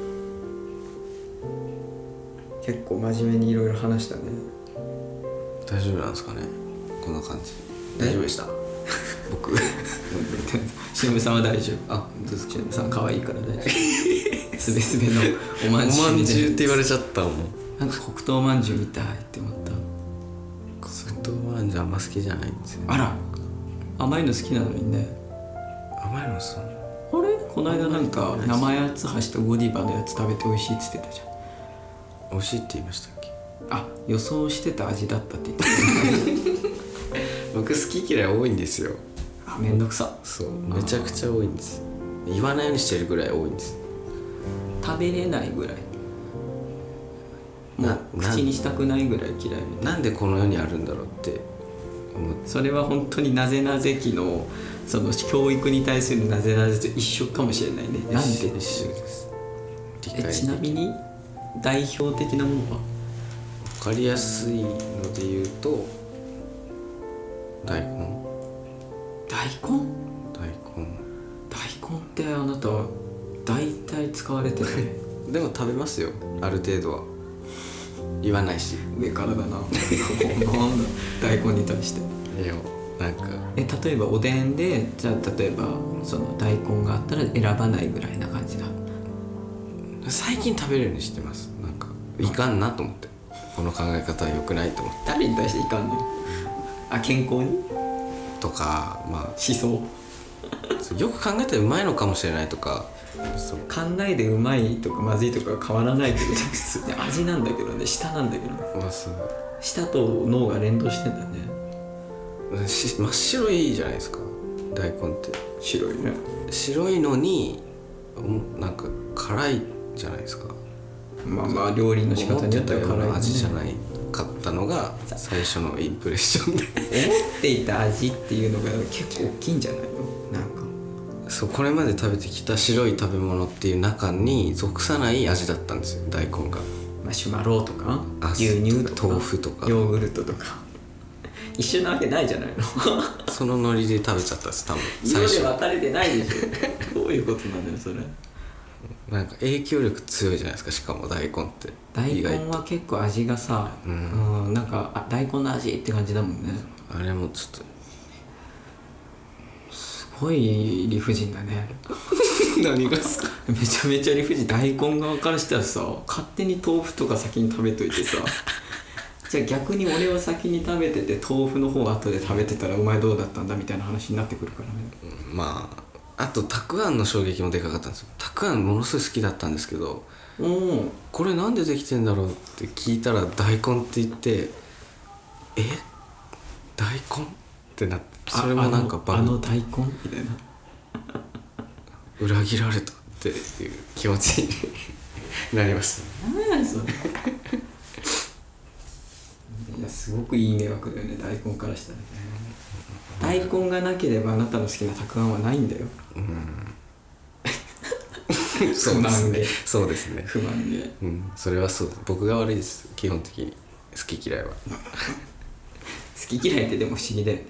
C: 結構真面目にいろいろ話したね。
B: 大丈夫なんですかねこんな感じ。大丈夫でした僕
C: 忍さんは大丈夫。
B: あ、本当ですか。
C: 忍さん可愛いから大丈夫すべすべのおまんじゅう
B: おまんじゅうって言われちゃったもん。
C: なんか黒糖まんじゅうみたいって思った。
B: 黒糖まんじゅうあんま好きじゃないんですよ、ね、
C: あら甘いの好きなのにね。
B: 甘いのさ、
C: あれこの間なんか生八つ橋とゴディバのやつ食べて美味しいっつってたじゃん。
B: 美味しいって言いましたっけ。
C: あ、予想してた味だったって言ってた
B: 僕好き嫌い多いんですよ。
C: あ、めんどくさ。
B: そう、めちゃくちゃ多いんです。言わないようにしてるぐらい多いんです。
C: 食べれないぐらい、もう口にしたくないぐらい嫌いみたいな。
B: なんでこの世にあるんだろうって思って。
C: それは本当になぜなぜ期のその教育に対するなぜなぜと一緒かもしれないね。なんで
B: 一緒です理解でき
C: ちなみに代表的なものは
B: 分かりやすいので言うと大根。
C: 大根ってあなた大体使われてるね
B: でも食べますよある程度は。言わないし。
C: 上からだななんだ大根に対して。
B: いやなんか
C: 例えばおでんでじゃあ例えばその大根があったら選ばないぐらいな感じだ。
B: 最近食べるようにしてます。なんかいかんなと思って、この考え方は良くないと思って。
C: 誰に対していかんのよ。あ、健康に
B: とかま
C: 思想
B: あよく考えたらうまいのかもしれないとか。そう
C: 考えでうまいとかまずいとか変わらないけど普通に味なんだけどね。舌なんだけどね。
B: まあそう
C: 舌と脳が連動してんだよね。
B: 真っ白いじゃないですか大根って。
C: 白いね。
B: 白いのになんか辛いじゃないですか。
C: まあまあ料理の仕方によっては辛い、ね、
B: 思ってたような味じゃないかったのが最初のインプレッションで
C: 思っていた味っていうのが結構大きいんじゃないの。なんか
B: そう、これまで食べてきた白い食べ物っていう中に属さない味だったんですよ大根が。
C: マシュマロとか牛乳とか
B: 豆腐とか
C: ヨーグルトとか一緒なわけないじゃないの
B: そのノリで食べちゃったんです多分最初。
C: 色で分かれてないでしょどういうことなんだよそれ。
B: なんか影響力強いじゃないですか。しかも大根って
C: 大根
B: 意外と
C: は結構味がさ、なんか大根の味って感じだもんね。
B: あれもちょっと
C: すごい理不尽だね
B: 何がですか。
C: めちゃめちゃ理不尽。大根側からしたらさ勝手に豆腐とか先に食べといてさじゃあ逆に俺は先に食べてて豆腐の方後で食べてたらお前どうだったんだみたいな話になってくるからね。
B: まああとたくあんの衝撃もでかかったんですよ。たくあんものすごい好きだったんですけど、これなんでできてんだろうって聞いたら大根って言って、大根ってなって、それもなんか
C: あの大根みたいな
B: 裏切られたっていう気持ちになりました。
C: 何やそれいやすごくいい迷惑だよね大根からしたらね。大根がなければあなたの好きなたくあんはないんだよ。
B: そうですね。そうですね。
C: 不満げ。
B: それはそう。僕が悪いです。基本的に好き嫌いは。好
C: き嫌いってでも不思議だよね。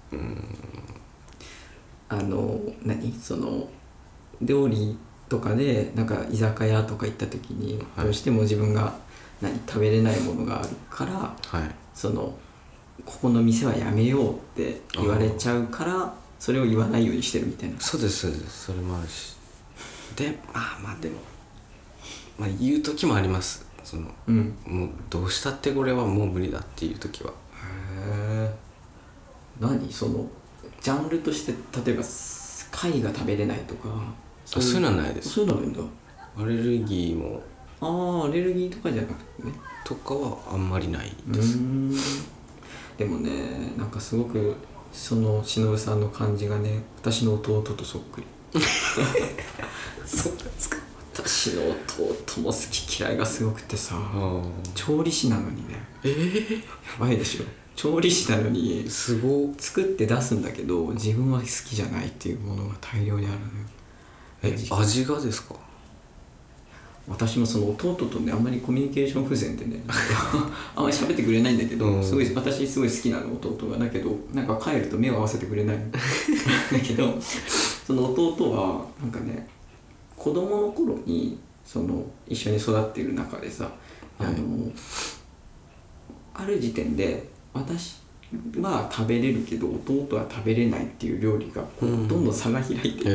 C: 何その料理とかでなんか居酒屋とか行った時にどうしても自分が食べれないものがあるから、
B: はい、
C: そのここの店はやめようって言われちゃうからそれを言わないようにしてるみたいな。
B: そうですそうです。それもあるし。でまあでも、言う時もあります。その、もうどうしたってこれはもう無理だっていう時は。
C: へえ。何そのジャンルとして例えば貝が食べれないとか
B: そういうのはないです。
C: そういうのないんだ。
B: アレルギーも
C: アレルギーとかじゃなくてね。
B: とかはあんまりないです。
C: でもね、なんかすごくその忍さんの感じがね、私の弟とそっくり。
B: そうなんですか。
C: 私の弟も好き嫌いがすごくてさ、
B: あ
C: 調理師なのにね、やばいでしょ。調理師なのに
B: すご
C: 作って出すんだけど自分は好きじゃないっていうものが大量にあるのよ。
B: 味がですか？
C: 私もその弟とねあんまりコミュニケーション不全でねあんまり喋ってくれないんだけど、すごい私すごい好きなの弟が。だけどなんか帰ると目を合わせてくれないだけどその弟はなんかね、子供の頃にその一緒に育っている中でさ、ある時点で私は食べれるけど弟は食べれないっていう料理がこうどんどん差が開いていって、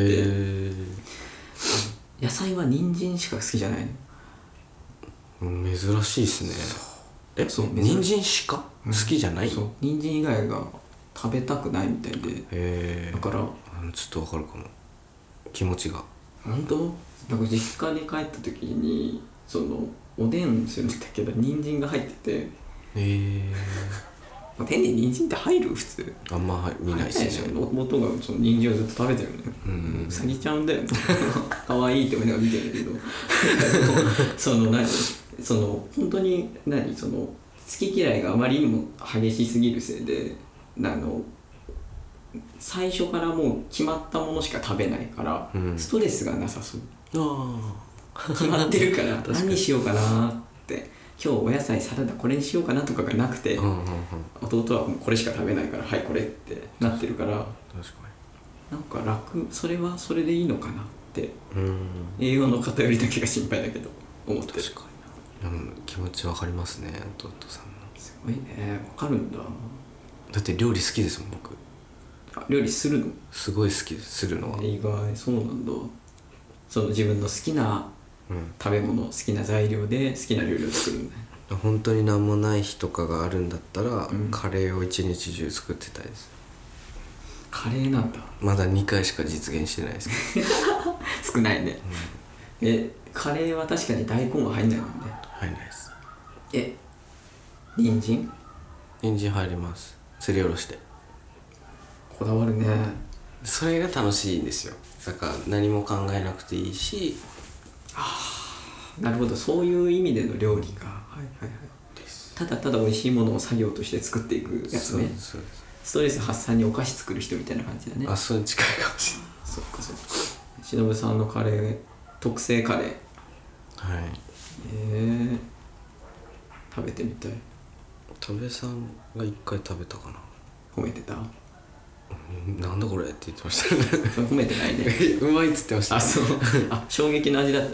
C: 野菜は人参しか好きじゃないの。
B: 珍しいですね。
C: そう
B: 人参しか好きじゃない？
C: そう、人参以外が食べたくないみたいで、だから
B: ちょっとわかるかも、気持ちが。
C: 本当？なんか実家に帰った時にそのおでんするんだけど人参が入ってて、手に人参って入る？普通
B: あんま見ないですね。
C: 元がその人参をずっと食べてるのよ。うさぎちゃんだよね。可愛いって思いながら見てるんだけどその本当にその好き嫌いがあまりにも激しすぎるせいで最初からもう決まったものしか食べないから、ストレスがなさそう。決まってるから何にしようかなって、今日お野菜サラダこれにしようかなとかがなくて、弟はもうこれしか食べないからはいこれってなってるから、
B: 確か
C: なんか楽、それはそれでいいのかなって、栄養の偏りだけが心配だけど思ってる。
B: 確かに、気持ちわかりますね、弟さんの。
C: すごいね、わかるんだ。
B: だって料理好きですもん僕。
C: 料理するの？
B: すごい好きです、するのは。
C: 意外。そうなんだ。その自分の好きな食べ物、好きな材料で好きな料理を作るんだね。
B: 本当に何もない日とかがあるんだったら、カレーを一日中作ってたいです。
C: カレーなんだ。
B: まだ2回しか実現してないですけど
C: 少ないね、カレーは確かに大根は入んないもんね。
B: 入んないです。
C: 人参
B: 入ります、すりおろして。
C: こだわるね。
B: それが楽しいんですよ。だから何も考えなくていいし。
C: なるほど、そういう意味での料理が、です。ただただ美味しいものを作業として作っていくやつね。そうです。ストレス発散にお菓子作る人みたいな感じだね。
B: それに近いかもしれない。
C: そっか。忍さんのカレー、特製カレー。
B: はい。
C: 食べてみたい。
B: 多部さんが1回食べたかな。
C: 褒めてた？
B: なんだこれって言ってましたね
C: 褒めてないね
B: うまいっつってました。
C: 衝撃の味だった。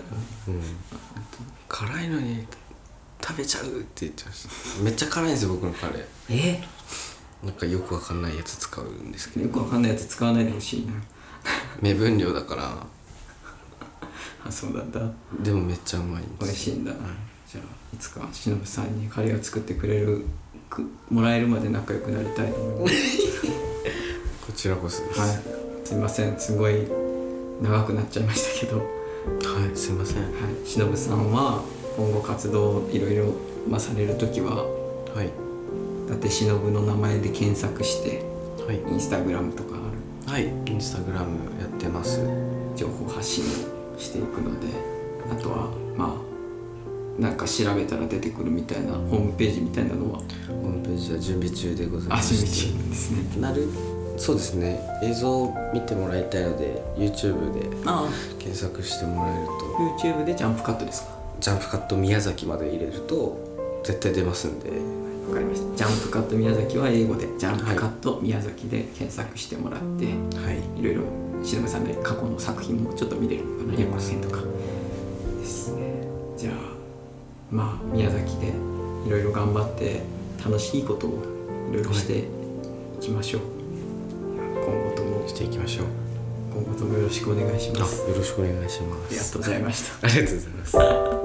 B: 辛いのに食べちゃうって言ってました。めっちゃ辛いんですよ僕のカレー。なんかよくわかんないやつ使うんですけど。
C: よくわかんないやつ使わないでほしいな
B: 目分量だから
C: そうなんだ。
B: でもめっちゃうまいんです。
C: 美味しいんだ、じゃあいつか忍さんにカレーを作ってもらえるまで仲良くなりたいと思います
B: こちらこそです。
C: すいません、すごい長くなっちゃいましたけど。
B: すいません。
C: 忍さんは今後活動いろいろされるときは、伊達忍の名前で検索して、インスタグラムとかある？
B: インスタグラムやってます。
C: 情報発信していくので、あとはなんか調べたら出てくるみたいなホームページみたいなのは？
B: ホームページは準備中でございます。
C: 準備中なんですね。
B: そうですね。映像を見てもらいたいので YouTube で検索してもらえると。
C: YouTube でジャンプカットですか？
B: ジャンプカット宮崎まで入れると絶対出ますんで。
C: わかりました。ジャンプカット宮崎は英語でジャンプカット宮崎で検索してもらって、いろいろ忍さんの過去の作品もちょっと見れるのかな、予告編とかですね。じゃあ宮崎でいろいろ頑張って楽しいことをいろいろしていきましょう。今後とも
B: していきましょう。
C: 今後ともよろしくお願いします。
B: よろしくお願いします。
C: ありがとうございました。
B: ありがとうございます。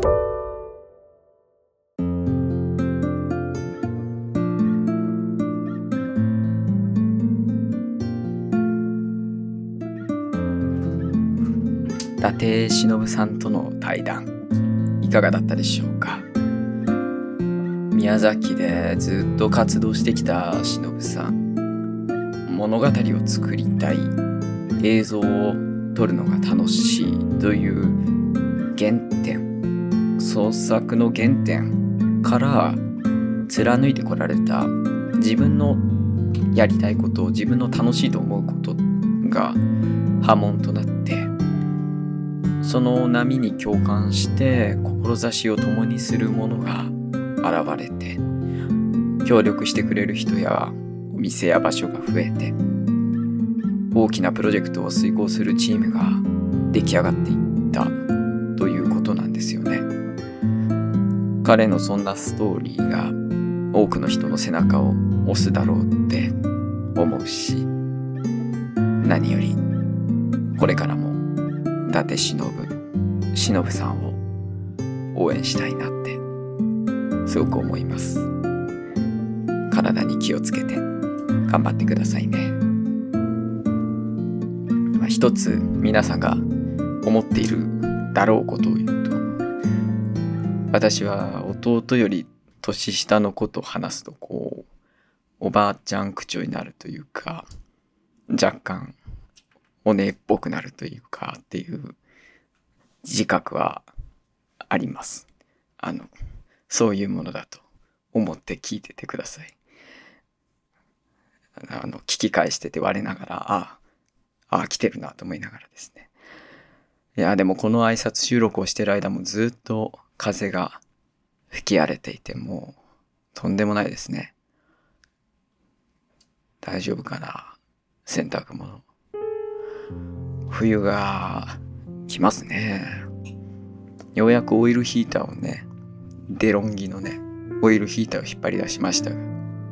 A: 伊達忍さんとの対談いかがだったでしょうか。 宮崎でずっと活動してきた忍さん、物語を作りたい、映像を撮るのが楽しいという原点、創作の原点から貫いてこられた自分のやりたいこと、自分の楽しいと思うことが波紋となって、その波に共感して志を共にする者が現れて、協力してくれる人やお店や場所が増えて、大きなプロジェクトを遂行するチームが出来上がっていったということなんですよね。彼のそんなストーリーが多くの人の背中を押すだろうって思うし、何よりこれからも伊達忍さんを応援したいなってすごく思います。体に気をつけて頑張ってくださいね。一つ皆さんが思っているだろうことを言うと、私は弟より年下の子と話すとおばあちゃん口調になるというか、若干お姉っぽくなるというかっていう自覚はあります。そういうものだと思って聞いててください。聞き返してて我ながら、来てるなと思いながらですね。いや、でもこの挨拶収録をしてる間もずっと風が吹き荒れていて、もうとんでもないですね。大丈夫かな、洗濯物。冬が来ますね。ようやくオイルヒーターをね、デロンギのね、オイルヒーターを引っ張り出しましたが、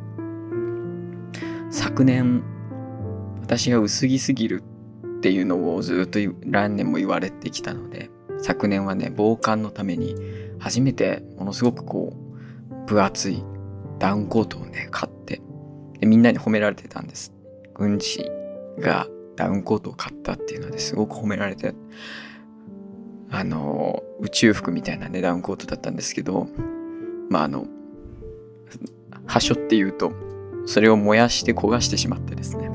A: 昨年私が薄着すぎるっていうのをずっと何年も言われてきたので、昨年はね、防寒のために初めてものすごく分厚いダウンコートをね買って、でみんなに褒められてたんです。軍師がダウンコートを買ったっていうのですごく褒められて、宇宙服みたいなねダウンコートだったんですけど、はしょって言うとそれを燃やして焦がしてしまってですね、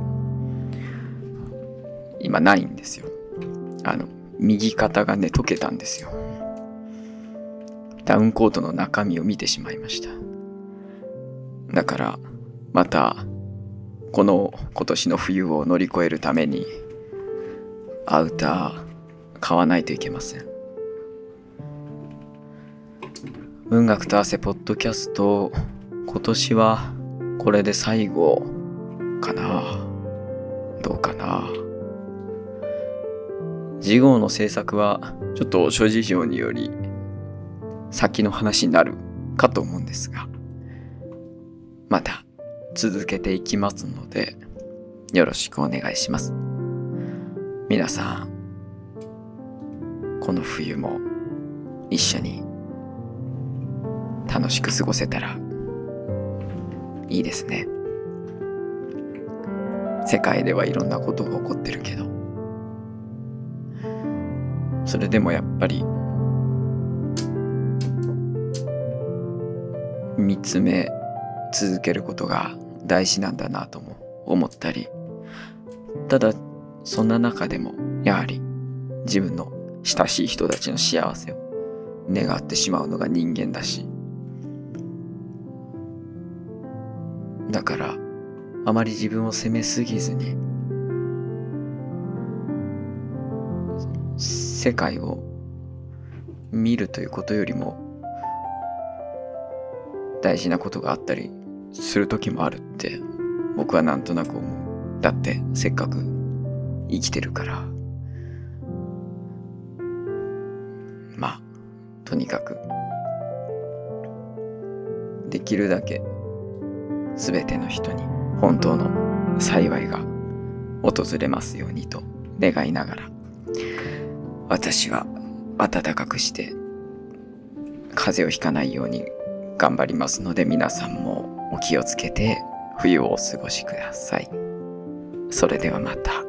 A: 今ないんですよ。右肩がね溶けたんですよ。ダウンコートの中身を見てしまいました。だからまた今年の冬を乗り越えるためにアウター買わないといけません。文学と汗ポッドキャスト、今年はこれで最後かな。どうかな。次号の制作はちょっと諸事情により先の話になるかと思うんですが、また続けていきますのでよろしくお願いします。皆さん、この冬も一緒に楽しく過ごせたらいいですね。世界ではいろんなことが起こってるけど、それでもやっぱり見つめ続けることが大事なんだなとも思ったり、ただそんな中でもやはり自分の親しい人たちの幸せを願ってしまうのが人間だし、だからあまり自分を責めすぎずに、世界を見るということよりも大事なことがあったりする時もあるって僕はなんとなく思う。だってせっかく生きてるから。とにかくできるだけ全ての人に本当の幸いが訪れますようにと願いながら、私は暖かくして風邪をひかないように頑張りますので、皆さんもお気をつけて冬をお過ごしください。それではまた。